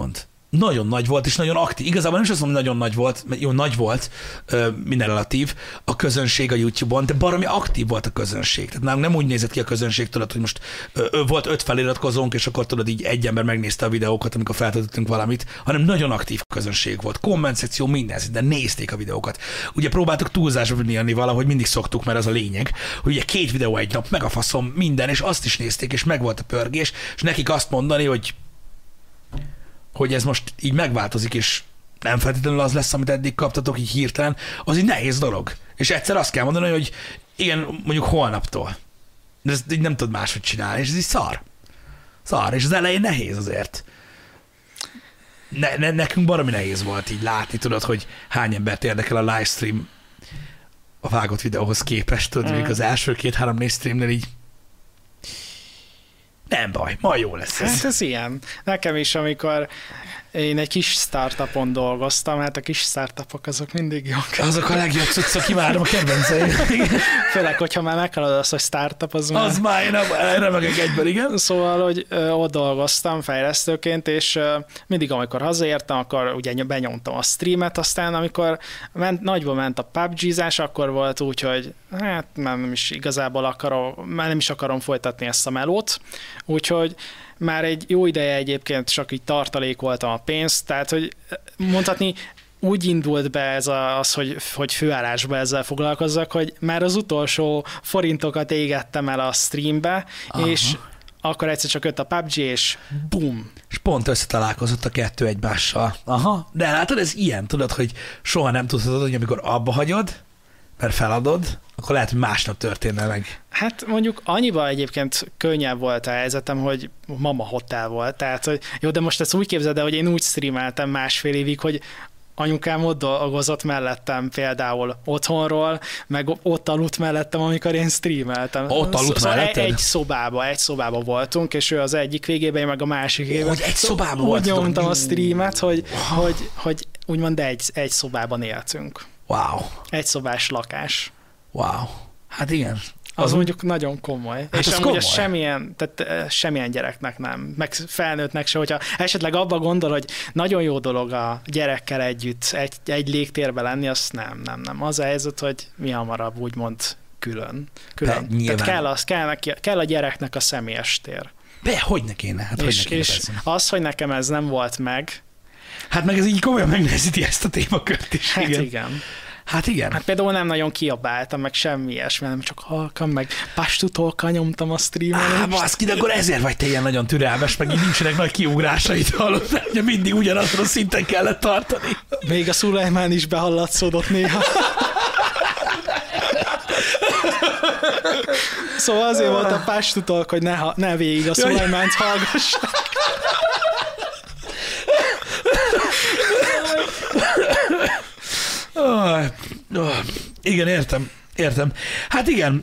nagyon nagy volt, és nagyon aktív. Igazából nem is azt mondom, hogy nagyon nagy volt, mert jó, nagy volt, minden relatív a közönség a YouTube-on, de baromi aktív volt a közönség. Tehát nálunk nem úgy nézett ki a közönség, tudod, hogy most volt 5 feliratkozónk, és akkor tudod, így egy ember megnézte a videókat, amikor feltöltöttünk valamit, hanem nagyon aktív közönség volt. Komment szekció, minden szinten nézték a videókat. Ugye próbáltuk túlzásba vinni valahogy, mindig szoktuk, mert az a lényeg, hogy ugye 2 videó egy nap, meg a faszom, minden, és azt is nézték, és meg volt a pörgés, és nekik azt mondani, hogy ez most így megváltozik, és nem feltétlenül az lesz, amit eddig kaptatok így hirtelen, az így nehéz dolog. És egyszer azt kell mondani, hogy igen, mondjuk holnaptól. De ezt így nem tudod máshogy csinálni, és ez így szar. Szar, és az elején nehéz azért. Nekünk baromi nehéz volt így látni, tudod, hogy hány embert érdekel a livestream a vágott videóhoz képest, tudod, még az első 2-3-4 streamnél így nem baj, majd jó lesz ez. Hát ez ilyen. Nekem is, amikor én egy kis startupon dolgoztam, hát a kis startupok azok mindig jók. Azok a legjobb cuccok, imádom a kedvenceim. Főleg, hogyha már meghallod azt, hogy startup, az már én remegek egyben, igen. Szóval, hogy ott dolgoztam fejlesztőként, és mindig, amikor hazaértem, akkor ugye benyomtam a streamet, aztán amikor nagyban ment a PUBG-zás, akkor volt úgy, hogy hát nem is igazából nem is akarom folytatni ezt a melót, úgyhogy már egy jó ideje egyébként csak így tartalékoltam a pénzt, tehát hogy mondhatni úgy indult be ez hogy főállásba ezzel foglalkozzak, hogy már az utolsó forintokat égettem el a streambe, aha, és akkor egyszer csak jött a PUBG, és bum! És pont összetalálkozott a 2 egymással. Aha, de látod, ez ilyen, tudod, hogy soha nem tudhatod, hogy amikor abba hagyod, mert feladod, akkor lehet, hogy másnap történne meg. Hát mondjuk annyiban egyébként könnyebb volt a helyzetem, hogy mama hotel volt. Tehát, hogy jó, de most ezt úgy képzeld el, hogy én úgy streameltem 1,5 évig, hogy anyukám ott dolgozott mellettem például otthonról, meg ott aludt mellettem, amikor én streameltem. Ott aludt melletted? Egy szobába voltunk, és ő az egyik végében, én meg a másik végében. Hogy egy szobában volt? Úgy nyomtam a streamet, hogy úgymond egy szobában éltünk. Wow. Egy szobás lakás. Wow. Hát igen. Az mondjuk nagyon komoly. Hát és amúgy semmilyen gyereknek nem, meg felnőttnek se, hogyha esetleg abba gondol, hogy nagyon jó dolog a gyerekkel együtt egy légtérben lenni, azt nem. Az a helyzet, hogy mi hamarabb úgymond külön. Tehát kell a gyereknek a személyes tér. Hogy ne kéne? Hát és az, hogy nekem ez nem volt meg. Hát meg ez így komolyan megnehezíti ezt a témakört is. Hát igen. Hát igen. Hát például nem nagyon kiabáltam, meg semmi ilyesmi, nem csak halkan, meg pastutolkkal nyomtam a streamelést. Baszki, de akkor ezért vagy te ilyen nagyon türelmes, meg így nincsenek nagy kiugrásait, hallott, hogy mindig ugyanazon a szinten kellett tartani. Még a Szulajmán is behallatszódott néha. Szóval azért volt a pastutolk, hogy ne végig a Szulajmánt hallgassák. Igen, értem. Hát igen.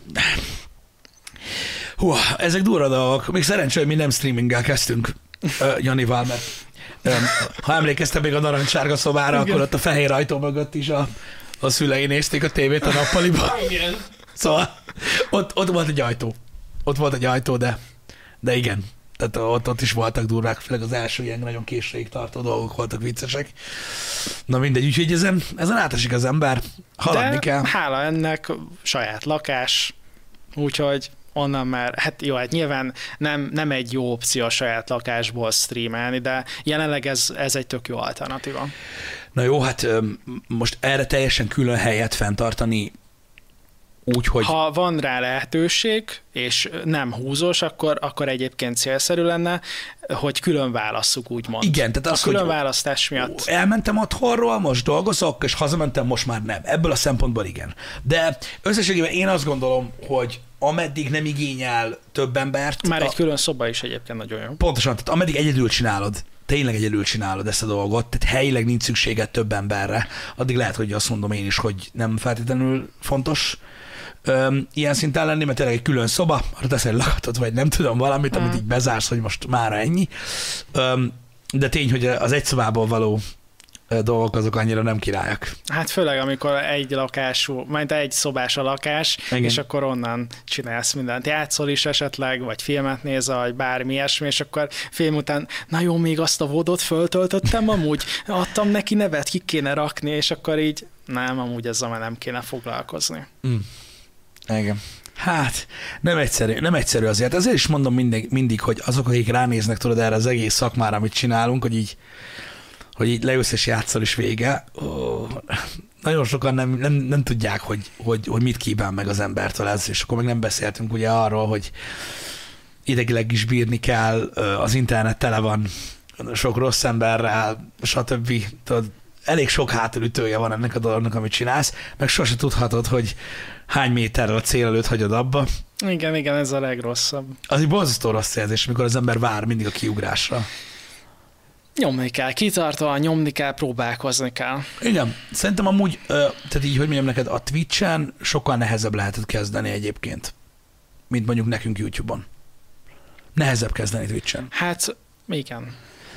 Ezek durva dolgok. Még szerencsé, hogy mi nem streaminggel kezdtünk Janival, mert ha emlékeztem még a narancssárga szobára, igen, akkor ott a fehér ajtó mögött is a szülei nézték a tévét a nappaliban. Igen. Szóval ott volt egy ajtó. Ott volt egy ajtó, de igen. Tehát ott is voltak durvák, főleg az első ilyen nagyon későig tartó dolgok voltak viccesek. Na mindegy, úgyhogy ezen átesik az ember, haladni kell. Hála ennek saját lakás, úgyhogy onnan már, hát jó, hát nyilván nem egy jó opció a saját lakásból streamelni, de jelenleg ez egy tök jó alternatíva. Na jó, hát most erre teljesen külön helyet fenntartani, úgyhogy... Ha van rá lehetőség, és nem húzós, akkor egyébként célszerű lenne, hogy külön válasszuk, úgymond. Igen, tehát az, a külön választás miatt. Elmentem otthonról, most dolgozok, és hazamentem, most már nem. Ebből a szempontból igen. De összességében én azt gondolom, hogy ameddig nem igényel több embert... Már egy külön szoba is egyébként nagyon jó. Pontosan, tehát ameddig egyedül csinálod, tényleg egyedül csinálod ezt a dolgot, tehát helyileg nincs szükséged több emberre, addig lehet, hogy azt mondom én is, hogy nem feltétlenül fontos ilyen szinten lenni, mert tényleg egy külön szoba, arra tesz egy lakatot, vagy nem tudom valamit, amit így bezársz, hogy most mára ennyi. De tény, hogy az egy szobából való dolgok azok annyira nem királyak. Hát főleg, amikor egy lakású, majd egy szobás a lakás, igen. És akkor onnan csinálsz mindent. Játszol is esetleg, vagy filmet nézel, vagy bármi ilyesmi, és akkor film után, na jó, még azt a vodot föltöltöttem amúgy, adtam neki nevet, ki kéne rakni, és akkor így nem, amúgy ezzel már nem kéne foglalkozni. Igen. Hát, nem egyszerű azért. Ezért is mondom mindig, hogy azok, akik ránéznek, tudod, erre az egész szakmára, amit csinálunk, hogy így leülsz és játszol is vége. Nagyon sokan nem tudják, hogy mit kíván meg az embertől ez, és akkor meg nem beszéltünk ugye arról, hogy idegileg is bírni kell, az internet tele van sok rossz emberrel, stb. Tudod, elég sok hátulütője van ennek a dolognak, amit csinálsz, meg sose tudhatod, hogy hány méterrel a cél előtt hagyod abba. Igen, ez a legrosszabb. Az egy borzasztó rossz érzés, amikor az ember vár mindig a kiugrásra. Nyomni kell, kitartóan nyomni kell, próbálkozni kell. Igen, szerintem amúgy, tehát így, hogy mondjam neked, a Twitch-en sokkal nehezebb lehetett kezdeni egyébként, mint mondjuk nekünk YouTube-on. Nehezebb kezdeni Twitch-en. Hát, igen.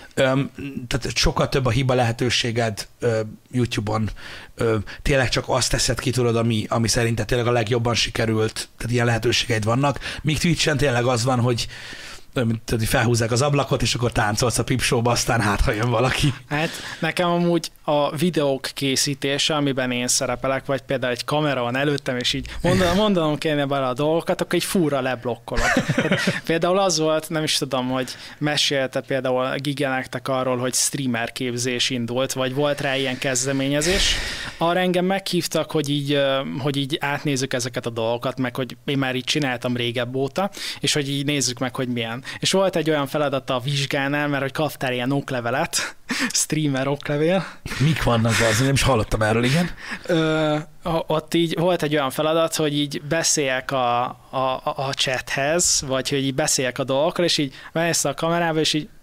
Tehát sokkal több a hiba lehetőséged YouTube-on. Tényleg csak azt teszed ki, tudod, ami szerinted tényleg a legjobban sikerült, tehát ilyen lehetőségeid vannak. Míg Twitch-en tényleg az van, hogy felhúzzák az ablakot, és akkor táncolsz a pipsóba, aztán ha jön valaki. Hát nekem amúgy a videók készítése, amiben én szerepelek, vagy például egy kamera van előttem, és így mondanom kéne bele a dolgokat, akkor így fúra leblokkolok. Például az volt, nem is tudom, hogy mesélte például Giga nektek arról, hogy streamer képzés indult, vagy volt rá ilyen kezdeményezés. Arra engem meghívtak, hogy így átnézzük ezeket a dolgokat, meg hogy én már így csináltam régebb óta, és hogy így nézzük meg, hogy milyen. És volt egy olyan feladata a vizsgánál, mert hogy kaptál ilyen oklevelet, streamer oklevél. Mik vannak az? Nem is hallottam erről, igen. Ott így volt egy olyan feladat, hogy így beszéljek a chathez, vagy hogy így beszéljek a dolgokról, és így benézsz a kamerába, és így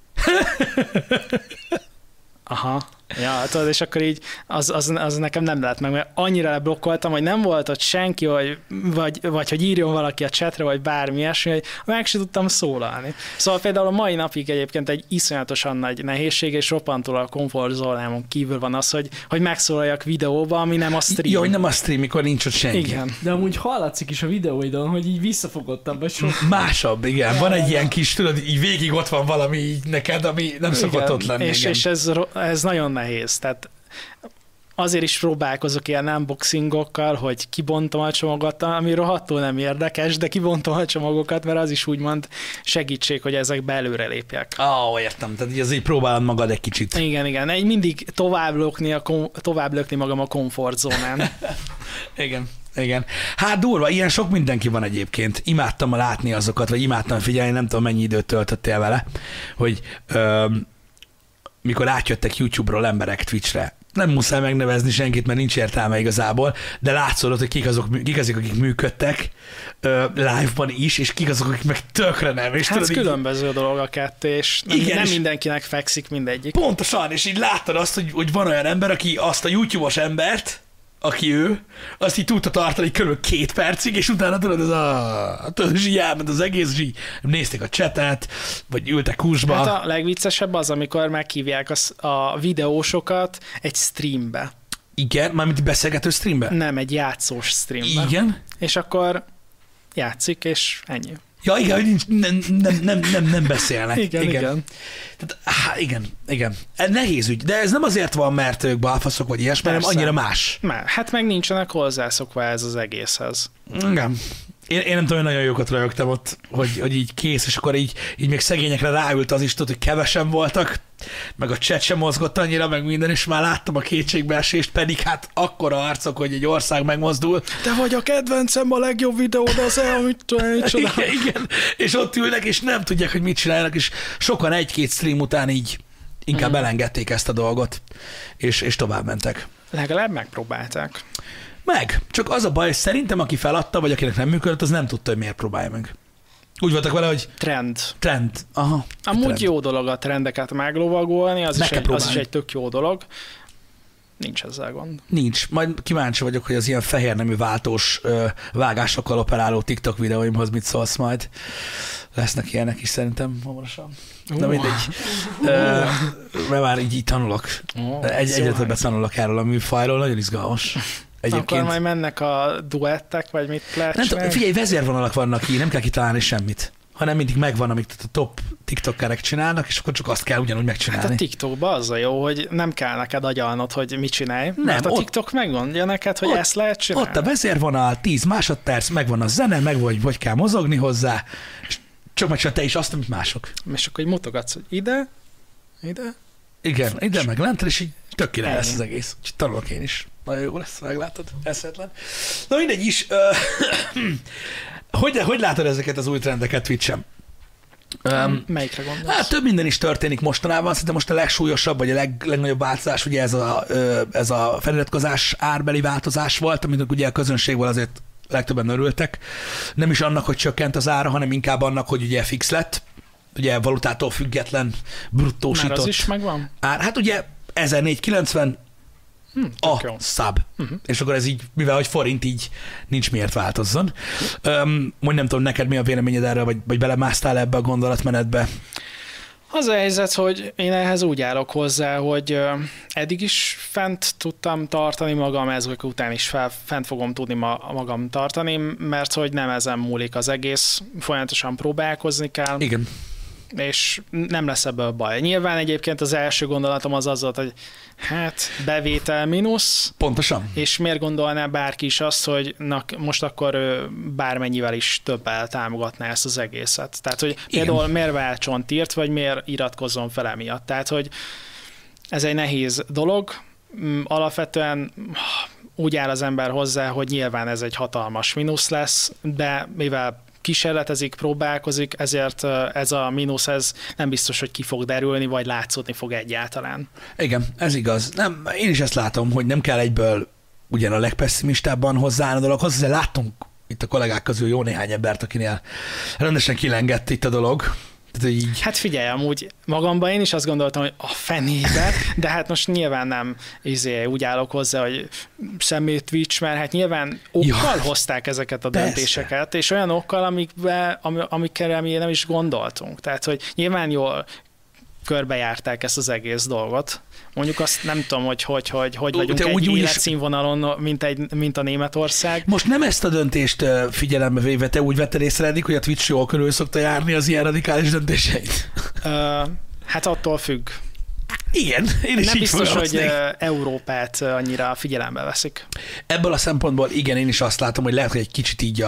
aha. Ja, tudod, és akkor így az nekem nem lett meg, mert annyira leblokkoltam, hogy nem volt ott senki, vagy hogy írjon valaki a chatre, vagy bármi ilyesmi, hogy meg sem tudtam szólalni. Szóval például a mai napig egyébként egy iszonyatosan nagy nehézség, és roppantól a komfortzónámon kívül van az, hogy megszólaljak videóba, ami nem a stream. Jó, hogy nem a stream, mikor nincs ott senki. Igen. De amúgy hallatszik is a videóidon, hogy így visszafogottabb, vagy sok. Másabb, igen. Van egy ilyen kis, tudod, így végig ott van valami így neked, ami nem szokott ott lenni. És ez nagyon nehéz. Tehát azért is próbálkozok ilyen unboxingokkal, hogy kibontom a csomagot, ami rohadtul nem érdekes, de kibontom a csomagokat, mert az is úgymond segítség, hogy ezek belőle lépjek. Értem. Tehát így azért próbálod magad egy kicsit. Igen. Mindig tovább lökni magam a komfortzónán. Igen. Hát durva, ilyen sok mindenki van egyébként. Imádtam látni azokat, vagy imádtam figyelni, nem tudom mennyi időt töltöttél vele, hogy mikor átjöttek YouTube-ról emberek Twitch-re. Nem muszáj megnevezni senkit, mert nincs értelme igazából, de látszódott, hogy kik azok, akik működtek live-ban is, és kik azok, akik meg tökre nem. És hát tudod, különböző így... dolog a kettő, és nem mindenkinek fekszik mindegyik. Pontosan, és így láttad azt, hogy van olyan ember, aki azt a YouTube-os embert, aki ő, azt így tudta tartani kb. 2 percig, és utána tudod, és így elment az egész, és így nézték a chatet, vagy ültek húsba. Hát a legviccesebb az, amikor meghívják a videósokat egy streambe. Igen, mármint beszélgető streambe? Nem, egy játszós streambe. Igen. És akkor játszik, és ennyi. Ja, igen, hogy nem beszélnek. Igen. Tehát, igen. Ez nehéz ügy, de ez nem azért van, mert ők balfaszok vagy ilyesmi, hanem annyira más. Hát meg nincsenek hozzászokva ez az egészhez. Igen. Én nem tudom, hogy nagyon jókat rögtem ott, hogy így kész, és akkor így még szegényekre ráült az is, tudod, hogy kevesen voltak, meg a chat sem mozgott annyira, meg minden, és már láttam a kétségbeesést, pedig hát akkora arcok, hogy egy ország megmozdul. Te vagy a kedvencem, a legjobb videód az amit csinál. Igen, és ott ülnek, és nem tudják, hogy mit csinálnak, és sokan 1-2 stream után így inkább elengedték ezt a dolgot, és tovább mentek. Legalább megpróbálták. Csak az a baj, hogy szerintem aki feladta, vagy akinek nem működött, az nem tudta, hogy miért próbálja meg. Úgy voltak vele, hogy... Trend. Aha. Amúgy trend. Jó dolog a trendeket meglovagolni, az is egy tök jó dolog. Nincs ezzel gond. Nincs. Majd kíváncsi vagyok, hogy az ilyen fehér nemű váltós vágásokkal operáló TikTok videóimhoz mit szólsz majd. Lesznek ilyenek is szerintem hamarosan. Na mindegy. Mert már így tanulok. Egyre többet tanulok erről a műfajról, nagyon izgalmas. Egyébként. Akkor majd mennek a duettek, vagy mit lehet nem tudom, figyelj, vezérvonalak vannak ki, nem kell kitalálni semmit, hanem mindig megvan, amit a top tiktokerek csinálnak, és akkor csak azt kell ugyanúgy megcsinálni. Hát a TikTokban az a jó, hogy nem kell neked agyalnod, hogy mit csinálj, mert a TikTok megmondja neked, hogy ezt lehet csinálni. Ott a vezérvonal, 10 másodperc, megvan a zene, meg vagy kell mozogni hozzá, és csak megcsinál te is azt, amit mások. És akkor így mutogatsz, hogy ide. Igen, ide meg lent, és így tök király lesz az egész. Úgyhogy tanulok én is. Nagyon jó lesz, meglátod, eszetlen. Na mindegy is. Hogy látod ezeket az új trendeket Twitch-en? Melyikre gondolsz? Hát több minden is történik mostanában. Szerintem most a legsúlyosabb, vagy a legnagyobb változás, ugye ez a feliratkozás árbeli változás volt, aminek ugye a közönségből azért legtöbben örültek. Nem is annak, hogy csökkent az ára, hanem inkább annak, hogy ugye fix lett. Ugye valutától független, bruttósított. Már az is megvan? Ár. Hát ugye 1490 a sub. És akkor ez így, mivel hogy forint, így nincs miért változzon. Mondj, nem tudom, neked mi a véleményed erről, vagy belemásztál ebbe a gondolatmenetbe? Az a helyzet, hogy én ehhez úgy állok hozzá, hogy eddig is fent tudtam tartani magam, ezek után is fent fogom tudni magam tartani, mert hogy nem ezen múlik az egész, folyamatosan próbálkozni kell. Igen. És nem lesz ebből baj. Nyilván egyébként az első gondolatom az volt, hogy hát bevétel mínusz. Pontosan. És miért gondolná bárki is azt, hogy most akkor bármennyivel is többel támogatná ezt az egészet. Tehát, hogy például miért váltson tírt, vagy miért iratkozzon fel emiatt. Tehát, hogy ez egy nehéz dolog. Alapvetően úgy áll az ember hozzá, hogy nyilván ez egy hatalmas mínusz lesz, de mivel kísérletezik, próbálkozik, ezért ez a mínusz, ez nem biztos, hogy ki fog derülni, vagy látszódni fog egyáltalán. Igen, ez igaz. Nem, én is ezt látom, hogy nem kell egyből ugyan a legpesszimistábban hozzáállni a dologhoz, azért láttunk itt a kollégák közül jó néhány embert, akinél rendesen kilengett itt a dolog. Tehát, így... Hát figyelj, amúgy magamban én is azt gondoltam, hogy a fenébe, de hát most nyilván nem úgy állok hozzá, hogy szemét Twitch, mert hát nyilván okkal hozták ezeket a döntéseket, és olyan okkal, amikkel mi nem is gondoltunk. Tehát, hogy nyilván jól körbejárták ezt az egész dolgot. Mondjuk azt nem tudom, hogy vagyunk egy életszínvonalon, mint a Németország. Most nem ezt a döntést figyelembe véve, te úgy vetted észre eddig, hogy a Twitch jól körül szokta járni az ilyen radikális döntéseit? Hát attól függ. Igen, én is nem így biztos, hogy Európát annyira figyelembe veszik. Ebből a szempontból igen, én is azt látom, hogy lehet, hogy egy kicsit így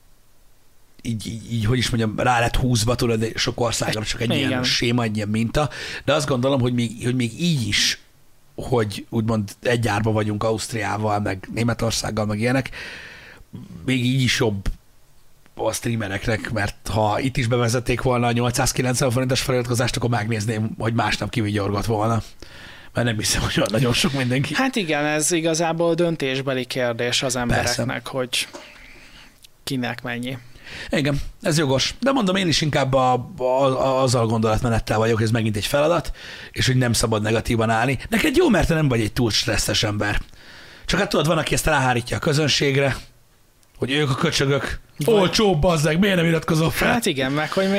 hogy is mondjam, rá lett húzva, tudod, sok országra csak egy ilyen séma, egy ilyen minta, de azt gondolom, hogy még így is, hogy úgymond egy árba vagyunk Ausztriával, meg Németországgal, meg ilyenek, még így is jobb a streamereknek, mert ha itt is bevezették volna a 890 forintos feliratkozást, akkor megnézném, hogy másnap kivigyorgott volna. Mert nem hiszem, hogy olyan nagyon sok mindenki. Hát igen, ez igazából döntésbeli kérdés az embereknek, persze, hogy kinek mennyi. Igen, ez jogos. De mondom, én is inkább azzal gondolatmenettel vagyok, ez megint egy feladat, és hogy nem szabad negatívan állni. Neked jó, mert te nem vagy egy túl stresszes ember. Csak hát tudod, van, aki ezt ráhárítja a közönségre, hogy ők a köcsögök, olcsó, bazzeg, miért nem iratkozol fel? Hát igen, meg hogy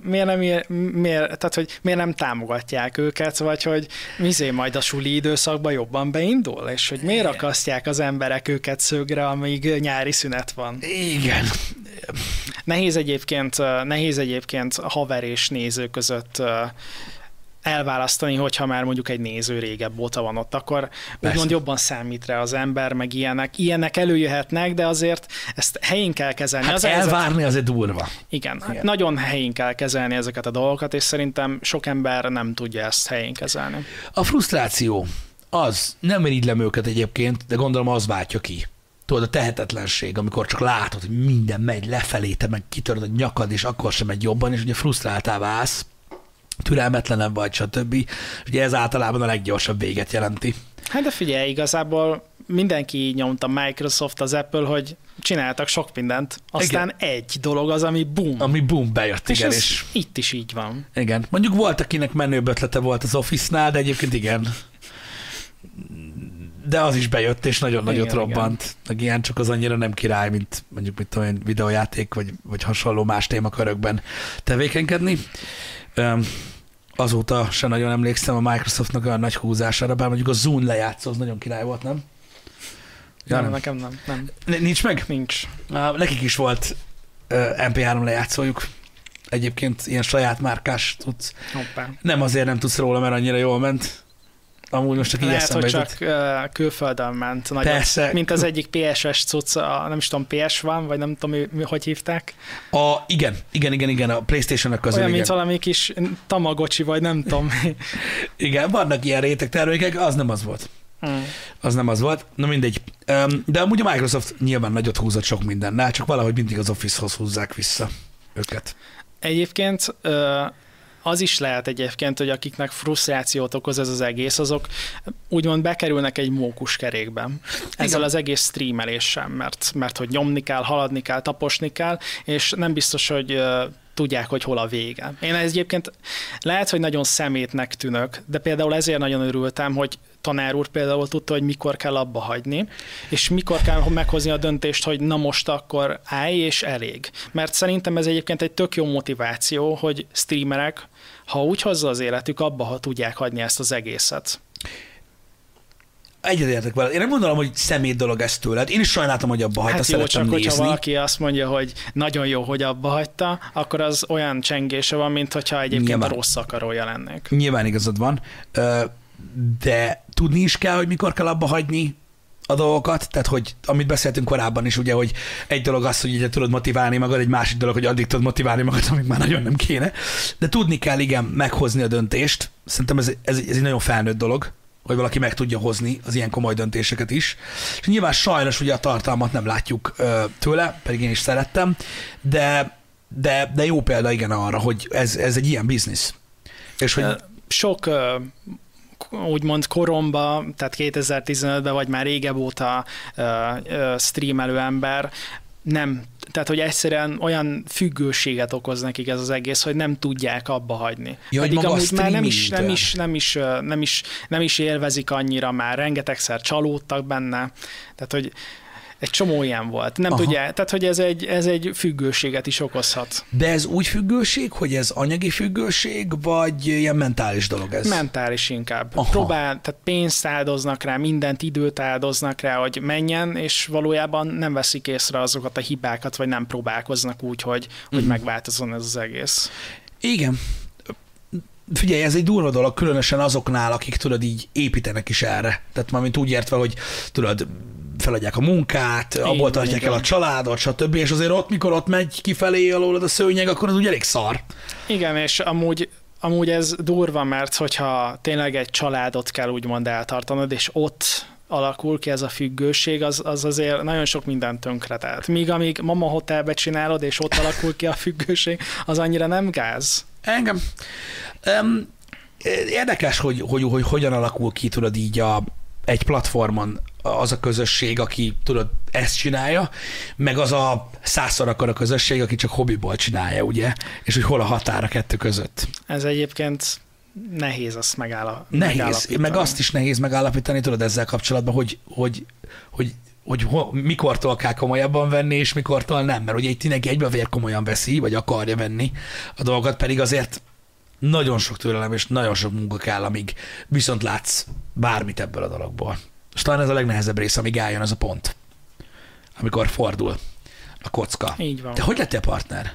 miért nem támogatják őket, vagy hogy majd a suli időszakban jobban beindul, és hogy miért akasztják az emberek őket szögre, amíg nyári szünet van. Igen. Nehéz egyébként haver és néző között elválasztani, hogyha már mondjuk egy néző régebb óta van ott, akkor úgymond jobban számít rá az ember, meg ilyenek előjöhetnek, de azért ezt helyén kell kezelni. Hát elvárni azért durva. Igen, nagyon helyén kell kezelni ezeket a dolgokat, és szerintem sok ember nem tudja ezt helyén kezelni. A frusztráció az nem irigylem őket egyébként, de gondolom az váltja ki. Tudod, a tehetetlenség, amikor csak látod, hogy minden megy lefelé, te meg kitöröd a nyakad, és akkor sem megy jobban, és ugye frusztráltál válsz, türelmetlenebb vagy, stb. Ugye ez általában a leggyorsabb véget jelenti. Hát de figyelj, igazából mindenki nyomta, Microsoft, az Apple, hogy csináltak sok mindent, aztán igen, egy dolog az, ami boom. Ami boom bejött, és igen. És itt is így van. Igen. Mondjuk volt, akinek menőbb ötlete volt az Office-nál, de egyébként igen. de az is bejött, és nagyon nagyot robbant. Meg ilyen csak az annyira nem király, mint mondjuk mit tudom én, videójáték, vagy hasonló más témakörökben tevékenykedni. Azóta se nagyon emlékszem a Microsoftnak olyan nagy húzására, bár mondjuk a Zune lejátszó az nagyon király volt, nem? Ja, nem, nekem nem. Nincs meg? Nincs. Nekik is volt MP3 lejátszójuk. Egyébként ilyen saját márkás tudsz. Hoppá. Nem azért nem tudsz róla, mert annyira jól ment. Amúgy most csak így eszembe jutott. Lehet, hogy csak külföldön ment. Nagyon, persze. Mint az egyik PSS cucc, nem is tudom, PS van, vagy nem tudom, hogy hívták. Igen, a PlayStation-ök közül. Olyan, mint valami kis Tamagocsi, vagy nem tudom. Igen, vannak ilyen réteg termékek, az nem az volt. Az nem az volt. Na mindegy. De amúgy a Microsoft nyilván nagyot húzott sok mindennel, csak valahogy mindig az Office-hoz húzzák vissza őket. Egyébként az is lehet egyébként, hogy akiknek frusztrációt okoz ez az egész, azok úgymond bekerülnek egy mókuskerékbe. Ezzel az egész streameléssel, mert hogy nyomni kell, haladni kell, taposni kell, és nem biztos, hogy tudják, hogy hol a vége. Én egyébként lehet, hogy nagyon szemétnek tűnök, de például ezért nagyon örültem, hogy tanár úr például tudta, hogy mikor kell abba hagyni, és mikor kell meghozni a döntést, hogy na most akkor állj, és elég. Mert szerintem ez egyébként egy tök jó motiváció, hogy streamerek, ha úgy hozza az életük, abba ha tudják hagyni ezt az egészet. Egyetértek vele. Én nem gondolom, hogy szemét dolog ez tőled. Én is sajnáltam, hogy abba hagyta, szeretem nézni. Hát jó, csak hogyha valaki azt mondja, hogy nagyon jó, hogy abba hagyta, akkor az olyan csengése van, mint hogyha egyébként nyilván rossz akarója lennék. Nyilván igazad van, de tudni is kell, hogy mikor kell abba hagyni a dolgokat, tehát hogy amit beszéltünk korábban is, ugye, hogy egy dolog az, hogy ugye tudod motiválni magad, egy másik dolog, hogy addig tudod motiválni magad, amíg már nagyon nem kéne. De tudni kell, igen, meghozni a döntést. Szerintem ez egy nagyon felnőtt dolog, hogy valaki meg tudja hozni az ilyen komoly döntéseket is. És nyilván sajnos ugye a tartalmat nem látjuk tőle, pedig én is szerettem, de jó példa igen arra, hogy ez egy ilyen biznisz. És hogy sok úgymond koromba, tehát 2015-ben vagy már régebb óta streamelő ember nem, tehát hogy egyszerűen olyan függőséget okoz nekik ez az egész, hogy nem tudják abba hagyni. Ja, pedig amúgy már nem is élvezik annyira, már rengetegszer csalódtak benne, tehát hogy egy csomó ilyen volt. Nem tudja, tehát hogy ez egy függőséget is okozhat. De ez úgy függőség, hogy ez anyagi függőség, vagy ilyen mentális dolog ez? Mentális inkább. Tehát pénzt áldoznak rá, mindent, időt áldoznak rá, hogy menjen, és valójában nem veszik észre azokat a hibákat, vagy nem próbálkoznak úgy, hogy megváltozzon ez az egész. Igen. Figyelj, ez egy durva dolog, különösen azoknál, akik tudod így építenek is erre. Tehát mármint úgy értve, hogy tudod, feladják a munkát, abból tartják el a családot, stb. És azért ott, mikor ott megy kifelé alólad a szőnyeg, akkor az úgy elég szar. Igen, és amúgy ez durva, mert hogyha tényleg egy családot kell úgymond eltartanod, és ott alakul ki ez a függőség, az azért nagyon sok mindent tönkretelt. Míg amíg Mama Hotelbe csinálod, és ott alakul ki a függőség, az annyira nem gáz. Engem. Érdekes, hogy hogyan alakul ki, tudod így egy platformon az a közösség, aki tudod ezt csinálja, meg az a 100-szor akkora közösség, aki csak hobbiból csinálja, ugye? És hogy hol a határ a kettő között. Ez egyébként nehéz azt megállapítani. Meg azt is nehéz megállapítani, tudod ezzel kapcsolatban, hogy mikortól kell komolyabban venni, és mikortól nem. Mert ugye itt mindenki egybevér komolyan veszi, vagy akarja venni a dolgokat, pedig azért nagyon sok türelem és nagyon sok munka kell, amíg viszont látsz bármit ebből a dologból. És talán ez a legnehezebb rész, amíg álljon az a pont, amikor fordul a kocka. Így van. Te hogy lettél partner?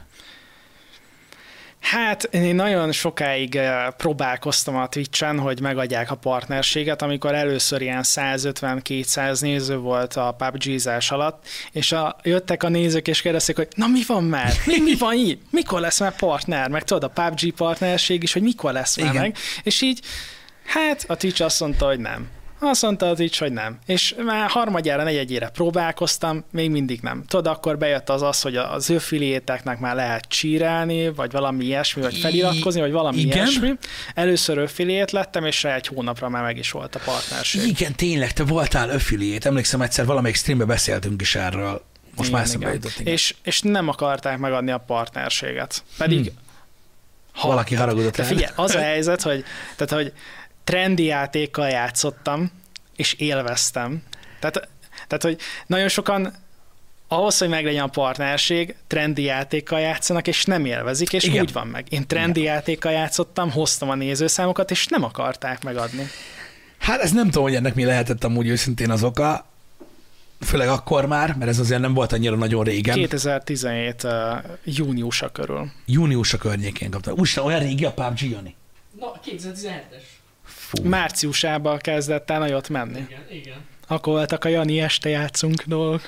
Hát én nagyon sokáig próbálkoztam a Twitch-en, hogy megadják a partnerséget, amikor először ilyen 150-200 néző volt a PUBG-zás alatt, és jöttek a nézők és kérdezték, hogy na mi van már? Mi van így? Mikor lesz már partner? Meg tudod, a PUBG partnerség is, hogy mikor lesz már meg? És így, hát a Twitch azt mondta, hogy nem. Azt mondta az így, hogy nem. És már harmadjára, negyedjére próbálkoztam, még mindig nem. Tudod, akkor bejött az, hogy az affiliate-eknek már lehet csírálni, vagy valami ilyesmi, vagy feliratkozni, vagy valami ilyesmi. Először affiliate lettem, és rá egy hónapra már meg is volt a partnerség. Igen, tényleg, te voltál affiliate. Emlékszem, egyszer valamelyik streamben beszéltünk is erről. Most már eszembe jutott. És nem akarták megadni a partnerséget. Pedig valaki haragudott rá. Figyelj, az a helyzet, hogy trendi játékkal játszottam, és élveztem. Tehát, hogy nagyon sokan ahhoz, hogy meglegyen a partnerség, trendi játékkal játszanak, és nem élvezik, és igen. Úgy van meg. Én trendi játékkal játszottam, hoztam a nézőszámokat, és nem akarták megadni. Hát ez nem tudom, hogy ennek mi lehetett amúgy őszintén az oka, főleg akkor már, mert ez azért nem volt annyira nagyon régen. 2017 júniusa körül. Júniusa környékén kaptam. Úristen, olyan régi a PUBG, Jani? Na, 2017-es. Fú. Márciusában kezdett el nagyot menni. Igen. Akkor voltak a Jani este játszunk dolgok.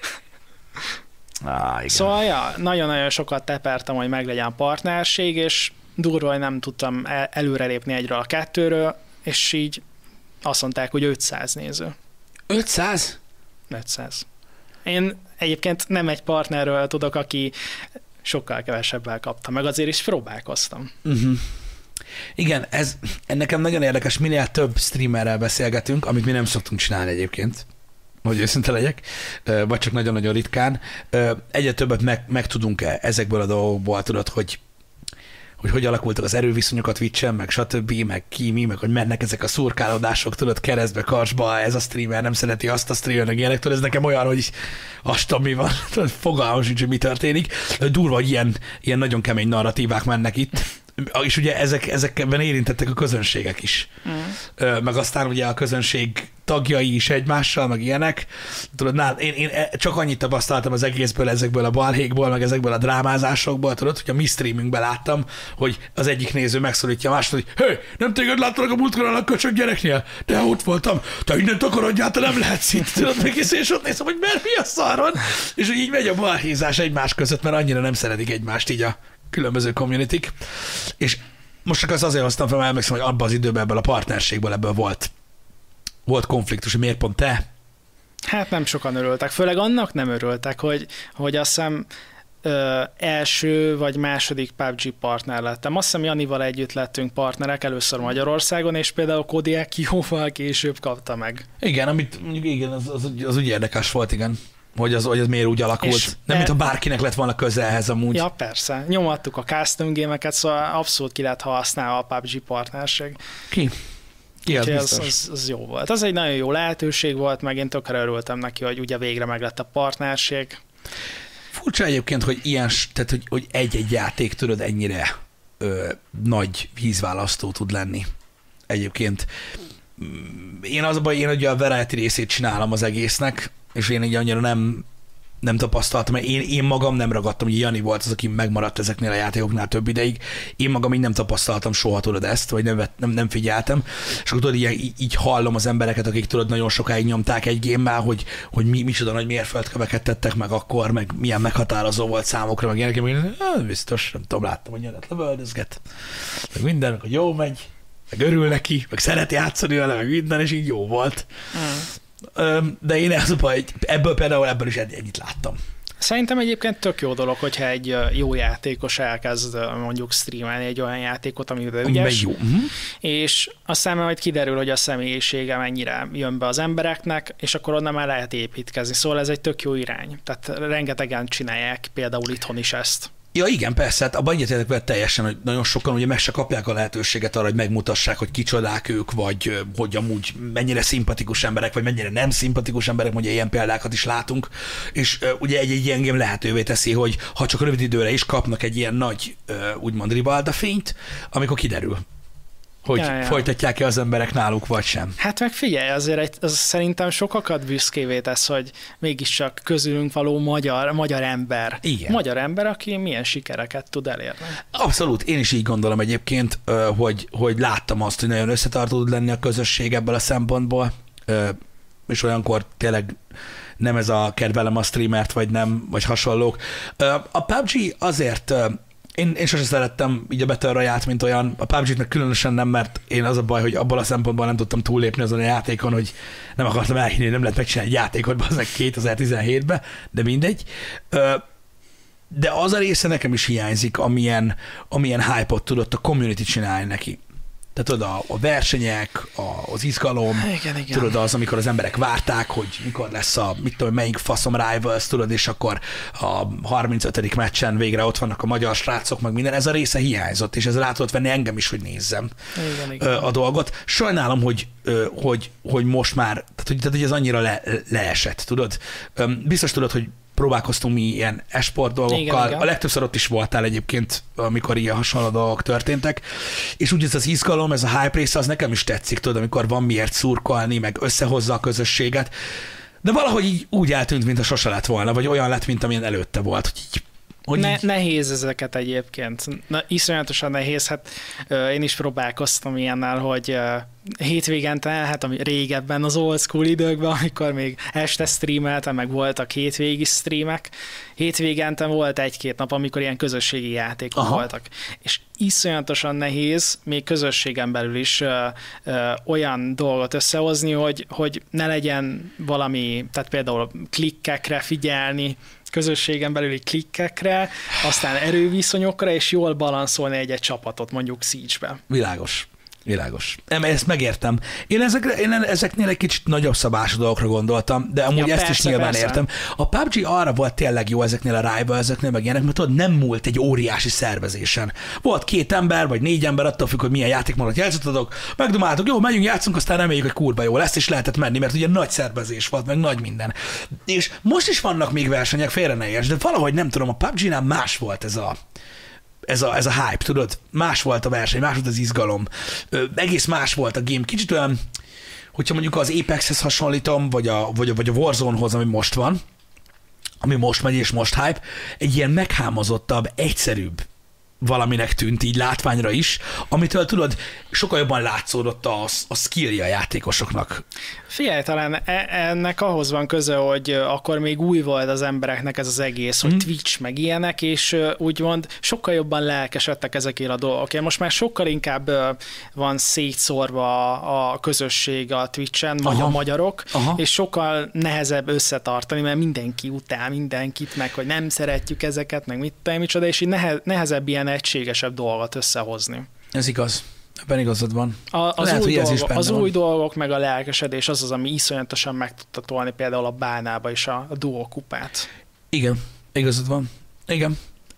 Igen. Szóval ja, nagyon-nagyon sokat tepertem, hogy meglegyen a partnerség, és durva, hogy nem tudtam előrelépni egyről a kettőről, és így azt mondták, hogy 500 néző. 500? 500. Én egyébként nem egy partnerről tudok, aki sokkal kevesebbel kapta, meg azért is próbálkoztam. Igen, ez nekem nagyon érdekes, minél több streamerrel beszélgetünk, amit mi nem szoktunk csinálni egyébként, hogy őszinte legyek, vagy csak nagyon-nagyon ritkán. Egyre többet megtudunk ezekből a dolgokból, tudod, hogy alakultak az erőviszonyok a Twitch-en, meg stb., meg mi, meg hogy mennek ezek a szurkálódások, tudod, keresztbe, karsba, ez a streamer nem szereti azt a streamernek ilyenek, tudod, ez nekem olyan, hogy azt tudom, mi van, tudod, fogalmam sincs, hogy mi történik. Durva, hogy ilyen nagyon kemény narratívák mennek itt, és ugye ezekben érintettek a közönségek is. Meg aztán ugye a közönség tagjai is egymással, meg ilyenek. Tudod, én csak annyit tapasztaltam az egészből, ezekből a balhékból, meg ezekből a drámázásokból, tudod, hogy a mi streamünkben láttam, hogy az egyik néző megszólítja a másokat, hogy hé, nem téged láttalak a múltkor a köcsög gyereknél? De ott voltam, te innen takarodjál, te nem lehetsz itt, tudod, meg és ott nézem, hogy mi a szaron? És hogy így megy a balhézás egymás között, mert annyira nem szeretik egymást így a különböző communityk. És most csak azért hoztam fel, mert emlékszem, hogy abban az időben ebből a partnerségből ebből volt konfliktus, hogy miért pont te? Hát nem sokan örültek. Főleg annak nem örültek, hogy azt hiszem első vagy második PUBG partner lettem. Azt hiszem Janival együtt lettünk partnerek először Magyarországon, és például Kodiak jóval később kapta meg. Igen, amit igen, az úgy érdekes volt, igen. Hogy az miért úgy alakult. Nem, mintha bárkinek lett volna közelhez amúgy. Ja, persze. Nyomattuk a custom gémeket, szóval abszolút ki lett használva a PUBG partnerség. Ki az jó volt. Az egy nagyon jó lehetőség volt, meg én tökre örültem neki, hogy ugye végre meg lett a partnerség. Furcsa egyébként, hogy tehát hogy egy-egy játék, tudod, ennyire nagy vízválasztó tud lenni. Egyébként én ugye a variety részét csinálom az egésznek, és én így annyira nem tapasztaltam, mert én magam nem ragadtam, hogy Jani volt az, aki megmaradt ezeknél a játékoknál több ideig. Én magam így nem tapasztaltam soha, tudod ezt, vagy nem figyeltem. És akkor tudod, így hallom az embereket, akik tudod nagyon sokáig nyomták egy gémmel, hogy micsoda nagy mérföldköveket tettek meg akkor, meg milyen meghatározó volt számokra, meg ilyenek, meg biztos, nem tudom, láttam, hogy Janet lövöldözget, meg minden, meg hogy jó megy, meg örül neki, meg szeret játszani vele, meg minden, és így jó volt. De én az a baj, ebből is ennyit láttam. Szerintem egyébként tök jó dolog, hogyha egy jó játékos elkezd mondjuk streamelni egy olyan játékot, amiben ügyes, jó. És aztán majd kiderül, hogy a személyisége mennyire jön be az embereknek, és akkor onnan már lehet építkezni. Szóval ez egy tök jó irány. Tehát rengetegen csinálják például itthon is ezt. Ja igen, persze, hát abban egyetértek vele teljesen, hogy nagyon sokan ugye meg se kapják a lehetőséget arra, hogy megmutassák, hogy kicsodák ők, vagy hogy amúgy mennyire szimpatikus emberek, vagy mennyire nem szimpatikus emberek, ugye ilyen példákat is látunk, és ugye egy ilyen game lehetővé teszi, hogy ha csak rövid időre is kapnak egy ilyen nagy, úgymond ribalda fényt, amikor kiderül, hogy folytatják-e az emberek náluk, vagy sem. Hát meg figyelj, azért az szerintem sokakat büszkévé tesz, hogy mégiscsak közülünk való magyar ember. Igen. Magyar ember, aki milyen sikereket tud elérni. Abszolút, én is így gondolom egyébként, hogy láttam azt, hogy nagyon összetartó tud lenni a közösség ebből a szempontból, és olyankor tényleg nem ez a kedvelem a streamert, vagy nem, vagy hasonlók. A PUBG azért... Én sosem szerettem így a Battle Royale-t, mint olyan. A PUBG-t meg különösen nem, mert én az a baj, hogy abból a szempontból nem tudtam túllépni azon a játékon, hogy nem akartam elhinni, hogy nem lehet megcsinálni egy játékot az 2017-ben, de mindegy. De az a része nekem is hiányzik, amilyen hype-ot tudott a community csinálni neki. de tudod, a versenyek, az izgalom, igen. tudod, az, amikor az emberek várták, hogy mikor lesz mit tudom, melyik faszom Rivals, tudod, és akkor a 35. meccsen végre ott vannak a magyar srácok, meg minden, ez a része hiányzott, és ez rá tudott venni engem is, hogy nézzem igen. A dolgot. Sajnálom, hogy most már, tehát hogy ez annyira leesett, tudod. Biztos tudod, hogy próbálkoztunk mi ilyen esport dolgokkal. Igen. A legtöbbször ott is voltál egyébként, amikor ilyen hasonló dolgok történtek. És úgy ez az izgalom, ez a hype része, az nekem is tetszik, tudod, amikor van miért szurkolni, meg összehozza a közösséget. De valahogy így úgy eltűnt, mintha sose lett volna, vagy olyan lett, mint amilyen előtte volt, hogy így nehéz ezeket egyébként. Iszonyatosan nehéz. Hát én is próbálkoztam ilyennel, hogy hétvégente, hát ami régebben az old school időkben, amikor még este streameltem, meg voltak hétvégi streamek. Hétvégente volt egy-két nap, amikor ilyen közösségi játékok voltak. És iszonyatosan nehéz még közösségen belül is olyan dolgot összehozni, hogy ne legyen valami, tehát például klikkekre figyelni, közösségen belüli klikkekre, aztán erőviszonyokra, és jól balanszolni egy csapatot, mondjuk Siege-be. Világos. Ezt megértem. Én ezeknél egy kicsit nagyobb szabású dolgokra gondoltam, de amúgy ezt is nyilván értem. A PUBG arra volt tényleg jó ezeknél a Rivals-eknél, meg ilyenek, mert tudod, nem múlt egy óriási szervezésen. Volt 2 ember, vagy 4 ember, attól függ, hogy milyen játékmódot játszottatok, megdomáltok, jó, megyünk, játszunk, aztán reméljük, hogy kurva jó lesz, és lehetett menni, mert ugye nagy szervezés volt, meg nagy minden. És most is vannak még versenyek, félre ne érts, de valahogy nem tudom, a PUBG-nál más volt ez a hype, tudod? Más volt a verseny, más volt az izgalom. Egész más volt a game. Kicsit olyan, hogyha mondjuk az Apexhez hasonlítom, vagy a Warzonehoz, ami most van, ami most megy és most hype, egy ilyen meghámozottabb, egyszerűbb valaminek tűnt így látványra is, amitől tudod, sokkal jobban látszódott a skillje a játékosoknak. Figyelj, talán ennek ahhoz van köze, hogy akkor még új volt az embereknek ez az egész, hogy Twitch meg ilyenek, és úgymond sokkal jobban lelkesedtek ezekért a dolgok. Most már sokkal inkább van szétszórva a közösség a Twitchen, vagy a magyarok, és sokkal nehezebb összetartani, mert mindenki utál mindenkit, meg hogy nem szeretjük ezeket, meg micsoda, és így nehezebb ilyen egységesebb dolgot összehozni. Ez igaz. Ebben igazad van. Az új dolgok, meg a lelkesedés az, ami iszonyatosan meg tudta tolni például a Bánába is a Duo kupát. Igen, igazad van. Igen.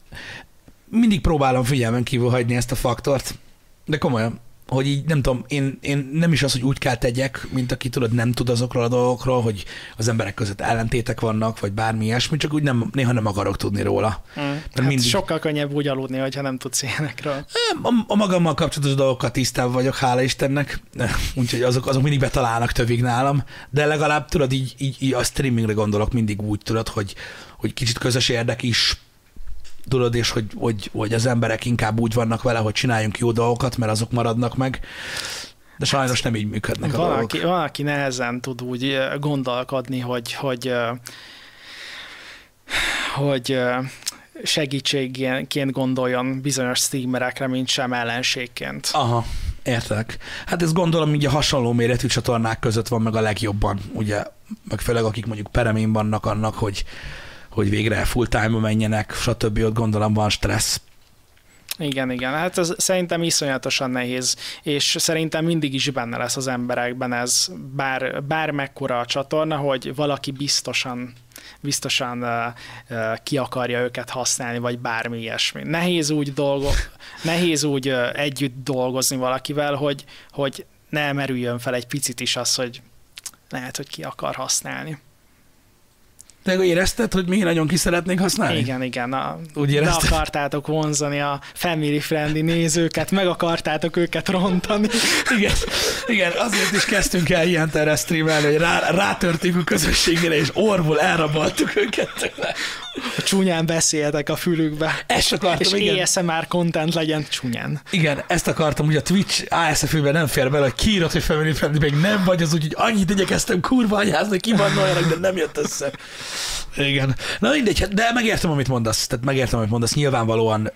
Mindig próbálom figyelmen kívül hagyni ezt a faktort, de komolyan, hogy így nem tudom, én nem is az, hogy úgy kell tegyek, mint aki tudod, nem tud azokról a dolgokról, hogy az emberek között ellentétek vannak, vagy bármi ilyesmi, csak úgy néha nem akarok tudni róla. Hát mindig... sokkal könnyebb úgy aludni, hogyha nem tudsz ilyenekről. A magammal kapcsolatos dolgokkal tisztában vagyok, hála Istennek, úgyhogy azok mindig betalálnak tövig nálam, de legalább tudod, így a streamingre gondolok mindig úgy, tudod, hogy kicsit közös érdek is, tudod, és hogy az emberek inkább úgy vannak vele, hogy csináljunk jó dolgokat, mert azok maradnak meg, de sajnos nem így működnek a dolgok. Van, aki nehezen tud úgy gondolkodni, hogy segítségként gondoljon bizonyos streamerekre, mint sem ellenségként. Aha, értek. Hát ezt gondolom, így a hasonló méretű csatornák között van meg a legjobban, ugye, meg főleg akik mondjuk peremén vannak annak, hogy végre full time-ba menjenek, stb. Ott gondolom van stressz. Igen, hát ez szerintem iszonyatosan nehéz, és szerintem mindig is benne lesz az emberekben ez, bár mekkora a csatorna, hogy valaki biztosan ki akarja őket használni, vagy bármi ilyesmi. Nehéz úgy együtt dolgozni valakivel, hogy ne merüljön fel egy picit is az, hogy lehet, hogy ki akar használni. De érezted, hogy mi nagyon ki szeretnénk használni? Igen. Úgy akartátok vonzani a family friendly nézőket, meg akartátok őket rontani. Igen, azért is kezdtünk el ilyen terre streamelni, hogy rátörtünk a közösségére, és orvul elraboltuk őket. Csúnyán beszéltek a fülükbe. Ezt akartam, és igen. ASMR content legyen csúnyán. Igen, ezt akartam, hogy a Twitch ASF-ben nem fér bele, hogy kiírod, hogy family friendly, még nem vagy, az úgy, hogy annyit igyekeztem kurva anyázni, ki van olyanak, de nem jött össze. Igen. Na mindegy, de megértem, amit mondasz. Nyilvánvalóan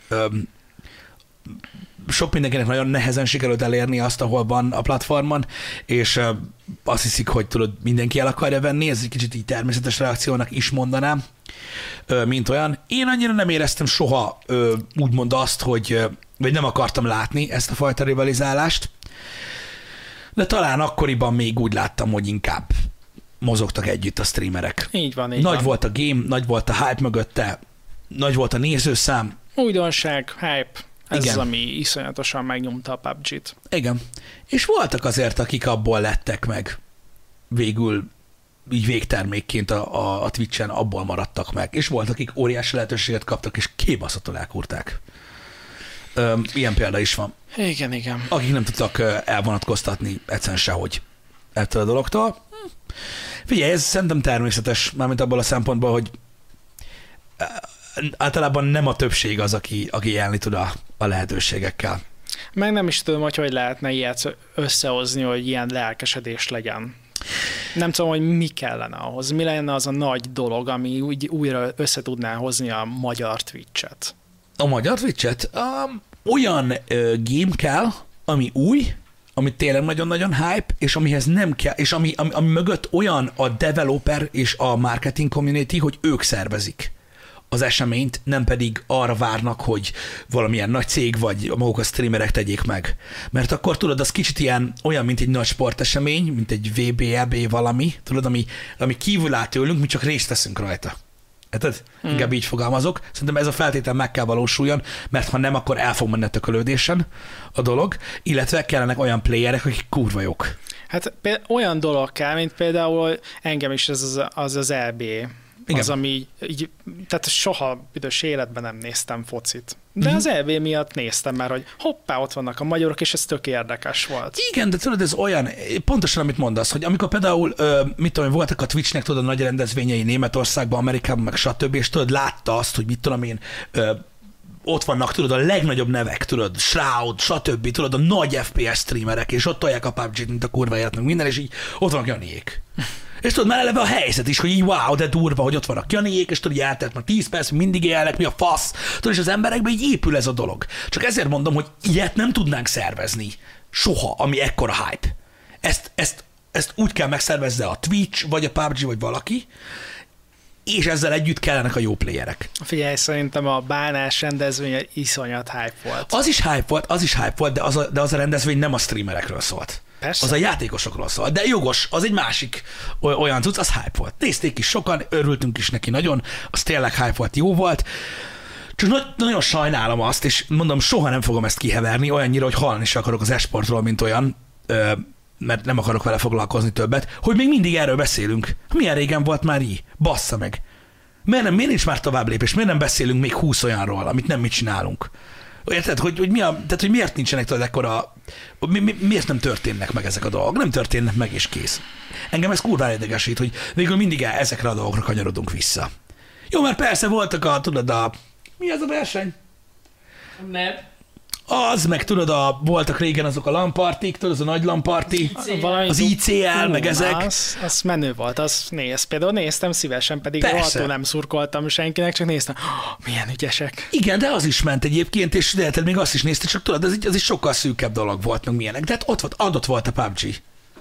sok mindenkinek nagyon nehezen sikerült elérni azt, ahol van a platformon, és azt hiszik, hogy tudod, mindenki el akarja venni, ez egy kicsit így természetes reakciónak is mondanám, mint olyan. Én annyira nem éreztem soha úgymond azt, hogy vagy nem akartam látni ezt a fajta rivalizálást, de talán akkoriban még úgy láttam, hogy inkább mozogtak együtt a streamerek. Így van, Nagy volt a game, nagy volt a hype mögötte, nagy volt a nézőszám. Újdonság, hype. Ez Igen. az, ami iszonyatosan megnyomta a PUBG-t. Igen. És voltak azért, akik abból lettek meg végül így végtermékként a Twitch-en abból maradtak meg. És volt, akik óriási lehetőséget kaptak, és kibaszottul elkurták. Ilyen példa is van. Igen. Akik nem tudtak elvonatkoztatni egyszerűen sehogy ettől a dologtól. Figyelj, ez szerintem természetes, mármint abból a szempontból, hogy általában nem a többség az, aki élni tud a lehetőségekkel. Meg nem is tudom, hogy lehetne ilyet összehozni, hogy ilyen lelkesedés legyen. Nem tudom, hogy mi kellene ahhoz. Mi lenne az a nagy dolog, ami úgy újra össze tudná hozni a magyar Twitch-et? A magyar Twitch-et? Olyan game kell, ami új, ami tényleg nagyon-nagyon hype, és amihez nem kell, és ami mögött olyan a developer és a marketing community, hogy ők szervezik az eseményt, nem pedig arra várnak, hogy valamilyen nagy cég vagy maguk a streamerek tegyék meg. Mert akkor tudod, az kicsit olyan, mint egy nagy sportesemény, mint egy VB, EB valami, tudod, ami kívül áll tőlünk, mi csak részt veszünk rajta. Érted? Inkább így fogalmazok. Szerintem ez a feltétel meg kell valósuljon, mert ha nem, akkor el fog menni a tökölődésen a dolog, illetve kellenek olyan playerek, akik kurva jók. Hát olyan dolog kell, mint például engem is ez az EB. Igen. Az, ami így, tehát soha büdös életben nem néztem focit. De az EB miatt néztem már, hogy hoppá, ott vannak a magyarok, és ez tök érdekes volt. Igen, de tudod, ez olyan, pontosan amit mondasz, hogy amikor például, mit tudom, voltak a Twitchnek, tudod, a nagy rendezvényei Németországban, Amerikában, meg stb., és tudod, látta azt, hogy mit tudom én, ott vannak, tudod, a legnagyobb nevek, tudod, Shroud, stb., tudod, a nagy FPS streamerek, és ott tolják a PUBG-t, mint a kurva élet, meg minden, és így ott vannak Janiék. És tudod, már eleve a helyzet is, hogy így wow, de durva, hogy ott vannak Janiék, és tudod, eltelt már 10 perc, mindig élnek, mi a fasz. Tudod, és az emberekben így épül ez a dolog. Csak ezért mondom, hogy ilyet nem tudnánk szervezni soha, ami ekkora hype. Ezt úgy kell megszervezze a Twitch, vagy a PUBG, vagy valaki, és ezzel együtt kellenek a jó playerek. Figyelj, szerintem a bánás rendezvény iszonyat hype volt. Az is hype volt, de az a rendezvény nem a streamerekről szólt. Persze. Az a játékosokról szól. De jogos, az egy másik olyan cucc, az hype volt. Nézték is sokan, örültünk is neki nagyon, az tényleg hype volt, jó volt. Csak nagyon sajnálom azt, és mondom, soha nem fogom ezt kiheverni, olyannyira, hogy hallani is akarok az esportról, mint olyan, mert nem akarok vele foglalkozni többet, hogy még mindig erről beszélünk. Milyen régen volt már így? Bassza meg. Miért nincs már tovább lépés? Miért nem beszélünk még 20 olyanról, amit nem mi csinálunk? Érted, hogy miért nincsenek tudod ekkora, miért nem történnek meg ezek a dolgok? Nem történnek meg, és kész. Engem ez kurva idegesít, hogy végül mindig ezekre a dolgokra kanyarodunk vissza. Jó, mert persze voltak mi ez a verseny? Nem. Az, meg tudod, voltak régen azok a LAN-partik, tudod, az a nagy LAN-parti, az ICL, meg ezek. Az menő volt, például néztem szívesen, pedig rohadtul nem szurkoltam senkinek, csak néztem, milyen ügyesek. Igen, de az is ment egyébként, és de még azt is nézte, csak tudod, az is sokkal szűkebb dolog volt, meg milyenek. De hát adott volt a PUBG.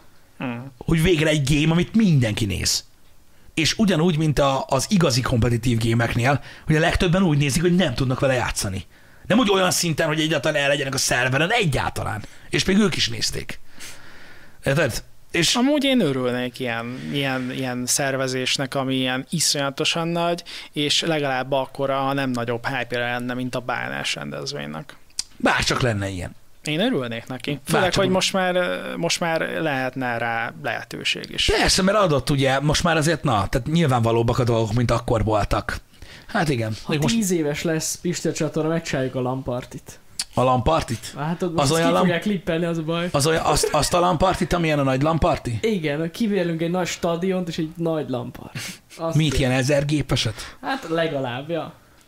Hogy végre egy game, amit mindenki néz. És ugyanúgy, mint az igazi kompetitív gémeknél, hogy a legtöbben úgy nézik, hogy nem tudnak vele játszani. Nem úgy olyan szinten, hogy egyáltalán el legyenek a szerveren, egyáltalán. És még ők is nézték. Érted? És amúgy én örülnék ilyen szervezésnek, ami ilyen iszonyatosan nagy, és legalább akkora, ha nem nagyobb hype-re lenne, mint a bánás rendezvénynek. Bárcsak lenne ilyen. Én örülnék neki. Főleg, hogy most már lehetne rá lehetőség is. Persze, mert adott ugye, most már azért, tehát nyilvánvalóbbak a dolgok, mint akkor voltak. Hát igen. Ha 10 éves lesz Pista csatorna, megcsináljuk a LAN-partit. A LAN-partit? Hát ott most ki fogják klippelni, az a baj. Azt a LAN-partit, amilyen a nagy LAN-parti? Igen, kivélünk egy nagy stadiont és egy nagy LAN-parti. Mit, ilyen 1000 gépeset? Hát legalább, ja.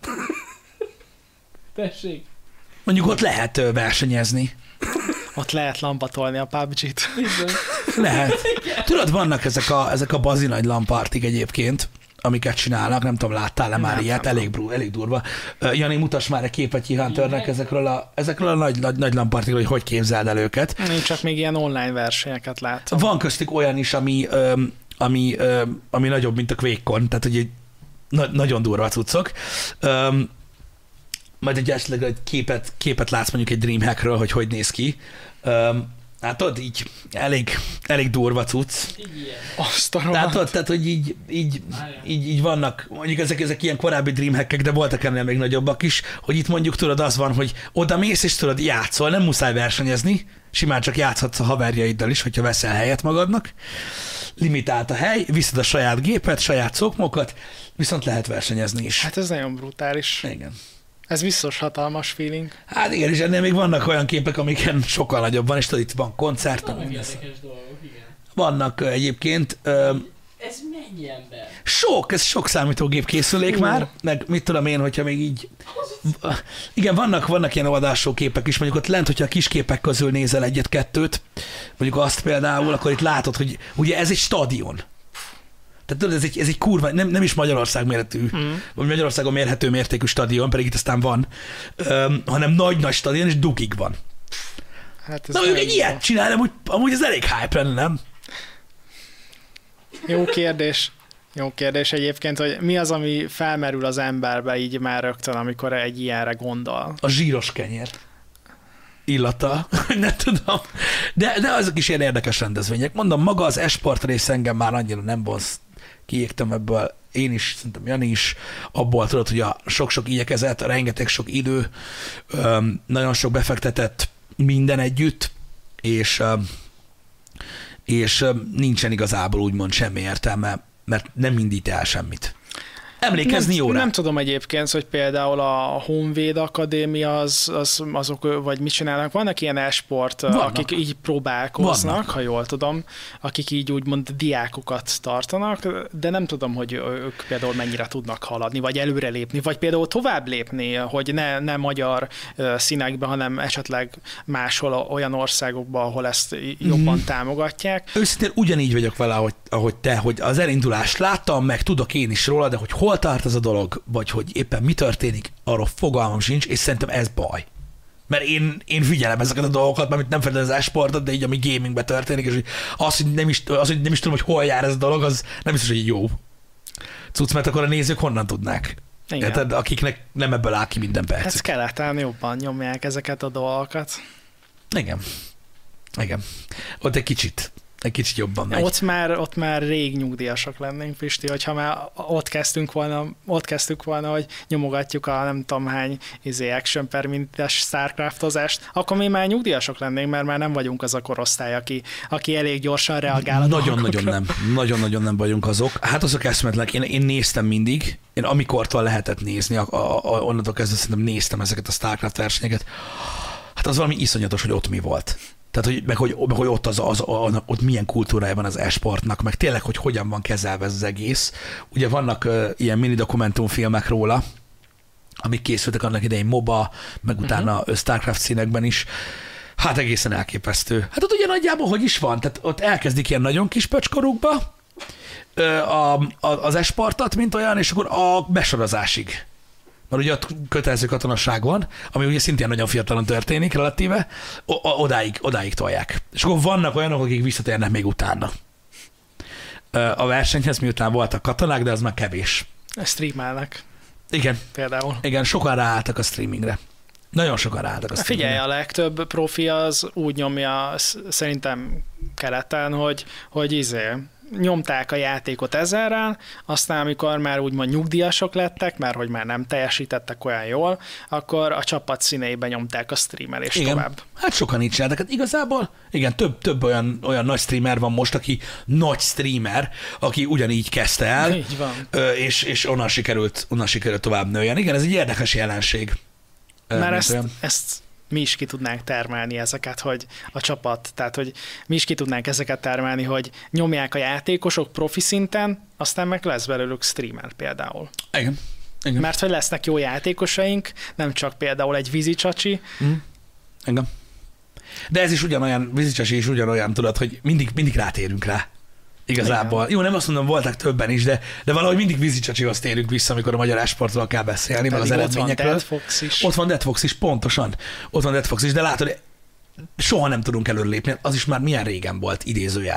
Tessék. Mondjuk ott lehet versenyezni. Ott lehet lampatolni a PUBG-t. Lehet. Tudod, vannak ezek a bazi nagy LAN-partik egyébként, amiket csinálnak, nem tudom, láttál-e már ilyet, elég durva. Jani, mutass már egy képet Hunternek ezekről a nagy LAN-partikról, hogy képzeld el őket. Én csak még ilyen online versenyeket látom. Van köztük olyan is, ami nagyobb, mint a QuakeCon, tehát hogy nagyon durva cuccok. Majd egy képet látsz mondjuk egy DreamHackről, hogy néz ki. Hát tudod, így elég durva cucc. Tehát, hogy így vannak, mondjuk ezek ilyen korábbi DreamHack-ek, de voltak ennél még nagyobbak is, hogy itt mondjuk tudod, az van, hogy oda mész és tudod, játszol, nem muszáj versenyezni, simán csak játszhatsz a haverjaiddal is, hogyha veszel helyet magadnak. Limitált a hely, viszed a saját gépet, saját szokmokat, viszont lehet versenyezni is. Hát ez nagyon brutális. Igen. Ez biztos hatalmas feeling. Hát igen, és ennél még vannak olyan képek, amiken sokkal nagyobb van, és tudod, itt van koncert. Vannak érdekes dolgok, igen. Vannak egyébként. Ez mennyi ember? Ez sok számítógép készülék már, meg mit tudom én, hogyha még így... Igen, vannak ilyen oldalsó képek is, mondjuk ott lent, hogyha a kis képek közül nézel egyet-kettőt, mondjuk azt például, akkor itt látod, hogy ugye ez egy stadion. Tehát tudod, ez egy kurva, nem is Magyarország méretű, vagy Magyarországon mérhető mértékű stadion, pedig itt aztán van, hanem nagy-nagy stadion, és dugig van. Hát na, ők egy ilyet csinál, amúgy ez elég hype lenne, nem? Jó kérdés egyébként, hogy mi az, ami felmerül az emberbe így már rögtön, amikor egy ilyenre gondol. A zsíros kenyér illata, nem tudom. De azok is ilyen érdekes rendezvények. Mondom, maga az esport rész engem már annyira nem vonz. Kiégtem ebből, én is, szerintem Jani is, abból tudod, hogy a sok-sok igyekezett, rengeteg sok idő, nagyon sok befektetett minden együtt, és nincsen igazából úgymond semmi értelme, mert nem indít el semmit. Emlékezni jóra. Nem tudom egyébként, hogy például a Honvéd Akadémia azok, vagy mit csinálnak. Vannak ilyen e-sport, akik így próbálkoznak, ha jól tudom, akik így úgymond diákokat tartanak, de nem tudom, hogy ők például mennyire tudnak haladni, vagy előrelépni, vagy például tovább lépni, hogy ne magyar színekben, hanem esetleg máshol olyan országokban, ahol ezt jobban támogatják. Őszintén ugyanígy vagyok vele, ahogy te, hogy az elindulást láttam, meg tudok én is róla, de hogy hol tart ez a dolog, vagy hogy éppen mi történik, arról fogalmam sincs, és szerintem ez baj. Mert én figyelem ezeket a dolgokat, mert nem feltétlenül az e-sportot, de így ami gamingben történik, és hogy nem is tudom, hogy hol jár ez a dolog, az nem biztos, hogy jó cucc, mert akkor a nézők honnan tudnák. Érted? Akiknek nem ebből áll ki minden percük. Ez keleten jobban nyomják ezeket a dolgokat. Igen. Ott egy kicsit jobban megy. Ott már rég nyugdíjasak lennénk, Pisti, hogyha már ott kezdtünk volna, hogy nyomogatjuk a nem tudom hány action per minutes Starcraftozást, akkor mi már nyugdíjasok lennénk, mert már nem vagyunk az a korosztály, aki elég gyorsan reagál a dolgokra. Nagyon-nagyon nem vagyunk azok. Hát azok eszmetlenek. Én néztem mindig, én amikortól lehetett nézni, onnantól kezdve szerintem néztem ezeket a Starcraft versenyeket. Hát az valami iszonyatos, hogy ott mi volt. Tehát, hogy ott, ott milyen kultúrája van az e-sportnak, meg tényleg, hogy hogyan van kezelve ez az egész. Ugye vannak ilyen mini dokumentumfilmek róla, amik készültek annak idején MOBA, meg utána Starcraft színekben is. Hát egészen elképesztő. Hát ott ugye nagyjából hogy is van? Tehát ott elkezdik ilyen nagyon kis pöcskorukba az e-sportot, mint olyan, és akkor a besorozásig. Mert ugye ott kötelező katonasság van, ami ugye szintén nagyon fiatalon történik relatíve, odáig tolják. És akkor vannak olyanok, akik visszatérnek még utána. A versenyhez miután voltak katonák, de az már kevés. Streamelnek. Igen. Például. Igen, sokan ráálltak a streamingre. Nagyon sokan ráálltak a streamingre. Figyelj, a legtöbb profi az úgy nyomja szerintem keleten, hogy nyomták a játékot 1000-rel, aztán amikor már úgymond nyugdíjasok lettek, mert hogy már nem teljesítettek olyan jól, akkor a csapat színeiben nyomták a streamelést tovább. Hát sokan így csináltak. Hát igazából igen, több olyan nagy streamer van most, aki nagy streamer, aki ugyanígy kezdte el, így van. És onnan sikerült tovább nőjen. Igen, ez egy érdekes jelenség. Mert ezt mi is ki tudnánk termelni ezeket, hogy a csapat, tehát hogy mi is ki tudnánk ezeket termelni, hogy nyomják a játékosok profi szinten, aztán meg lesz belőlük streamer például. Igen. Mert hogy lesznek jó játékosaink, nem csak például egy vízicsacsi. Igen. De ez is ugyanolyan, vízicsacsi is ugyanolyan, tudod, hogy mindig rátérünk rá. Igazából. Igen. Jó, nem azt mondom, voltak többen is, de valahogy mindig vízicsacsihoz térünk vissza, amikor a magyar e-sportról kell beszélni, meg az eredményekről. Ott van Deadfox is. Ott van Deadfox is, pontosan. Ott van Deadfox is, de látod, soha nem tudunk előrelépni. Az is már milyen régen volt, idézőjelben.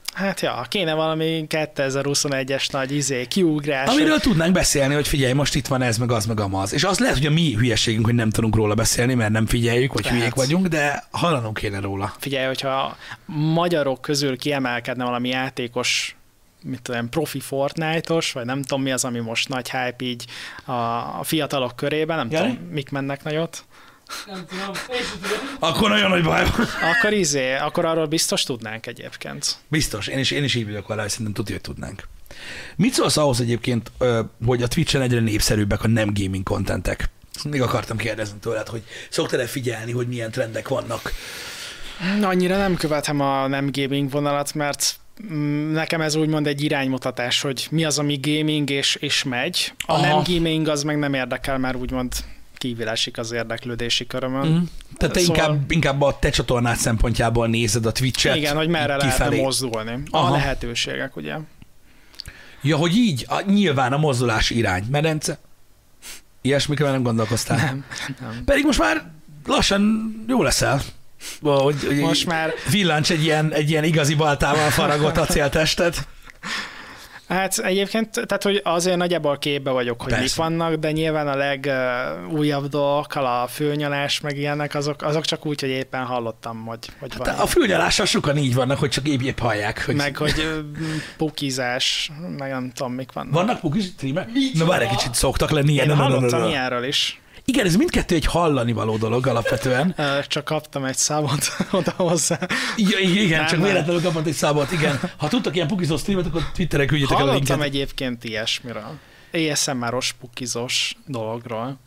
Hát ja, kéne valami 2021-es nagy kiugrás. Amiről tudnánk beszélni, hogy figyelj, most itt van ez, meg az, meg amaz. És az lehet, hogy a mi hülyeségünk, hogy nem tudunk róla beszélni, mert nem figyeljük, vagy hülyék vagyunk, de hallanunk kéne róla. Figyelj, hogyha magyarok közül kiemelkedne valami játékos, mit tudom, profi Fortnite-os, vagy nem tudom mi az, ami most nagy hype így a fiatalok körében, nem tudom, mik mennek nagyot. Nem tudom, én sem tudom. Akkor nagyon nagy baj van. Akkor arról biztos tudnánk egyébként. Biztos, én is így vagyok vele, hogy szerintem tudja, hogy tudnánk. Mit szólsz ahhoz egyébként, hogy a Twitch-en egyre népszerűbbek a nem gaming contentek? Még akartam kérdezni tőled, hogy szoktál-e figyelni, hogy milyen trendek vannak? Annyira nem követem a nem gaming vonalat, mert nekem ez úgymond egy iránymutatás, hogy mi az, ami gaming és megy. A nem gaming az meg nem érdekel, mert úgymond kívül esik az érdeklődési körömön. Tehát te inkább a te csatornád szempontjából nézed a Twitch-et. Igen, hogy merre lehetne mozdulni. A lehetőségek, ugye? Ja, hogy így? Nyilván a mozdulási irány. Medence? Ilyesmikről nem gondolkoztál? Nem. Pedig most már lassan jó leszel. Hogy most már villancs egy ilyen igazi baltával faragott acéltestet. Hát egyébként, tehát hogy azért nagyjából képbe vagyok, hogy mik vannak, de nyilván a legújabb dolgokkal, a fülnyalás, meg ilyenek, azok csak úgy, hogy éppen hallottam, hogy van. A fülnyalással sokan így vannak, hogy csak épp hallják. Hogy... Meg, hogy pukizás, meg nem tudom, mik vannak. Vannak pukiz streamek? Na várj, egy kicsit szoktak lenni ilyen. Én hallottam ilyenről is. Igen, ez mindkettő egy hallani való dolog alapvetően. Csak kaptam egy számot oda hozzá. Igen, csak véletlenül kapott egy számot, igen. Ha tudtak ilyen pukizó streamet, akkor Twitteren küldjetek el a linket. Hallottam egyébként ilyesmiről. ASMR-os pukizós dologról.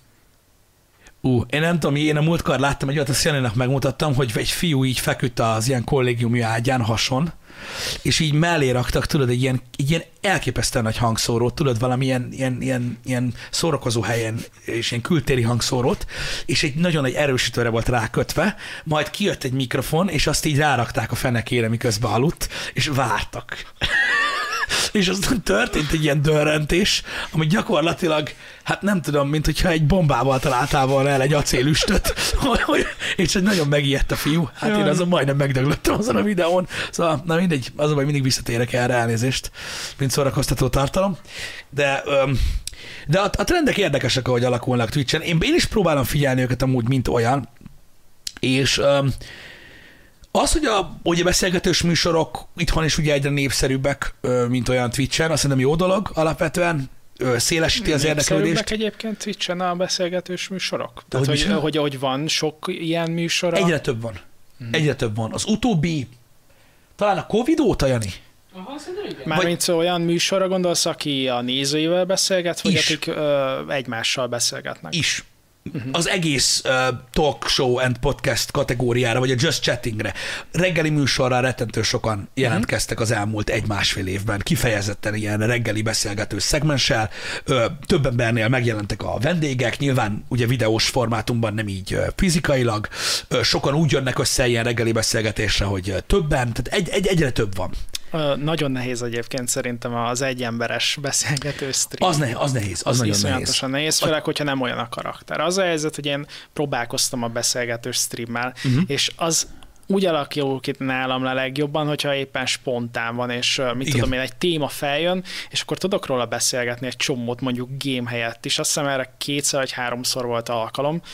Én nem tudom, én a múltkor láttam egy olyat, azt Janinak megmutattam, hogy egy fiú így feküdt az ilyen kollégiumi ágyán, hason, és így mellé raktak, tudod, egy ilyen elképesztően nagy hangszórót, tudod, valami ilyen szórakozó helyen, és ilyen kültéri hangszórót, és egy nagyon nagy erősítőre volt rákötve, majd kijött egy mikrofon, és azt így rárakták a fenekére, miközben aludt, és vártak. És aztán történt egy ilyen dörrentés, ami gyakorlatilag, hát nem tudom, mint hogyha egy bombával találtál volna el egy acélüstöt, és egy nagyon megijedt a fiú. Hát én azon majdnem megdöglöttem azon a videón. Szóval, na mindegy, az a baj, mindig visszatérek erre, elnézést, mint szórakoztató tartalom. De a trendek érdekesek, ahogy alakulnak Twitch-en. Én is próbálom figyelni őket amúgy, mint olyan, és az, hogy a beszélgetős műsorok itthon is ugye egyre népszerűbbek, mint olyan Twitch-en, azt szerintem jó dolog alapvetően, szélesíti az érdeklődést. Népszerűbbek egyébként Twitch-en a beszélgetős műsorok? Tehát, hogy van sok ilyen műsor? Egyre több van. Egyre több van. Az utóbbi, talán a Covid óta, Jani? Aha, szerintem igen. Mármint olyan műsorra gondolsz, aki a nézőivel beszélget, vagy akik egymással beszélgetnek? Is. Az egész talk show and podcast kategóriára, vagy a just chattingre. Reggeli műsorra rettentő sokan jelentkeztek az elmúlt 1-1,5 évben, kifejezetten ilyen reggeli beszélgető szegmenssel. Több embernél megjelentek a vendégek, nyilván ugye videós formátumban, nem így fizikailag. Sokan úgy jönnek össze ilyen reggeli beszélgetésre, hogy többen, tehát egyre több van. Nagyon nehéz egyébként szerintem az egyemberes beszélgető stream. Az nehéz, az nagyon nehéz. Főleg, hogyha nem olyan a karakter. Az a helyzet, hogy én próbálkoztam a beszélgető streammel, és az úgy alakul ki nálam le legjobban, hogyha éppen spontán van, és tudom én, egy téma feljön, és akkor tudok róla beszélgetni egy csomót, mondjuk game helyett is. Azt hiszem erre 2 vagy 3-szor volt alkalom.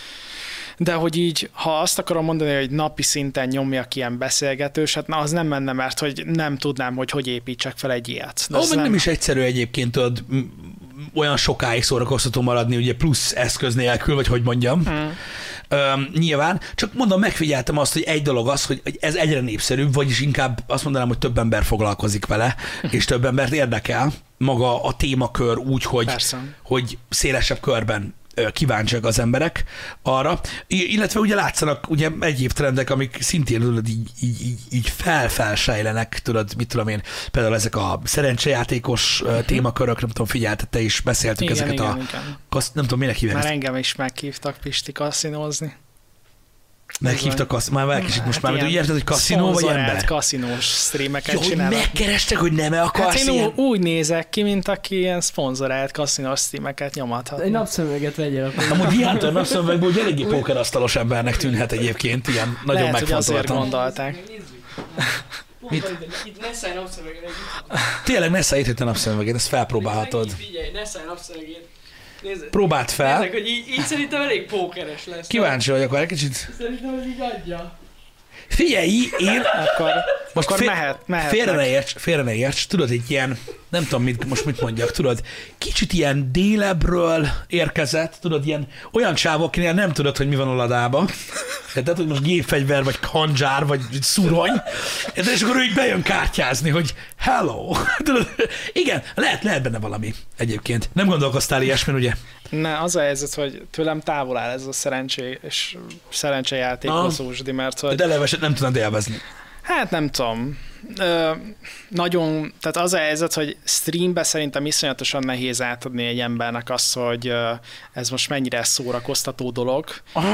De hogy így, ha azt akarom mondani, hogy napi szinten nyomjak ilyen beszélgetős, hát az nem menne, mert hogy nem tudnám, hogy építsek fel egy ilyet. Nem is egyszerű egyébként, tudod, olyan sokáig szórakoztató maradni, ugye plusz eszköz nélkül, vagy hogy mondjam. Nyilván, csak mondom, megfigyeltem azt, hogy egy dolog az, hogy ez egyre népszerűbb, vagyis inkább azt mondanám, hogy több ember foglalkozik vele, és több embert érdekel maga a témakör úgy, hogy szélesebb körben kíváncsiak az emberek arra, illetve ugye látszanak ugye egyéb trendek, amik szintén tudod, így felfelsejlenek, tudod, mit tudom én, például ezek a szerencsejátékos témakörök, nem tudom, figyeltette is, beszéltük ezeket igen. Nem tudom, minek hívják. Már engem is meghívtak Pisti kaszinózni. Meghívtak már kicsit most már, úgy érted, hogy kaszinó vagy ember? Kaszinós streameket csinálnak. Megkerestek, hogy nem akarsz hát én úgy nézek ki, mint aki ilyen szponzorált kaszinós streameket nyomathat. Egy napszemüveget vegyél. Amúgy Hiántor napszemüvegből úgy eléggé pókerasztalos embernek tűnhet egyébként, ilyen nagyon megfontoltan. Lehet, hogy azért gondolták. Itt ne szállj napszemegére. Tényleg ne szállj itt a napszemegét, ezt felpróbálhatod. Figyelj, ne szállj napszemegére. Próbáld fel. Nézzek, hogy így szerintem elég pókeres lesz. Kíváncsi vagyok, akkor egy kicsit. Szerintem ez így adja. Figyelj, én... Akkor mehet. Félre ne érts, tudod, egy ilyen, nem tudom, mit mondjak, tudod, kicsit ilyen délebbről érkezett, tudod, ilyen olyan csávok, akinél nem tudod, hogy mi van a ladában. Tehát, hogy most gépfegyver, vagy kandzsár, vagy szurony. És akkor ő így bejön kártyázni, hogy hello. Tudod, igen, lehet benne valami egyébként. Nem gondolkoztál ilyesmin, ugye? Ne, az a helyzet, hogy tőlem távol áll ez a szerencsejátékos úsdi, mert hogy... De eleve nem tudod élvezni. Hát nem tudom. Nagyon, tehát az a helyzet, hogy streambe szerintem iszonyatosan nehéz átadni egy embernek azt, hogy ez most mennyire szórakoztató dolog,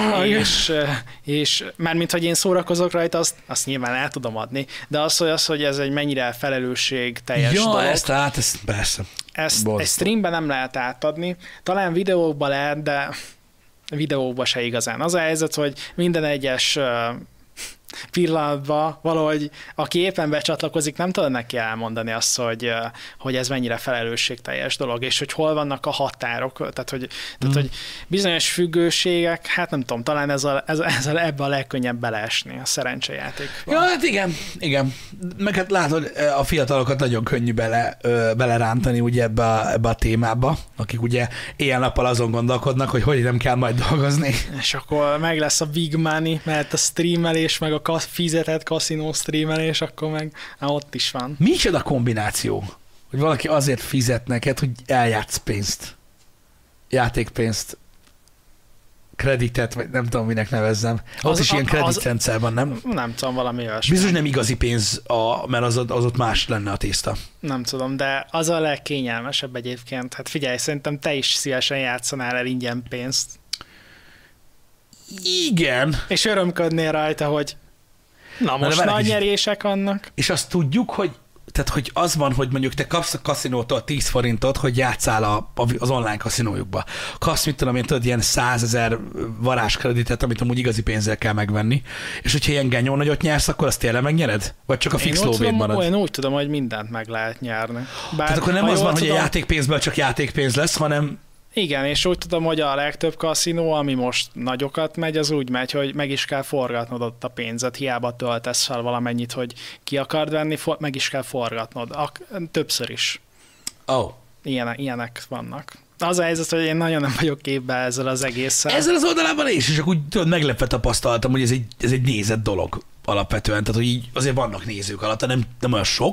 és mármint, hogy én szórakozok rajta, azt nyilván el tudom adni, de az, hogy ez egy mennyire felelősségteljes dolog. Ezt persze. Ezt egy streamben nem lehet átadni. Talán videókban lehet, de videókban se igazán. Az a helyzet, hogy minden egyes pillanatban valahogy, aki éppen becsatlakozik, nem tudod neki elmondani azt, hogy ez mennyire felelősségteljes dolog, és hogy hol vannak a határok, tehát hogy bizonyos függőségek, hát nem tudom, talán ebbe a legkönnyebb beleesni a szerencsejátékban. Ja, hát igen. Meg hát látod, a fiatalokat nagyon könnyű belerántani ugye ebbe a témába, akik ugye éjjel-nappal azon gondolkodnak, hogy nem kell majd dolgozni. És akkor meg lesz a big money, mert a streamelés, meg a fizetett kaszinó streamelés, akkor meg ott is van. Micsoda kombináció, hogy valaki azért fizet neked, hogy eljátsz pénzt, játékpénzt, kreditet, vagy nem tudom, minek nevezzem. Ott is ilyen kreditrendszer van, nem? Nem tudom, valami olyasmi. Biztos nem igazi pénz, mert az ott más lenne a tészta. Nem tudom, de az a legkényelmesebb egyébként. Hát figyelj, szerintem te is szívesen játszanál el ingyen pénzt. Igen. És örömködnél rajta, hogy na most nagy nyerések vannak. És azt tudjuk, hogy az van, hogy mondjuk te kapsz a kaszinótól 10 forintot, hogy játszál az online kaszinójukba. Kapsz, mit tudom én, tudod, ilyen 100 000 varázskreditet, amit amúgy igazi pénzzel kell megvenni. És hogyha ilyen genyó nagyot nyersz, akkor azt tényleg megnyered? Vagy csak a fix lóvét marad? Én úgy tudom, hogy mindent meg lehet nyerni. Tehát akkor nem az van, hogy a játékpénzből csak játékpénz lesz, hanem... Igen, és úgy tudom, hogy a legtöbb kaszinó, ami most nagyokat megy, az úgy megy, hogy meg is kell forgatnod ott a pénzet, hiába töltesz fel valamennyit, hogy ki akard venni, meg is kell forgatnod. Többször is. Oh. Ilyenek vannak. Az a helyzet, hogy én nagyon nem vagyok képbe ezzel az egésszel. Ezzel az oldalában és csak úgy tudod, meglepve tapasztaltam, hogy ez egy nézett dolog alapvetően. Tehát, hogy így azért vannak nézők alatt, nem olyan sok,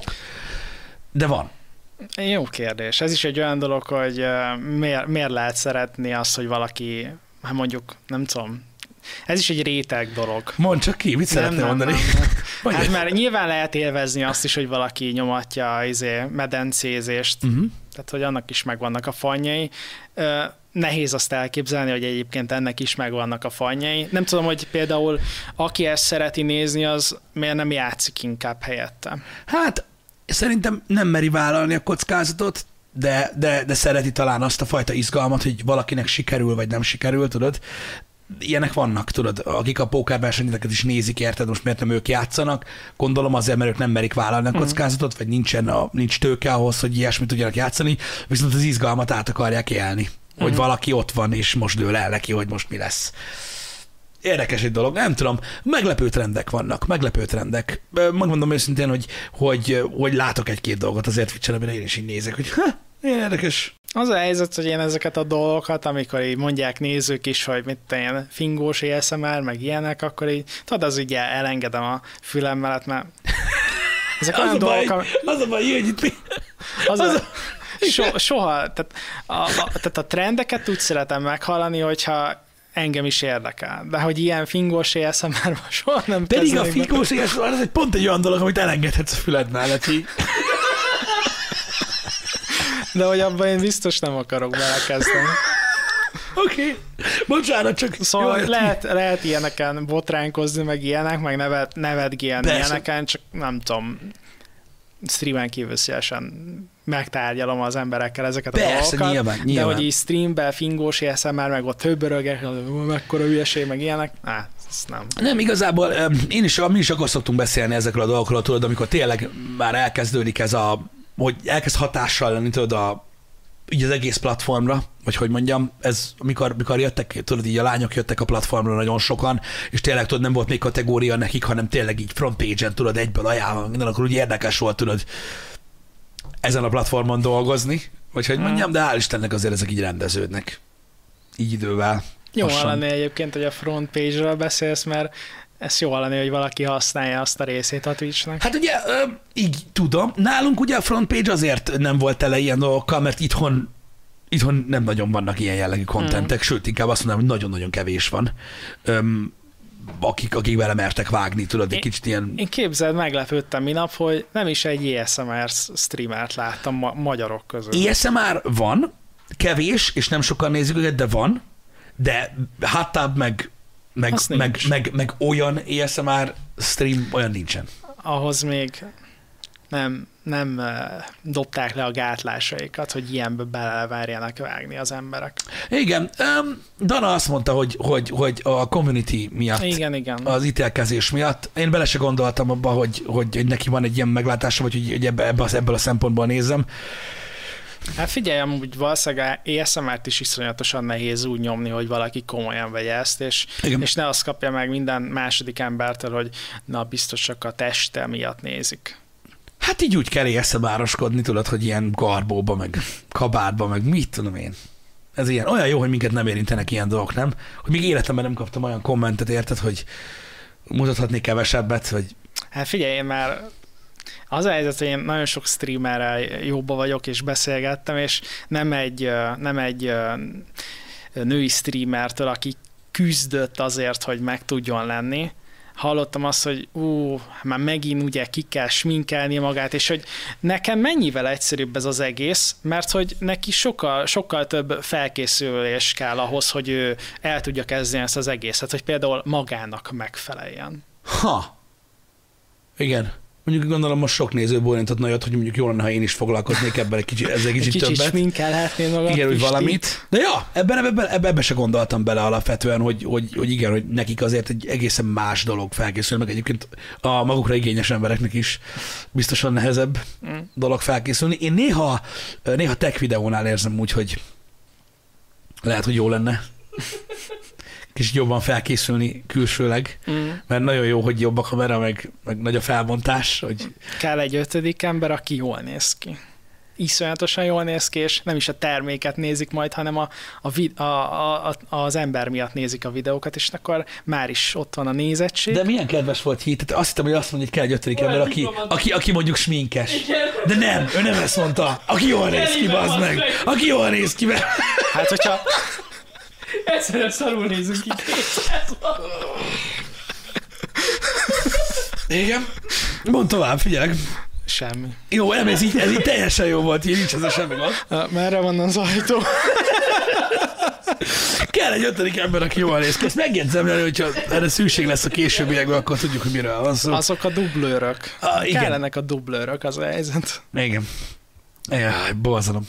de van. Jó kérdés. Ez is egy olyan dolog, hogy miért lehet szeretni azt, hogy valaki, hát mondjuk, nem tudom, ez is egy réteg dolog. Mondd csak ki, mit szeretnél mondani? Nem. Hát már nyilván lehet élvezni azt is, hogy valaki nyomatja medencézést, tehát hogy annak is megvannak a fannyai. Nehéz azt elképzelni, hogy egyébként ennek is megvannak a fannyai. Nem tudom, hogy például aki ezt szereti nézni, az miért nem játszik inkább helyette? Hát szerintem nem meri vállalni a kockázatot, de szereti talán azt a fajta izgalmat, hogy valakinek sikerül, vagy nem sikerül, tudod. Ilyenek vannak, tudod, akik a pókerversenyeket is nézik, érted, most miért nem ők játszanak. Gondolom azért, mert ők nem merik vállalni a kockázatot, vagy nincs tőke ahhoz, hogy ilyesmit tudjanak játszani, viszont az izgalmat át akarják élni. Hogy valaki ott van, és most dől el neki, hogy most mi lesz. Érdekes egy dolog, nem tudom, meglepő trendek vannak, Megmondom őszintén, hogy látok egy-két dolgot azért Twitch-en, amire én is így nézek, hogy érdekes. Az a helyzet, hogy én ezeket a dolgokat, amikor így mondják nézők is, hogy mit ilyen fingós ASMR, meg ilyenek, akkor így, tudod, az így elengedem a fülem mellett, mert ezek olyan dolgok, az a baj, hogy itt mi? Soha, tehát a trendeket úgy szeretem meghallani, hogyha engem is érdekel. De hogy ilyen fingós ASMR soha nem kezdődik. Pedig a fingós ASMR az egy pont egy olyan dolog, amit elengedhetsz a füled mellett. De hogy abban én biztos nem akarok belekezdeni. Oké. Bocsánat, csak... Szóval lehet ilyeneken botránkozni, meg ilyenek, meg nevetgélni ilyeneken, csak nem tudom, streamen kívül szívesen megtárgyalom az emberekkel ezeket a dolgokat. Nyilván. De hogy így streamben fingós ASMR, meg ott höbbörögek, mekkora hülyeség, meg ilyenek, ezt nem. Nem, igazából mi is akkor szoktunk beszélni ezekről a dolgokról, tudod, amikor tényleg már elkezdődik ez hogy elkezd hatással lenni, tudod, így az egész platformra, vagy hogy mondjam, ez mikor jöttek, tudod, így a lányok jöttek a platformra nagyon sokan, és tényleg tudod, nem volt még kategória nekik, hanem tényleg így frontpage-en, tudod, egyből ajánlva, minden, akkor úgy érdekes volt, tudod, ezen a platformon dolgozni, vagy hogy mondjam, de hál' Istennek azért ezek így rendeződnek. Így idővel. Jó hallani egyébként, hogy a front page-ről beszélsz, mert ez jó hallani, hogy valaki használja azt a részét a Twitch-nek. Hát ugye, így tudom, nálunk ugye a front page azért nem volt tele ilyen dolgokkal, mert itthon nem nagyon vannak ilyen jellegű kontentek, sőt, inkább azt mondom, hogy nagyon-nagyon kevés van. Akik vele mertek vágni, tudod, egy kicsit ilyen... Én képzeld, meglepődtem minap, hogy nem is egy ASMR streamert láttam magyarok közül. ASMR van, kevés, és nem sokan nézik őket, de van, de háttább meg olyan ASMR stream, olyan nincsen. Ahhoz még nem dobták le a gátlásaikat, hogy ilyenbe belevárjanak vágni az emberek. Igen, Dana azt mondta, hogy a community miatt, igen. Az ítélkezés miatt, én bele se gondoltam abba, hogy neki van egy ilyen meglátása, vagy hogy ebből a szempontból nézzem. Hát figyelj, amúgy valószínűleg ASMR-t is iszonyatosan nehéz úgy nyomni, hogy valaki komolyan vegye ezt, és ne azt kapja meg minden második embertől, hogy na biztos csak a teste miatt nézik. Hát így úgy kell ASMR-oskodni, tudod, hogy ilyen garbóba, meg kabátba, meg mit tudom én. Ez ilyen, olyan jó, hogy minket nem érintenek ilyen dolgok, nem? Hogy még életemben nem kaptam olyan kommentet, érted, hogy mutathatnék kevesebbet, vagy... Hát figyelj, én már az a helyzet, hogy én nagyon sok streamerrel jóba vagyok, és beszélgettem, és nem egy női streamertől, aki küzdött azért, hogy meg tudjon lenni. Hallottam azt, hogy már megint ugye ki kell sminkelni magát, és hogy nekem mennyivel egyszerűbb ez az egész, mert hogy neki sokkal több felkészülés kell ahhoz, hogy ő el tudja kezdeni ezt az egészet, hogy például magának megfeleljen. Igen. Mondjuk gondolom most sok néző bólintott nagyot, hogy mondjuk jó lenne, ha én is foglalkoznék ezzel egy kicsit többet. Kicsit sminkelhetnél magad. Igen, hogy valamit. De ja, ebben se gondoltam bele alapvetően, hogy igen, hogy nekik azért egy egészen más dolog felkészülni, meg egyébként a magukra igényes embereknek is biztosan nehezebb dolog felkészülni. Én néha tech videónál érzem úgy, hogy lehet, hogy jó lenne kicsit jobban felkészülni külsőleg, mert nagyon jó, hogy jobb a kamera, meg nagy a felbontás. Hogy... Kell egy ötödik ember, aki jól néz ki. Iszonyatosan jól néz ki, és nem is a terméket nézik majd, hanem az ember miatt nézik a videókat, és akkor már is ott van a nézettség. De milyen kedves volt hit. Tehát azt hittem, hogy azt mondja, hogy kell egy ötödik ember, aki mondjuk sminkes. De nem, ő nem ezt mondta. Aki jól néz ki, bazd meg. Aki jól néz ki, mert... Hát, hogyha... Egyszerűen szarul nézünk ki. Igen. Mondd tovább, figyelek. Semmi. Jó, nem, ez így teljesen jó volt, így nincs ez a semmi gond. Merre van az ajtó? Kell egy ötödik ember, aki jól néz ki. Ezt megjegyzem, hogyha erre szükség lesz a későbbiekben, akkor tudjuk, hogy miről van szó. Azok a dublőrök. Kellenek a dublőrök, az a helyzet. Igen. Jaj, borzalom.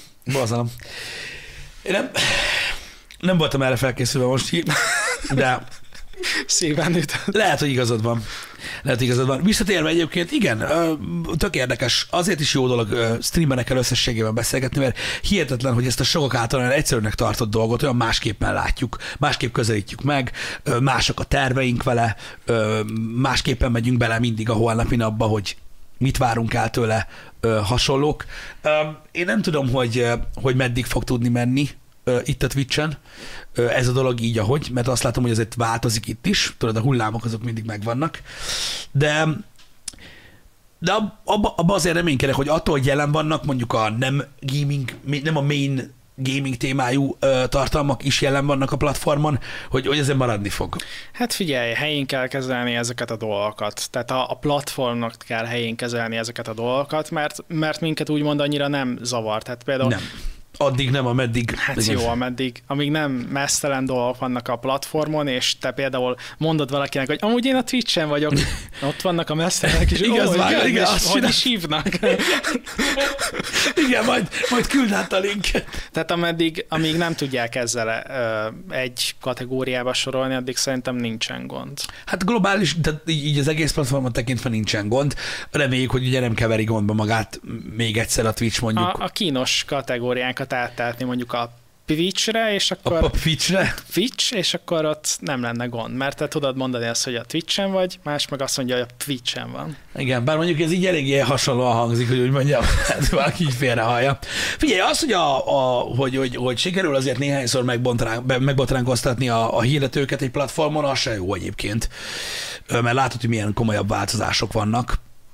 Én nem voltam erre felkészülve most, de szépen ütött. Lehet, hogy igazad van. Visszatérve egyébként, igen, tök érdekes. Azért is jó dolog streamerekkel összességében beszélgetni, mert hihetetlen, hogy ezt a sokak által olyan egyszerűnek tartott dolgot olyan másképpen látjuk, másképp közelítjük meg, mások a terveink vele, másképpen megyünk bele mindig a holnapi napba, hogy mit várunk el tőle, hasonlók. Én nem tudom, hogy meddig fog tudni menni itt a Twitch-en ez a dolog így, ahogy, mert azt látom, hogy azért változik itt is, tudod, a hullámok azok mindig megvannak, de abba azért reménykedek, hogy attól, hogy jelen vannak mondjuk a nem a main gaming témájú tartalmak is jelen vannak a platformon, hogy ezért maradni fog. Hát figyelj, helyén kell kezelni ezeket a dolgokat. Tehát a platformnak kell helyén kezelni ezeket a dolgokat, mert minket úgymond annyira nem zavar. Tehát például nem. Addig nem, ameddig... Hát jó, amíg nem mesztelen dolgok vannak a platformon, és te például mondod valakinek, hogy amúgy én a Twitch-en vagyok, ott vannak a mesztelenek, és igaz, igen, és hogy is hívnak? Igen, majd küld át a linket. Tehát amíg nem tudják ezzel egy kategóriába sorolni, addig szerintem nincsen gond. Hát globális, tehát így az egész platformon tekintve nincsen gond. Reméljük, hogy ugye nem keveri gondba magát még egyszer a Twitch mondjuk. A kínos kategóriánkat áttáltni mondjuk a Twitch-re, és akkor... A Twitch-re? Twitch, és akkor ott nem lenne gond, mert te tudod mondani azt, hogy a Twitch-en vagy, más meg azt mondja, hogy a Twitch-en van. Igen, bár mondjuk ez így eléggé hasonlóan hangzik, hogy úgy mondjam, hát valaki így félrehallja. Figyelj, az, hogy sikerül azért néhányszor megbotránkoztatni a hirdetőket egy platformon, az se jó egyébként, mert látod, hogy milyen komolyabb változások vannak,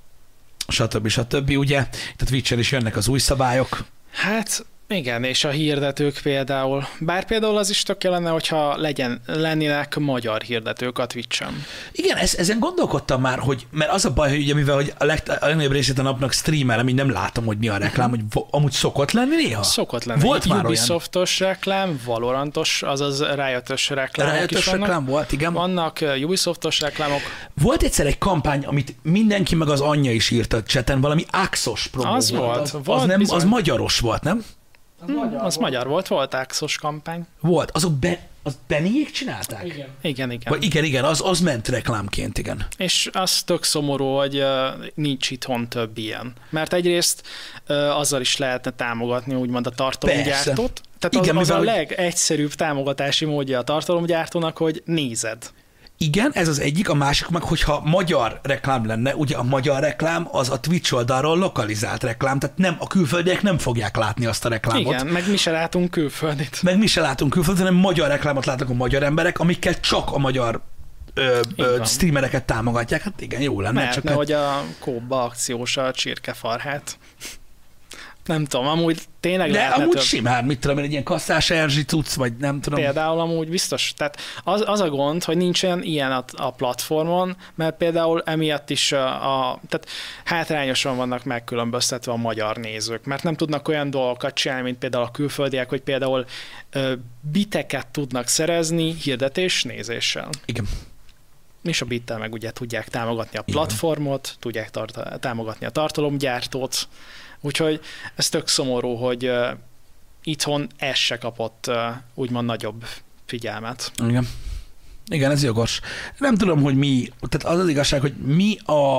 stb. Ugye? Itt a Twitch-en is jönnek az új szabályok. Hát igen, és a hirdetők például. Bár például az is tök lenne, hogyha lennének magyar hirdetők a Twitch-en. Igen, ezen gondolkodtam már, mert az a baj, hogy ugye, mivel hogy a legnagyobb részét a napnak streamelem, így nem látom, hogy mi a reklám, hogy amúgy szokott lenni néha? Szokott lenni. Volt már Ubisoftos reklám, Valorantos, azaz Riot-ös reklámok is vannak. Reklám volt, igen. Vannak Ubisoftos reklámok. Volt egyszer egy kampány, amit mindenki meg az anyja is írt a chaten, valami Axos promó az volt. Az magyaros volt, nem? Az magyar volt Axos kampány. Volt, az Bennyék csinálták? Igen, az ment reklámként, igen. És az tök szomorú, hogy nincs itthon több ilyen. Mert egyrészt azzal is lehetne támogatni úgymond a tartalomgyártót. Tehát igen, az a legegyszerűbb támogatási módja a tartalomgyártónak, hogy nézed. Igen, ez az egyik, a másik meg, hogyha magyar reklám lenne, ugye a magyar reklám az a Twitch oldalról lokalizált reklám, tehát nem, a külföldiek nem fogják látni azt a reklámot. Igen, meg mi se látunk külföldit. Hanem magyar reklámot látnak a magyar emberek, amikkel csak a magyar streamereket támogatják. Hát igen, jó lenne. Mehetne, hogy a Kóba akciós a csirkefarhát. Nem tudom, amúgy tényleg de lehetne amúgy több. simán, mit tudom én, egy ilyen kasszás erzsi cucc, vagy nem tudom. Például amúgy biztos, tehát az a gond, hogy nincsen ilyen a platformon, mert például emiatt is tehát hátrányosan vannak megkülönböztetve a magyar nézők, mert nem tudnak olyan dolgokat csinálni, mint például a külföldiek, hogy például biteket tudnak szerezni hirdetés nézéssel. Igen. És a bittel meg ugye tudják támogatni a platformot, tudják támogatni a tartalomgyártót. Úgyhogy ez tök szomorú, hogy itthon ez se kapott úgymond nagyobb figyelmet. Igen, ez jogos. Nem tudom, hogy mi, tehát az igazság, hogy mi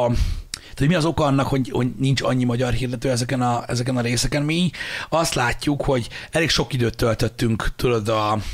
az oka annak, hogy nincs annyi magyar hirdető ezeken a részeken. Mi azt látjuk, hogy elég sok időt töltöttünk, tudod,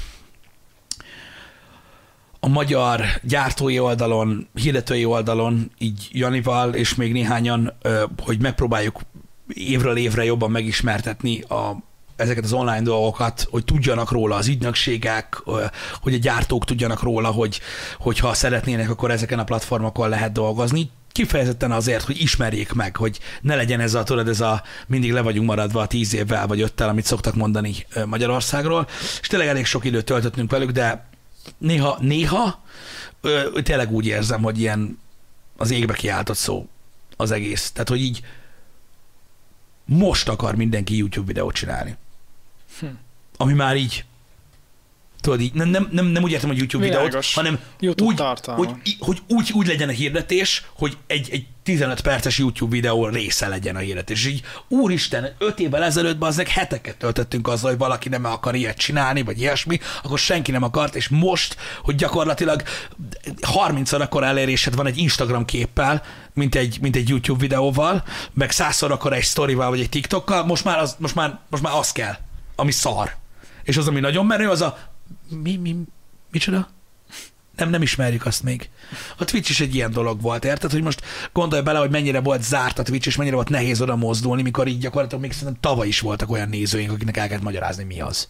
a magyar gyártói oldalon, hirdetői oldalon, így Janival, és még néhányan, hogy megpróbáljuk évről évre jobban megismertetni ezeket az online dolgokat, hogy tudjanak róla az ügynökségek, hogy a gyártók tudjanak róla, hogyha szeretnének, akkor ezeken a platformokon lehet dolgozni. Kifejezetten azért, hogy ismerjék meg, hogy ne legyen ez a mindig le vagyunk maradva 10 évvel vagy 5-tel, amit szoktak mondani Magyarországról. És tényleg elég sok időt töltöttünk velük, de néha tényleg úgy érzem, hogy ilyen az égbe kiáltott szó az egész. Tehát, hogy így most akar mindenki YouTube videót csinálni. Ami már így, tudod, így, nem úgy értem, hogy YouTube videót, hanem úgy legyen a hirdetés, hogy egy 15 perces YouTube videó része legyen a hirdetés. És így, úristen, 5 évvel ezelőtt aznek heteket töltöttünk azzal, hogy valaki nem akar ilyet csinálni, vagy ilyesmi, akkor senki nem akart, és most, hogy gyakorlatilag 30-szor akkor elérésed van egy Instagram képpel, mint egy YouTube videóval, meg 100-szor akkor egy sztorival, vagy egy TikTokkal, most már az kell, ami szar. És az, ami nagyon menő, az micsoda? Nem ismerjük azt még. A Twitch is egy ilyen dolog volt, érted? Hogy most gondolj bele, hogy mennyire volt zárt a Twitch, és mennyire volt nehéz oda mozdulni, mikor így gyakorlatilag még szerintem tavaly is voltak olyan nézőink, akiknek el kellett magyarázni, mi az.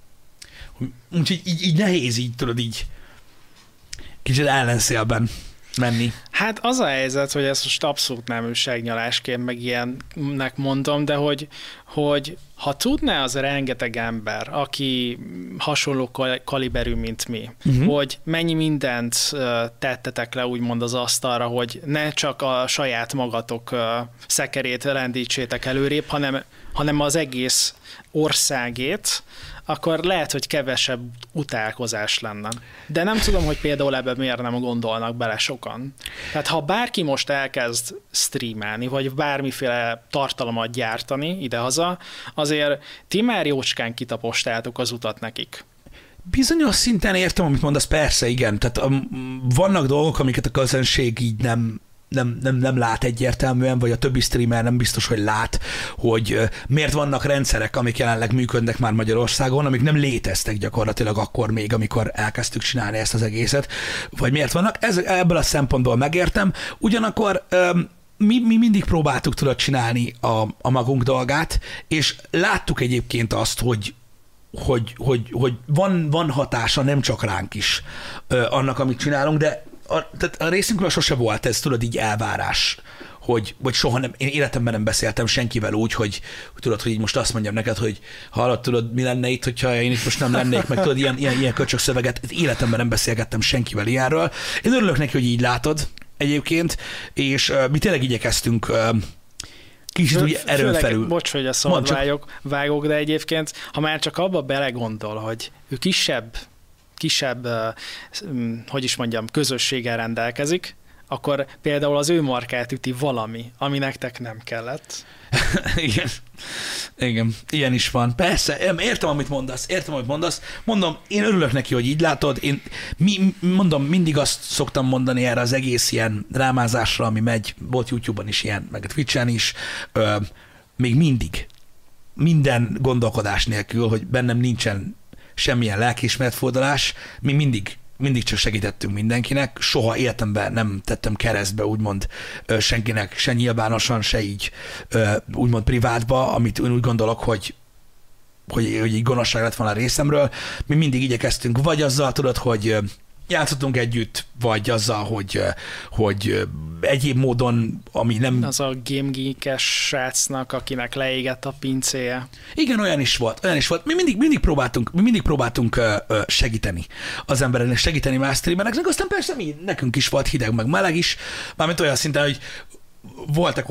Úgyhogy így nehéz, így tudod, így kicsit ellenszélben menni. Hát az a helyzet, hogy ezt most abszolút nem újságnyalásként meg ilyennek mondom, de hogy ha tudná az rengeteg ember, aki hasonló kaliberű, mint mi, hogy mennyi mindent tettetek le úgymond az asztalra, hogy ne csak a saját magatok szekerét rendítsétek előrébb, hanem az egész országét, akkor lehet, hogy kevesebb utálkozás lenne. De nem tudom, hogy például ebben miért nem gondolnak bele sokan. Tehát ha bárki most elkezd streamelni, vagy bármiféle tartalmat gyártani idehaza, azért ti már jócskán kitapostáltok az utat nekik. Bizonyos szinten értem, amit mondasz, persze, igen. Tehát vannak dolgok, amiket a közönség így nem lát egyértelműen, vagy a többi streamer nem biztos, hogy lát, hogy miért vannak rendszerek, amik jelenleg működnek már Magyarországon, amik nem léteztek gyakorlatilag akkor még, amikor elkezdtük csinálni ezt az egészet, vagy miért vannak. Ebből a szempontból megértem. Ugyanakkor mi mindig próbáltuk csinálni a magunk dolgát, és láttuk egyébként azt, hogy van hatása nem csak ránk is annak, amit csinálunk, de tehát a részünkről sose volt ez, így elvárás, vagy soha nem, én életemben nem beszéltem senkivel úgy, hogy hogy így most azt mondjam neked, hogy hallod, mi lenne itt, hogyha én itt most nem lennék, meg ilyen köcsög szöveget, életemben nem beszélgettem senkivel ilyenről. Én örülök neki, hogy így látod egyébként, és mi tényleg igyekeztünk kicsit úgy erőn felül. Bocs, hogy a szót vágok, de egyébként, ha már csak abba belegondol, hogy ő kisebb, hogy is mondjam, közösséggel rendelkezik, akkor például az ő markát üti valami, ami nektek nem kellett. Igen, ilyen is van. Persze, értem, amit mondasz. Mondom, én örülök neki, hogy így látod. Én mindig azt szoktam mondani erre az egész ilyen rámázásra, ami megy, volt YouTube-on is ilyen, meg a Twitch-en is, még mindig, minden gondolkodás nélkül, hogy bennem nincsen semmilyen lelkiismeretfordulás, mi mindig csak segítettünk mindenkinek, soha életemben nem tettem keresztbe, úgymond senkinek, se nyilvánosan, se így úgymond privátba, amit úgy gondolok, hogy így gonoszság lett volna a részemről. Mi mindig igyekeztünk, vagy azzal hogy játszottunk együtt, vagy azzal, hogy egyéb módon, ami nem... Az a Game Geek-es srácnak, akinek leégett a pincéje. Igen, olyan is volt. Mi mindig próbáltunk segíteni az embereknek, segíteni más streamereknek, aztán persze nekünk is volt hideg, meg meleg is, mármint olyan szinten, hogy voltak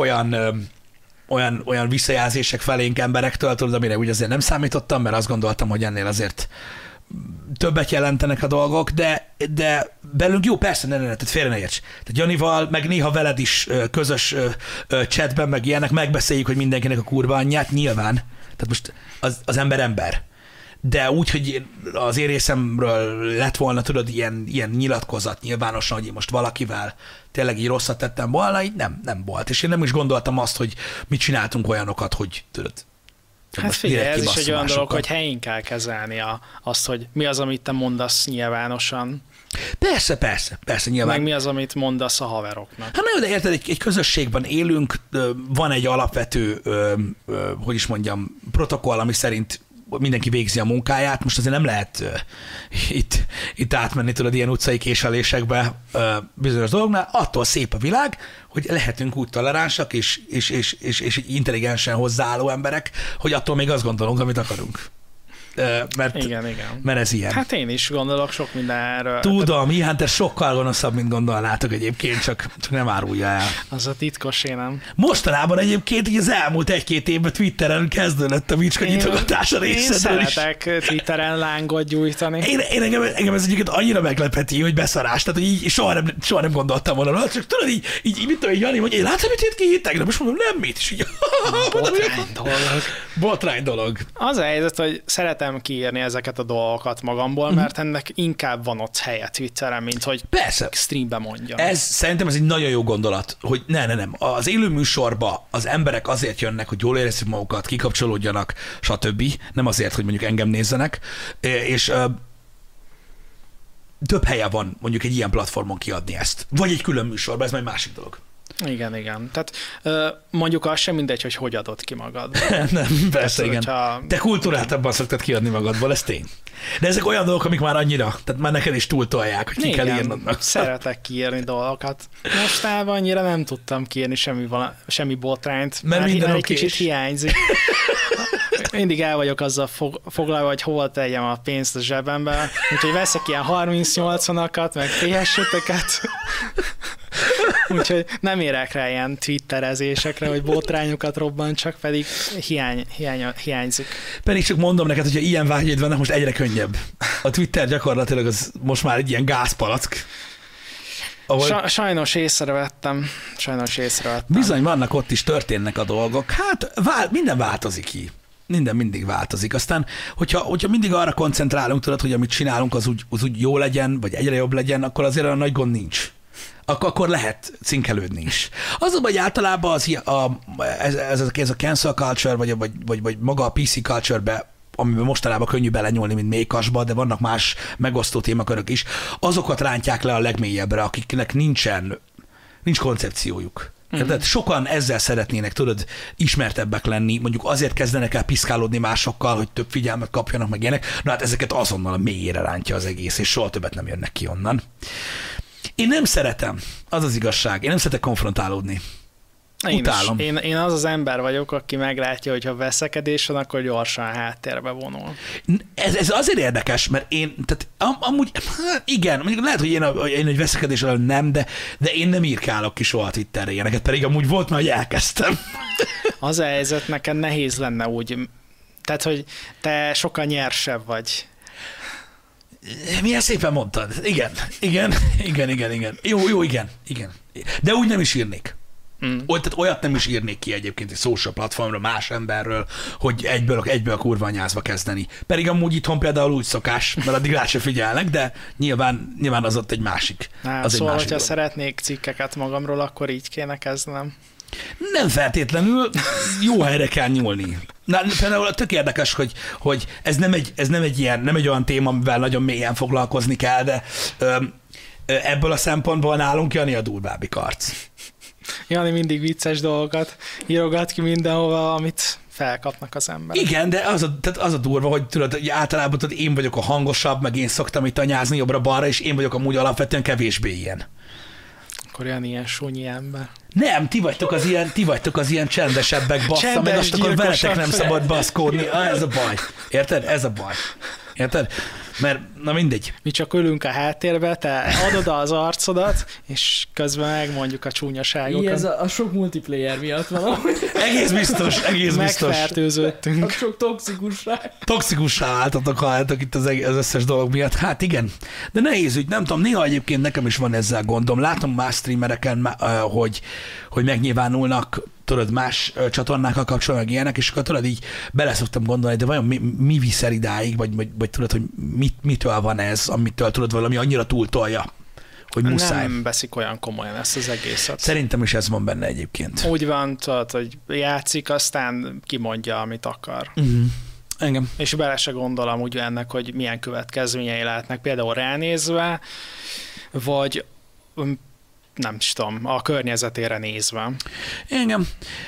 olyan visszajelzések felénk emberektől, amire úgy azért nem számítottam, mert azt gondoltam, hogy ennél azért többet jelentenek a dolgok, de belünk jó, persze, tehát félre ne érts. Tehát Janival, meg néha veled is közös chatben, meg ilyenek, megbeszéljük, hogy mindenkinek a kurva anyját, nyilván. Tehát most az ember. De úgy, hogy az én részemről lett volna, ilyen nyilatkozat nyilvánosan, hogy én most valakivel tényleg így rosszat tettem volna, így nem volt. És én nem is gondoltam azt, hogy mit csináltunk olyanokat, hogy Hát figyelj, ez is egy olyan dolog, hogy helyén kell kezelni azt, hogy mi az, amit te mondasz nyilvánosan. Persze, nyilván. Meg mi az, amit mondasz a haveroknak. Hát nagyon, de érted, egy közösségben élünk, van egy alapvető, hogy is mondjam, protokoll, ami szerint mindenki végzi a munkáját. Most azért nem lehet itt átmenni, ilyen utcai késelésekbe bizonyos dolgoknál. Attól szép a világ, hogy lehetünk úgy toleránsak és intelligensen hozzáálló emberek, hogy attól még azt gondolunk, amit akarunk. Igen. Mert ez ilyen. Hát én is gondolok sok mindenről. Tudom, ilyen, te sokkal gonoszabb, mint gondolnátok egyébként, csak nem árulja el. Az a titkos, én nem. Mostanában egyébként így az elmúlt 1-2 évben Twitteren kezdődött a Vicska nyitogatása részedről is. Én szeretek Twitteren lángot gyújtani. Engem ez egyébként annyira meglepeti, hogy beszarás, tehát hogy így soha nem gondoltam volna, csak tudod így mit tudom, Jani, hogy én látom, mit írt ki tegnap, és mondom, nem mit, és így botrány dolog. Az a helyzet, hogy szeretem kiírni ezeket a dolgokat magamból, mert ennek inkább van ott helye Twitteren, mint hogy persze streambe mondjam. Szerintem ez egy nagyon jó gondolat, hogy nem. Az élő műsorba az emberek azért jönnek, hogy jól érezzük magukat, kikapcsolódjanak, stb. Nem azért, hogy mondjuk engem nézzenek, és több helye van mondjuk egy ilyen platformon kiadni ezt. Vagy egy külön műsorban, ez majd másik dolog. Igen. Tehát mondjuk az sem mindegy, hogy adod ki magad. Nem, persze, Tehát, igen. Te kultúráltabban szoktad kiadni magadból, ez tény. De ezek olyan dolgok, amik már annyira, tehát már neked is túltolják, hogy ki kell írnod. Szeretek kiírni dolgokat. Mostában annyira nem tudtam kiírni semmi botrányt, mert egy kicsit hiányzik. Mindig el vagyok azzal foglalva, hogy hol tegyem a pénzt a zsebembe, úgyhogy veszek ilyen 38-onakat, meg PS5-öket. Úgyhogy nem érek rá ilyen twitterezésekre, hogy botrányokat robbantsak, pedig hiányzik. Pedig csak mondom neked, hogyha ilyen vágyaid vannak, most egyre könnyebb. A Twitter gyakorlatilag az most már egy ilyen gázpalack. Sajnos észrevettem. Bizony, vannak ott is, történnek a dolgok. Hát minden változik ki. Minden mindig változik. Aztán, hogyha mindig arra koncentrálunk, tudod, hogy amit csinálunk, az úgy jó legyen, vagy egyre jobb legyen, akkor azért olyan nagy gond nincs. Akkor lehet cinkelődni is. Az, hogy általában ez a cancel culture, vagy maga a PC culture-be, amiben mostanában könnyű belenyúlni, mint mékasba, de vannak más megosztó témakörök is, azokat rántják le a legmélyebbre, akiknek nincs koncepciójuk. Tehát sokan ezzel szeretnének, tudod, ismertebbek lenni, mondjuk azért kezdenek el piszkálódni másokkal, hogy több figyelmet kapjanak, meg ilyenek, na hát ezeket azonnal a mélyére rántja az egész, és soha többet nem jönnek ki onnan. Én nem szeretem, az az igazság, én nem szeretek konfrontálódni. Utálom. Én az ember vagyok, aki meglátja, hogy ha veszekedés van, akkor gyorsan háttérbe vonul. Ez azért érdekes, mert tehát amúgy, igen, mondjuk lehet, hogy én egy veszekedés ellen nem, de én nem írkálok ki soha Twitterre ilyeneket, pedig amúgy volt már, hogy elkezdtem. Az a helyzet, neked nehéz lenne úgy, tehát, hogy te sokkal nyersebb vagy. Milyen szépen mondtad. Igen. Jó, igen. De úgy nem is írnék. Tehát olyat nem is írnék ki egyébként egy social platformra más emberről, hogy egyből kurva anyázva kezdeni. Pedig amúgy itthon például úgy szokás, mert addig rá se figyelnek, de nyilván az ott egy másik. Szóval, hogyha szeretnék cikkeket magamról, akkor így kéne kezdenem. Nem feltétlenül, jó helyre kell nyúlni. Például tök érdekes, hogy ez nem egy olyan téma, amivel nagyon mélyen foglalkozni kell, de ebből a szempontból nálunk Jani a durvábbik arc. Jani mindig vicces dolgokat írogat ki mindenhova, amit felkapnak az emberek. Igen, de az a durva, hogy tudod, hogy általában én vagyok a hangosabb, meg én szoktam itt anyázni jobbra-balra, és én vagyok amúgy alapvetően kevésbé ilyen. Akkor Jani ilyen súnyi ember. Nem, ti vagytok az ilyen csendesebbek, bassza, meg azt akkor veletek nem szabad baszkódni. Ez a baj. Érted? Ez a baj. Érted? Mert, na mindegy. Mi csak ülünk a háttérbe, te adod az arcodat, és közben megmondjuk a csúnyaságokat. Ez a sok multiplayer miatt van. Egész biztos. Megfertőzöttünk. A sok toxikusság. Toxikussá váltatok, halljátok itt az összes dolog miatt. Hát igen. De nehéz ügy, nem tudom, néha egyébként nekem is van ezzel gondom. Látom más streamereken, hogy megnyilvánulnak, tudod, más csatornákkal kapcsolatban, meg ilyenek, és akkor tudod, így bele szoktam gondolni, de vajon mi visz el idáig, vagy tudod, hogy mitől van ez, amitől tudod valami annyira túltolja, hogy muszáj. Nem veszik olyan komolyan ezt az egészet. Szerintem is ez van benne egyébként. Úgy van, tudod, hogy játszik, aztán kimondja, amit akar. Engem. És bele se gondolom úgy ennek, hogy milyen következményei lehetnek, például ránézve, vagy nem is tudom, a környezetére nézve. Engem.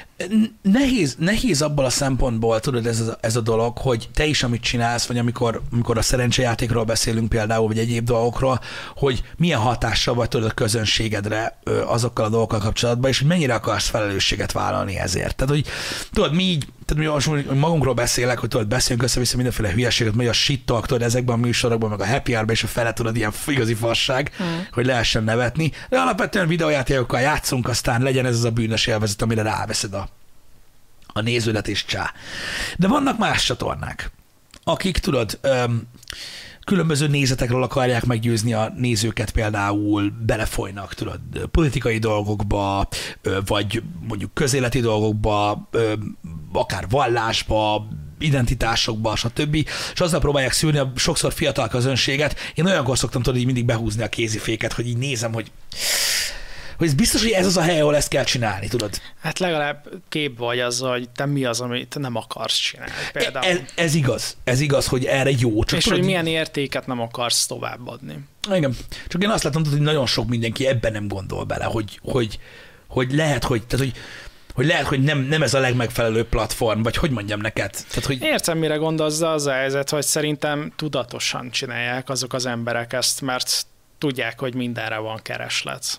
Nehéz abból a szempontból, tudod, ez a dolog, hogy te is, amit csinálsz, vagy amikor a szerencsejátékról beszélünk például, vagy egyéb dolgokról, hogy milyen hatással vagy tudod a közönségedre azokkal a dolgokkal kapcsolatban, és hogy mennyire akarsz felelősséget vállalni ezért. Tehát, hogy tudod, mi így, tehát mi most magunkról beszélek, hogy tudod, beszélünk össze-vissza mindenféle hülyeséget, vagy a shit talk, tudod, ezekben a műsorokban, meg a happy hour-ben, és a fele tudod, ilyen igazi fasság, hogy lehessen nevetni. De alapvetően videójátékokkal játszunk, aztán legyen ez az a bűnös élvezet, amire ráveszed a néződet és csá. De vannak más csatornák, akik, tudod, különböző nézetekről akarják meggyőzni a nézőket, például belefolynak, tudod, politikai dolgokba, vagy mondjuk közéleti dolgokba, akár vallásba, identitásokba, stb. És azzal próbálják szűrni a sokszor fiatal közönséget. Én olyankor szoktam, tudod, így mindig behúzni a kéziféket, hogy így nézem, hogy ez biztos, hogy ez az a hely, ahol ezt kell csinálni, tudod? Hát legalább képbe vagy azzal, hogy te mi az, amit nem akarsz csinálni például. Ez igaz, hogy erre jó. Csak és tudod, hogy milyen értéket nem akarsz továbbadni. Igen. Csak én azt látom, hogy nagyon sok mindenki ebben nem gondol bele, hogy lehet, hogy nem ez a legmegfelelőbb platform, vagy hogy mondjam neked? Tehát, hogy... Értem, mire gondolsz, de az a helyzet, hogy szerintem tudatosan csinálják azok az emberek ezt, mert tudják, hogy mindenre van kereslet.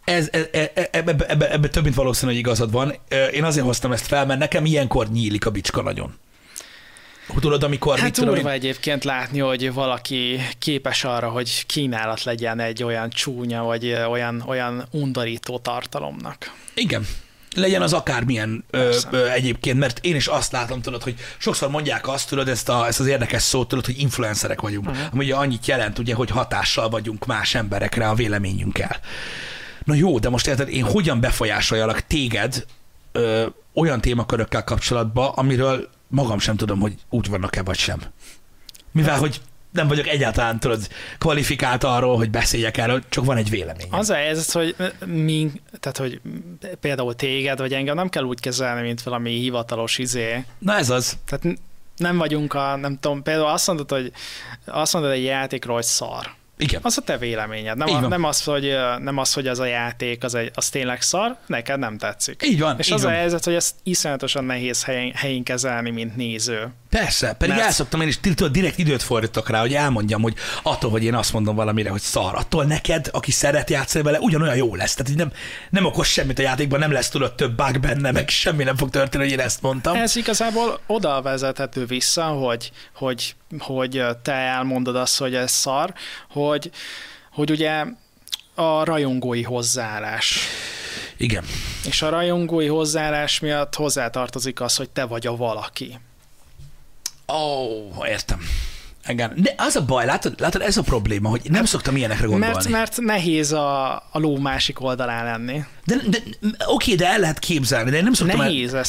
Ebbe több mint valószínű, hogy igazad van. Én azért hoztam ezt fel, mert nekem ilyenkor nyílik a bicska nagyon. Tudod, amikor... Hát durva egyébként látni, hogy valaki képes arra, hogy kínálat legyen egy olyan csúnya, vagy olyan undorító tartalomnak. Igen. Legyen az akármilyen egyébként, mert én is azt látom, tudod, hogy sokszor mondják azt, tudod, ezt az érdekes szót, tudod, hogy influencerek vagyunk. Ami ugye annyit jelent, ugye, hogy hatással vagyunk más emberekre a véleményünkkel. Na jó, de most érted, én hogyan befolyásoljalak téged olyan témakörökkel kapcsolatban, amiről magam sem tudom, hogy úgy vannak-e vagy sem. Mivel, hogy nem vagyok egyáltalán, tudod, kvalifikált arról, hogy beszéljek erről, csak van egy véleményem. Az a helyzet, hogy tehát, hogy például téged, vagy engem nem kell úgy kezelni, mint valami hivatalos Na ez az. Tehát nem vagyunk nem tudom, például azt mondod egy játékról, hogy szar. Igen. Az a te véleményed. Nem az, hogy az a játék, az tényleg szar, neked nem tetszik. Így van. És az a helyzet, hogy ezt iszonyatosan nehéz helyén kezelni, mint néző. Persze, pedig elszoktam én is, direkt időt fordítok rá, hogy elmondjam, hogy attól, hogy én azt mondom valamire, hogy szar, attól neked, aki szeret játszani vele, ugyanolyan jó lesz. Tehát nem okoz semmit a játékban, nem lesz tudod több bug benne, meg semmi nem fog történni, hogy én ezt mondtam. Ez igazából oda vezethető vissza, hogy te elmondod azt, hogy ez szar, hogy ugye a rajongói hozzáállás. Igen. És a rajongói hozzáállás miatt hozzátartozik az, hogy te vagy a valaki. Értem. Igen. De az a baj, látod, ez a probléma, hogy nem szoktam ilyenekre gondolni. Mert nehéz a ló másik oldalán lenni. Oké, de el lehet képzelni, de én nem szoktam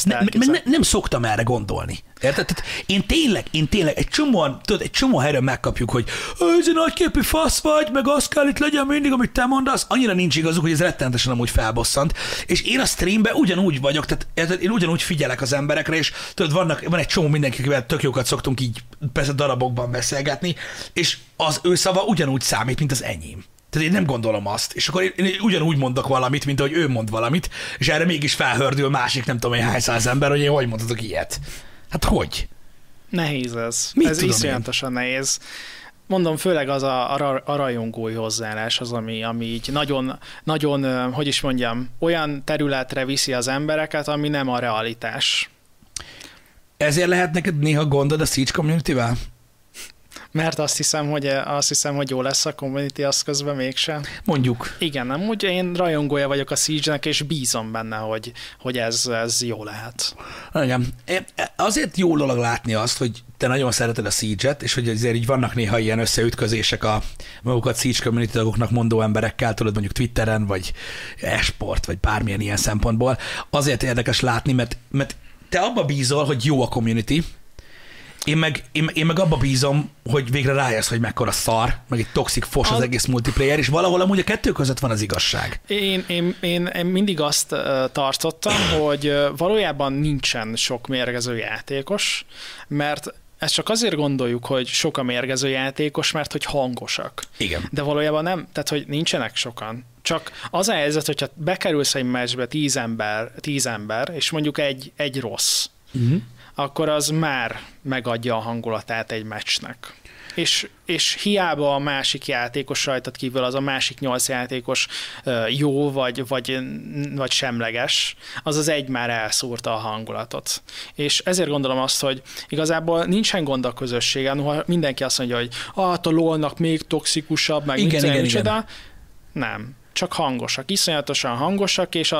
nem szoktam erre gondolni. Érted? Tehát én tényleg egy csomó helyről megkapjuk, hogy ez egy nagyképű fasz vagy, meg az kell itt legyen mindig, amit te mondasz. Annyira nincs igazuk, hogy ez rettenetesen amúgy felbosszant. És én a streamben ugyanúgy vagyok, tehát én ugyanúgy figyelek az emberekre, és tudod, van egy csomó mindenkivel tök jókat szoktunk így persze darabokban beszélgetni, és az ő szava ugyanúgy számít, mint az enyém. Tehát én nem gondolom azt, és akkor én ugyanúgy mondok valamit, mint ahogy ő mond valamit, és erre mégis felhördül másik nem tudom, hogy hány száz ember, hogy én hogy mondhatok ilyet. Hát hogy? Nehéz ez. Ez iszonyatosan nehéz. Mondom, főleg az a rajongói hozzáállás az, ami így nagyon, hogy is mondjam, olyan területre viszi az embereket, ami nem a realitás. Ezért lehet neked néha gondod a Siege community-vel? Mert azt hiszem, hogy jó lesz a community, az közben mégsem. Mondjuk. Igen, amúgy én rajongója vagyok a Siege-nek, és bízom benne, hogy ez jó lehet. Igen. Azért jó dolog látni azt, hogy te nagyon szereted a Siege-et, és hogy azért így vannak néha ilyen összeütközések a magukat Siege community tagoknak mondó emberekkel, tudod, mondjuk Twitteren, vagy esport, vagy bármilyen ilyen szempontból. Azért érdekes látni, mert te abba bízol, hogy jó a community, én meg abba bízom, hogy végre rájössz, hogy mekkora szar, meg egy toxic fos az egész multiplayer, és valahol amúgy a kettő között van az igazság. Én mindig azt tartottam, hogy valójában nincsen sok mérgező játékos, mert ezt csak azért gondoljuk, hogy sok a mérgező játékos, mert hogy hangosak. Igen. De valójában nem, tehát hogy nincsenek sokan. Csak az a helyzet, hogyha bekerülsz egy meccsbe 10 ember, és mondjuk egy rossz, akkor az már megadja a hangulatát egy meccsnek. És hiába a másik játékos rajtad kívül, az a másik 8 játékos jó vagy semleges, az egy már elszúrta a hangulatot. És ezért gondolom azt, hogy igazából nincsen gond a közösségen, ha mindenki azt mondja, hogy a LOL-nak még toxikusabb, meg igen. Nem, csak hangosak, iszonyatosan hangosak, és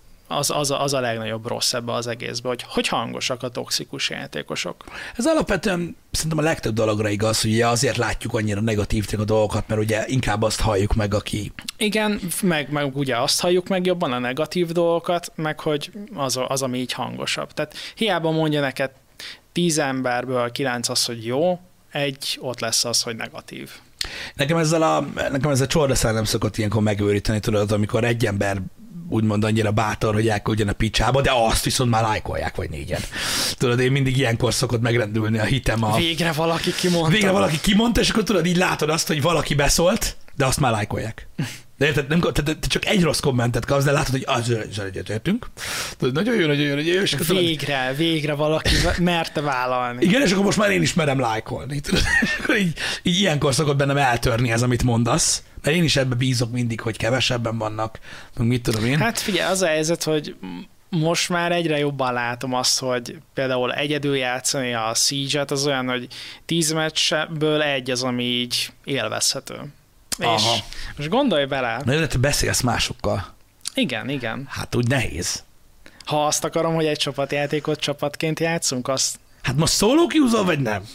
az a legnagyobb rossz ebbe az egészbe, hogy hangosak a toxikus játékosok. Ez alapvetően szerintem a legtöbb dologra igaz, hogy ugye azért látjuk annyira negatív a dolgokat, mert ugye inkább azt halljuk meg, aki... Igen, meg ugye azt halljuk meg jobban a negatív dolgokat, meg hogy az ami így hangosabb. Tehát hiába mondja neked 10 emberből 9 az, hogy jó, egy ott lesz az, hogy negatív. Nekem ez a csordaszál nem szokott ilyenkor megőríteni, tudod, amikor egy ember úgymond annyira bátor, hogy elküldjön a picsába, de azt viszont már lájkolják, vagy 4-en. Tudod, én mindig ilyenkor szokott megrendülni a hitem. Végre valaki kimondta, és akkor tudod, így látod azt, hogy valaki beszólt, de azt már lájkolják. De érted, te csak egy rossz kommentet kapsz, de látod, hogy az egyetértünk. Nagyon jó. És végre valaki merte vállalni. Igen, és akkor most már én is merem lájkolni. És akkor így ilyenkor szokott bennem eltörni ez, amit mondasz. Mert én is ebbe bízok mindig, hogy kevesebben vannak, meg mit tudom én. Hát figyelj, az a helyzet, hogy most már egyre jobban látom azt, hogy például egyedül játszani a Siege-et az olyan, hogy 10 meccsből egy az, ami így élvezhető. Aha. És most gondolj bele. Na, illetve beszélsz másokkal. Igen. Hát úgy nehéz. Ha azt akarom, hogy egy csapatjátékot csapatként játszunk, azt... Hát most szóló kiúzol, vagy nem?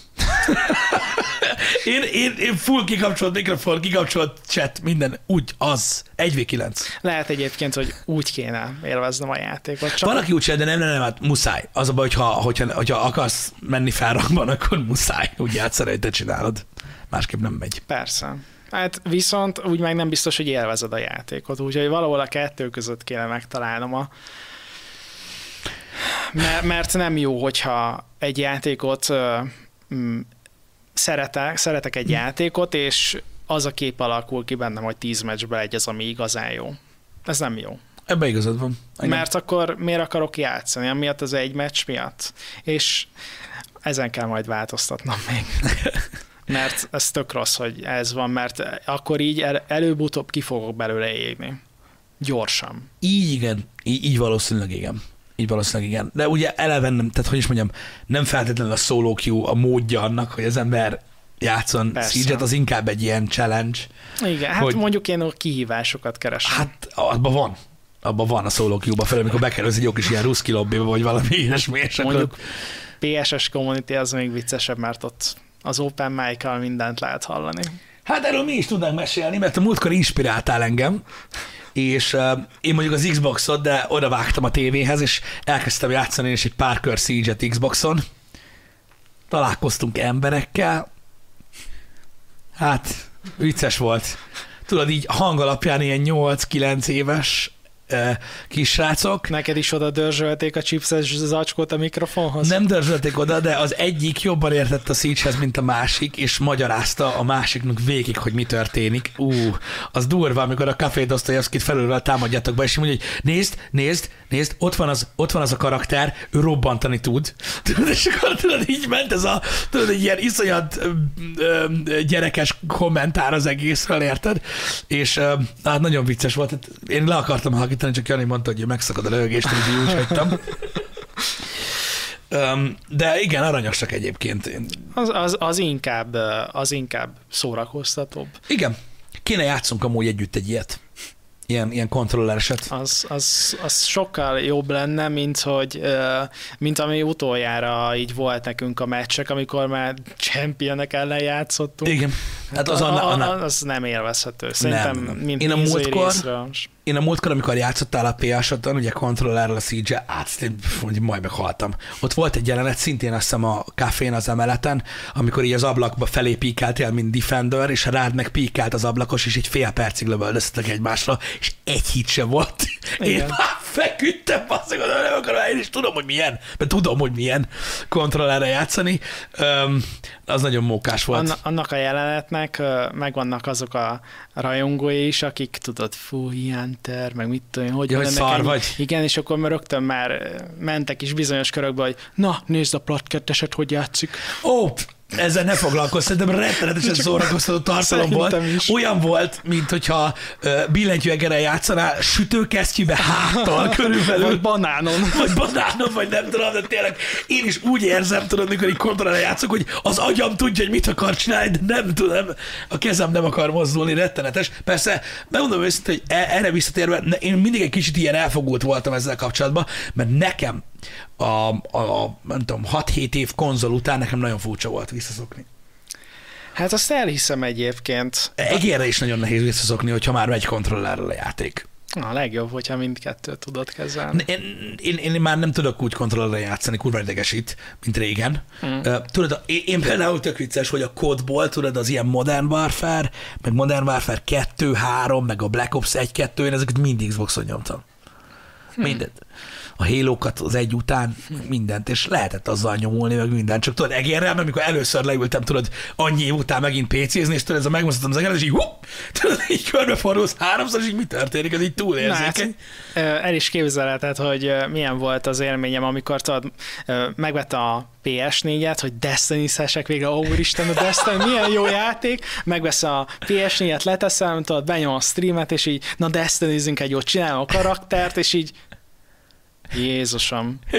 én full kikapcsolt mikrofon, kikapcsolt chat, minden úgy az. 1v9. Lehet egyébként, hogy úgy kéne élveznem a játékot. Csak... Valaki úgy csinál, de nem, hát muszáj. Az a baj, hogyha akarsz menni felrangban, akkor muszáj. Úgy játszani, hogy te csinálod. Másképp nem megy. Persze. Hát viszont úgy meg nem biztos, hogy élvezed a játékot, úgyhogy valahol a kettő között kéne megtalálnom mert nem jó, hogyha egy játékot szeretek egy játékot, és az a kép alakul ki bennem, hogy 10 meccsből egy az, ami igazán jó. Ez nem jó. Ebben igazad van. Igen. Mert akkor miért akarok játszani? Amiatt az egy meccs miatt. És ezen kell majd változtatnom még. Mert ez tök rossz, hogy ez van, mert akkor így előbb-utóbb ki fogok belőle égni. Gyorsan. Így igen. Így valószínűleg igen. De ugye eleve nem, tehát hogy is mondjam, nem feltétlenül a solo queue a módja annak, hogy az ember játszon Siege-et, az inkább egy ilyen challenge. Igen, hát mondjuk én a kihívásokat keresem. Hát abban van a solo queue-ba fel, amikor bekerülsz egy jó kis ilyen ruszki lobbyba, vagy valami ilyesmi, és mondjuk PSS community az még viccesebb, mert ott az open mic-kal mindent lehet hallani. Hát erről mi is tudnánk mesélni, mert a múltkor inspiráltál engem, és én mondjuk az Xboxot, de oda vágtam a tévéhez, és elkezdtem játszani és egy pár kör Siege-et Xboxon. Találkoztunk emberekkel. Hát, vicces volt. Tudod, így hang alapján ilyen 8-9 éves kisrácok. Neked is oda dörzsölték a chipses zacskót a mikrofonhoz? Nem dörzsölték oda, de az egyik jobban értett a Siege-hez, mint a másik, és magyarázta a másiknak végig, hogy mi történik. Az durva, amikor a Café Dostoyevskit felülről támadjátok be, és mondja, hogy nézd, ott van az a karakter, ő robbantani tud. És akkor így ment ez egy ilyen iszonyat gyerekes kommentár az egészről, érted? És hát nagyon vicces volt. Én le akartam halkítani, csak Jani mondta, hogy megszakad a röhögést, úgyhogy úgy hagytam. De igen, aranyosak egyébként. Az inkább szórakoztatóbb. Igen. Kéne játszunk amúgy együtt egy ilyet. Ilyen kontrollereset. Az sokkal jobb lenne, mint ami utoljára így volt nekünk a meccsek, amikor már championek ellen játszottunk. Igen. Hát az nem élvezhető. Szerintem mint nézői részről. Én a múltkor, amikor játszottál a PS-on, ugye kontrollerrel a Siege, majd meghaltam. Ott volt egy jelenet, szintén azt hiszem a kafén az emeleten, amikor így az ablakba felé píkáltél, mint Defender, és rád meg píkált az ablakos, és egy fél percig lövöldöztetek egymásra, és egy hit sem volt. Igen. Én már feküdtem, basszak, nem akarom, én is tudom, hogy milyen kontrollerre játszani. Az nagyon mókás volt. Annak a jelenetnek megvannak azok a rajongói is, akik tudod, Hunter, meg mit tudom, hogy szar vagy. Igen, és akkor rögtön már mentek is bizonyos körökbe, hogy na, nézd a Plat 2-eset, hogy játszik. Ezzel ne foglalkozz, szerintem rettenetesen szórakoztató tartalom volt. Olyan volt, mint hogyha billentyűegerrel játszanál sütőkesztyűbe háttal körülbelül. Vagy banánon, vagy nem tudom, de tényleg én is úgy érzem, tudod, mikor így kontrollerrel játszok, hogy az agyam tudja, hogy mit akar csinálni, de nem tudom, a kezem nem akar mozdulni, rettenetes. Persze, megmondom őszintén, hogy erre visszatérve, én mindig egy kicsit ilyen elfogult voltam ezzel kapcsolatban, mert nekem nem tudom, 6-7 év konzol után nekem nagyon furcsa volt visszaszokni. Hát azt elhiszem egyébként. Egérre is nagyon nehéz visszaszokni, hogyha már megy kontrollerrel a játék. A legjobb, hogyha mindkettőt tudod kezelni. Én már nem tudok úgy kontrollerrel játszani, kurva idegesít, mint régen. Tudod, én például tök vicces, hogy a COD-ból, tudod, az ilyen Modern Warfare, meg Modern Warfare 2, 3, meg a Black Ops 1, 2, én ezeket mindig Xboxon nyomtam. Mindent. a Halo-kat az egy után, mindent, és lehetett azzal nyomulni, meg mindent. Csak tudod, egérrel, mert amikor először leültem, tudod, annyi év után megint PC-zni, és tudod, ez a megmozdítom az egeret, és így tudod, így körbefordulsz háromszor, és így mi történik, ez így túl érzékeny. El is képzelheted, hogy milyen volt az élményem, amikor tudod, megvettem a PS4-et, hogy Destiny-szesek végre, úristen, a Destiny milyen jó játék, megvesz a PS4-et, leteszem, tudod, benyom a streamet, és így, na Destiny-zünk egy jót, csinálom a karaktert, és így Jézusom,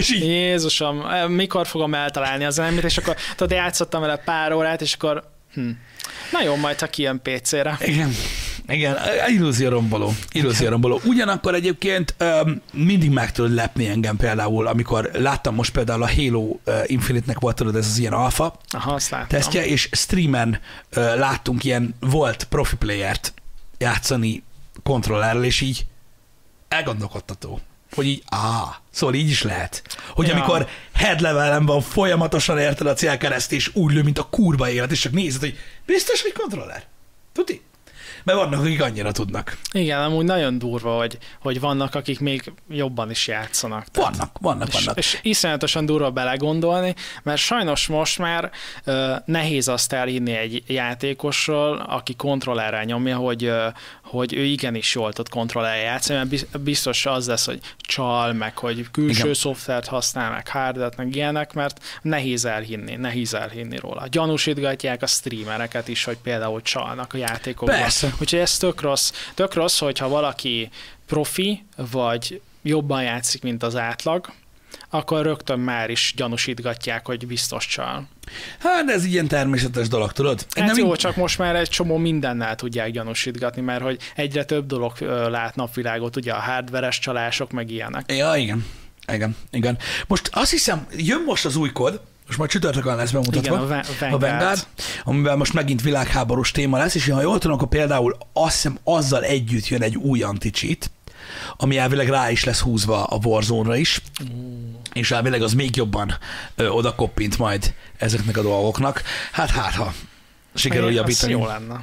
mikor fogom eltalálni az elmét, és akkor tudod, játszottam vele pár órát, és akkor na jó, majd ha kijön PC-re. Igen, illúzióromboló. Ugyanakkor egyébként mindig meg tudod lepni engem például, amikor láttam most például a Halo Infinite-nek volt, tudod, ez az ilyen alfa tesztje, és streamen láttunk ilyen volt profi playert játszani kontrollerrel, és így elgondolkodtató, hogy így, szóval így is lehet. Hogy amikor head levelen van, folyamatosan érted a célkereszt, és úgy lő, mint a kurva élet, és csak nézed, hogy biztos, hogy kontroller? Tudni? Mert vannak, akik annyira tudnak. Igen, amúgy nagyon durva, hogy vannak, akik még jobban is játszanak. Vannak. És iszonyatosan durva belegondolni, mert sajnos most már nehéz azt elhinni egy játékosról, aki kontrollerrel nyomja, hogy ő igenis jól tud kontrollerrel játszani, mert biztos az lesz, hogy csal, meg hogy külső szoftvert használ, meg hardet, meg ilyenek, mert nehéz elhinni róla. Gyanúsítgatják a streamereket is, hogy például csalnak a játékokban. Persze. Úgyhogy ez tök rossz, hogyha valaki profi, vagy jobban játszik, mint az átlag, akkor rögtön már is gyanúsítgatják, hogy biztos csal. Hát ez ilyen természetes dolog, tudod? Hát jó, csak most már egy csomó mindennel tudják gyanúsítgatni, mert hogy egyre több dolog lát napvilágot, ugye a hardveres csalások, meg ilyenek. Ja, igen. Most azt hiszem, jön most az új kód, most majd csütörtökön lesz bemutatva, igen, a Vanguard, amivel most megint világháborús téma lesz, és ha jól tudom, akkor például azt hiszem azzal együtt jön egy új anti-cheat, ami elvileg rá is lesz húzva a Warzone-ra is, és elvileg az még jobban oda koppint majd ezeknek a dolgoknak. Hát ha sikerül javítani. Jó lenne.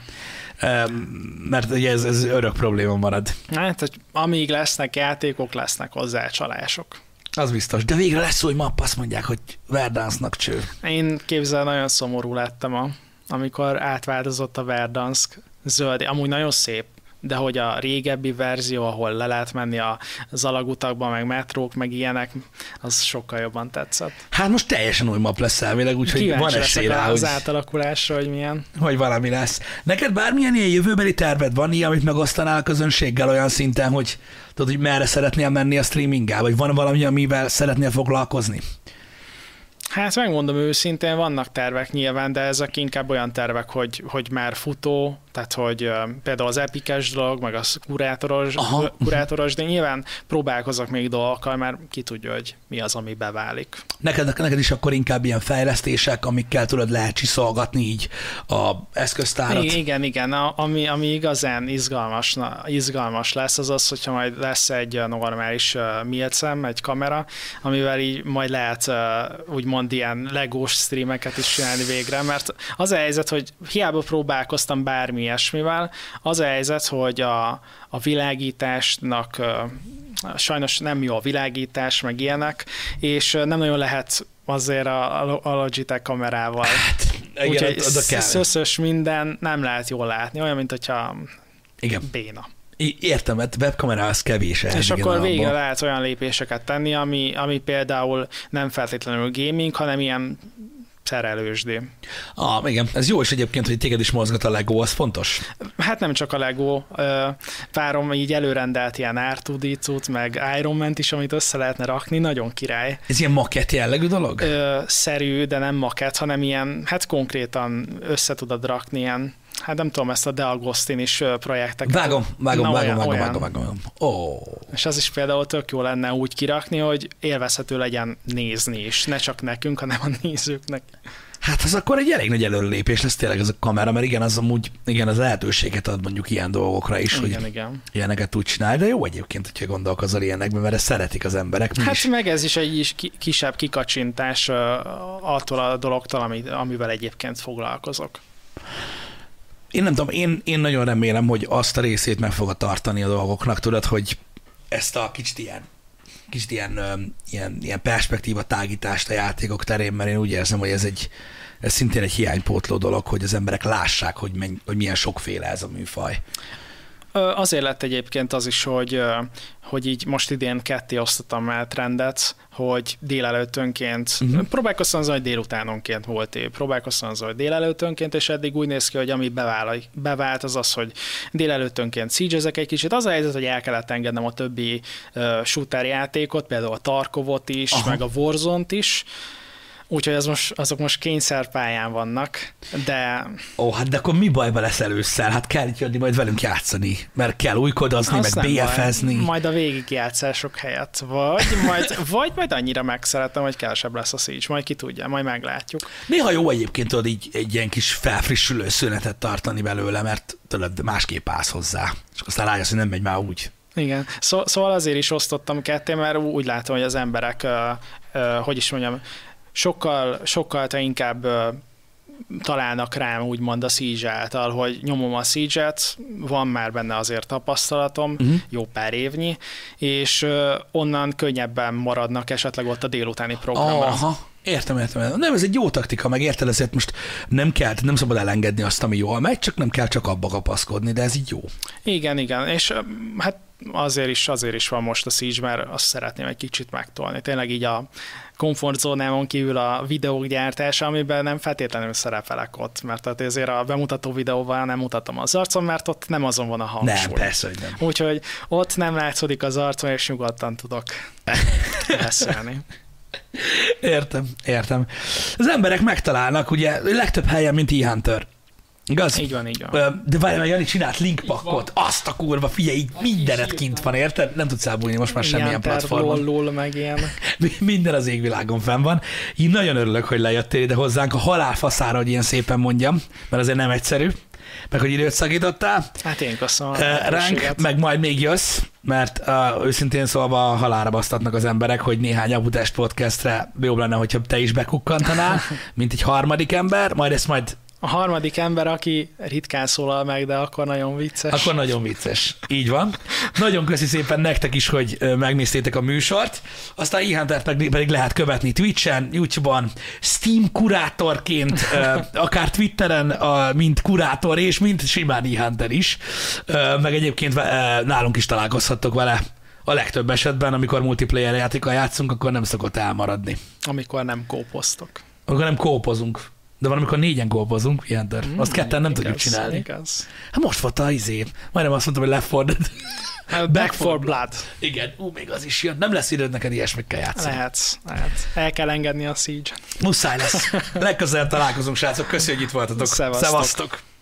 Mert ugye ez örök probléma marad. Hát, hogy amíg lesznek játékok, lesznek hozzá csalások. Az biztos. De végre lesz úgy map, azt mondják, hogy Verdansknak cső. Én képzel, nagyon szomorú lettem, amikor átváltozott a Verdansk zöld. Amúgy nagyon szép, de hogy a régebbi verzió, ahol le lehet menni az alagutakba, meg metrók, meg ilyenek, az sokkal jobban tetszett. Hát most teljesen új map lesz elvileg, úgyhogy van esély rá, az átalakulásra, hogy milyen. Hogy valami lesz. Neked bármilyen ilyen jövőbeli terved van, ilyen, amit megosztanál a közönséggel olyan szinten, hogy tudod, hogy merre szeretnél menni a streaminggel, vagy van valami, amivel szeretnél foglalkozni? Hát megmondom őszintén, vannak tervek nyilván, de ezek inkább olyan tervek, hogy már futó, tehát hogy például az epikes dolog, meg az kurátoros, de nyilván próbálkozok még dolgokkal, mert ki tudja, hogy mi az, ami beválik. Neked is akkor inkább ilyen fejlesztések, amikkel tudod lehet csiszolgatni így a eszköztárat? Igen. Ami igazán izgalmas lesz, az az, hogyha majd lesz egy normális milcem, egy kamera, amivel így majd lehet úgymond ilyen legós streameket is csinálni végre, mert az a helyzet, hogy hiába próbálkoztam bármi ilyesmivel, az a helyzet, hogy a világításnak sajnos nem jó a világítás, meg ilyenek, és nem nagyon lehet azért a Logitech kamerával. Hát, úgyhogy szöszös minden nem lehet jól látni, olyan, mint hogyha béna. Értem, mert webkamera az kevés. És akkor végre lehet olyan lépéseket tenni, ami például nem feltétlenül gaming, hanem ilyen szerelősdé. Igen, ez jó is egyébként, hogy téged is mozgat a Lego, az fontos. Hát nem csak a Lego, párom így előrendelt ilyen R2D2-t, meg Iron Man-t is, amit össze lehetne rakni, nagyon király. Ez ilyen makett jellegű dolog? Szerű, de nem makett, hanem ilyen, hát konkrétan össze tudod rakni ilyen, hát nem tudom, ezt a De Agostin is projekteket. Vágom. És az is például tök jó lenne úgy kirakni, hogy élvezhető legyen nézni is, ne csak nekünk, hanem a nézőknek. Hát az akkor egy elég nagy előrelépés lesz tényleg ez a kamera, mert igen, az amúgy az lehetőséget ad mondjuk ilyen dolgokra is, hogy ilyeneket tud csinálni, de jó egyébként, hogyha gondolkozol ilyenekben, mert ezt szeretik az emberek. Hát meg ez is egy kisebb kikacsintás attól a dologtól, amivel egyébként foglalkozok. Én nem tudom, én nagyon remélem, hogy azt a részét meg fogod tartani a dolgoknak, tudod, hogy ezt a kicsit ilyen kicsit ilyen perspektíva tágítást a játékok terén, mert én úgy érzem, hogy ez szintén egy hiánypótló dolog, hogy az emberek lássák, hogy milyen sokféle ez a műfaj. Azért lett egyébként az is, hogy így most idén ketté osztottam el trendet, hogy délelőttönként, próbálkoztam azzal, hogy délutánonként volt év, próbálkoztam azzal, hogy délelőttönként, és eddig úgy néz ki, hogy ami bevált az, hogy délelőttönként siege-ezek egy kicsit. Az a helyzet, hogy el kellett engednem a többi shooter játékot, például a Tarkovot is, meg a Warzone-t is, úgyhogy azok most kényszerpályán vannak, de... Hát de akkor mi bajba leszel ősszel? Hát kell itt jönni majd velünk játszani, mert kell újkodozni, meg BF-ezni. Majd a végigjátszások helyett, vagy majd annyira megszeretem, hogy kevesebb lesz a Siege, majd ki tudja, majd meglátjuk. Néha jó egyébként tudod így egy ilyen kis felfrissülő szünetet tartani belőle, mert tudod, másképp állsz hozzá, és aztán rájössz, hogy nem megy már úgy. Igen, szóval azért is osztottam ketté, mert úgy látom, hogy az emberek, hogy is mondjam, sokkal inkább találnak rám úgymond a Siege által, hogy nyomom a Siege-et, van már benne azért tapasztalatom, jó pár évnyi, és onnan könnyebben maradnak esetleg ott a délutáni programra. Értem. Nem, ez egy jó taktika, meg érted, ezért most nem szabad elengedni azt, ami jól megy, csak nem kell csak abba kapaszkodni, de ez így jó. Igen, és hát azért is van most a Siege, mert azt szeretném egy kicsit megtolni. Tényleg így a komfortzónámon kívül a videók gyártása, amiben nem feltétlenül szerepelek ott, mert azért a bemutató videóval nem mutatom az arcom, mert ott nem azon van a hangsúly. Nem, persze, hogy nem. Úgyhogy ott nem látszódik az arcom, és nyugodtan tudok beszélni. Értem. Az emberek megtalálnak, ugye, legtöbb helyen, mint E-Hunter. Igaz? Így van. De várjál, mert Jani csinált linkpakkot. Azt a kurva, figyelj, így mindenet kint van, érted? Nem tudsz elbújni most már semmilyen platformon. LOL, meg ilyen. Minden az égvilágon fenn van. Én nagyon örülök, hogy lejöttél ide hozzánk a halálfaszára, hogy ilyen szépen mondjam, mert azért nem egyszerű. Meg hogy időt szakítottál. Hát én köszönöm. Ránk, meg majd még jössz, mert őszintén szólva halálra basztatnak az emberek, hogy néhány Abutest podcastre jobb lenne, hogyha te is bekukkantanál, mint egy harmadik ember, majd a harmadik ember, aki ritkán szólal meg, de akkor nagyon vicces. Akkor nagyon vicces. Így van. Nagyon köszi szépen nektek is, hogy megnéztétek a műsort. Aztán E-Huntert pedig lehet követni Twitchen, YouTube-on, Steam kurátorként, akár Twitteren, mint kurátor, és mint simán E-Hunter is. Meg egyébként nálunk is találkozhattok vele. A legtöbb esetben, amikor multiplayer játékkal játszunk, akkor nem szokott elmaradni. Amikor nem kópoztok. Amikor nem kópozunk. De van, amikor 4-en kópozunk, Hunter. Azt ketten nem tudjuk csinálni. Igaz. Hát most volt a majdnem azt mondtam, hogy Left 4 Dead. Back 4 Blood. Igen, még az is jön. Nem lesz időd neked ilyesmikkel játszani. Lehet. El kell engedni a Siege-et. Muszáj lesz. Legközelebb találkozunk, srácok. Köszönjük, hogy itt voltatok. Szevasztok.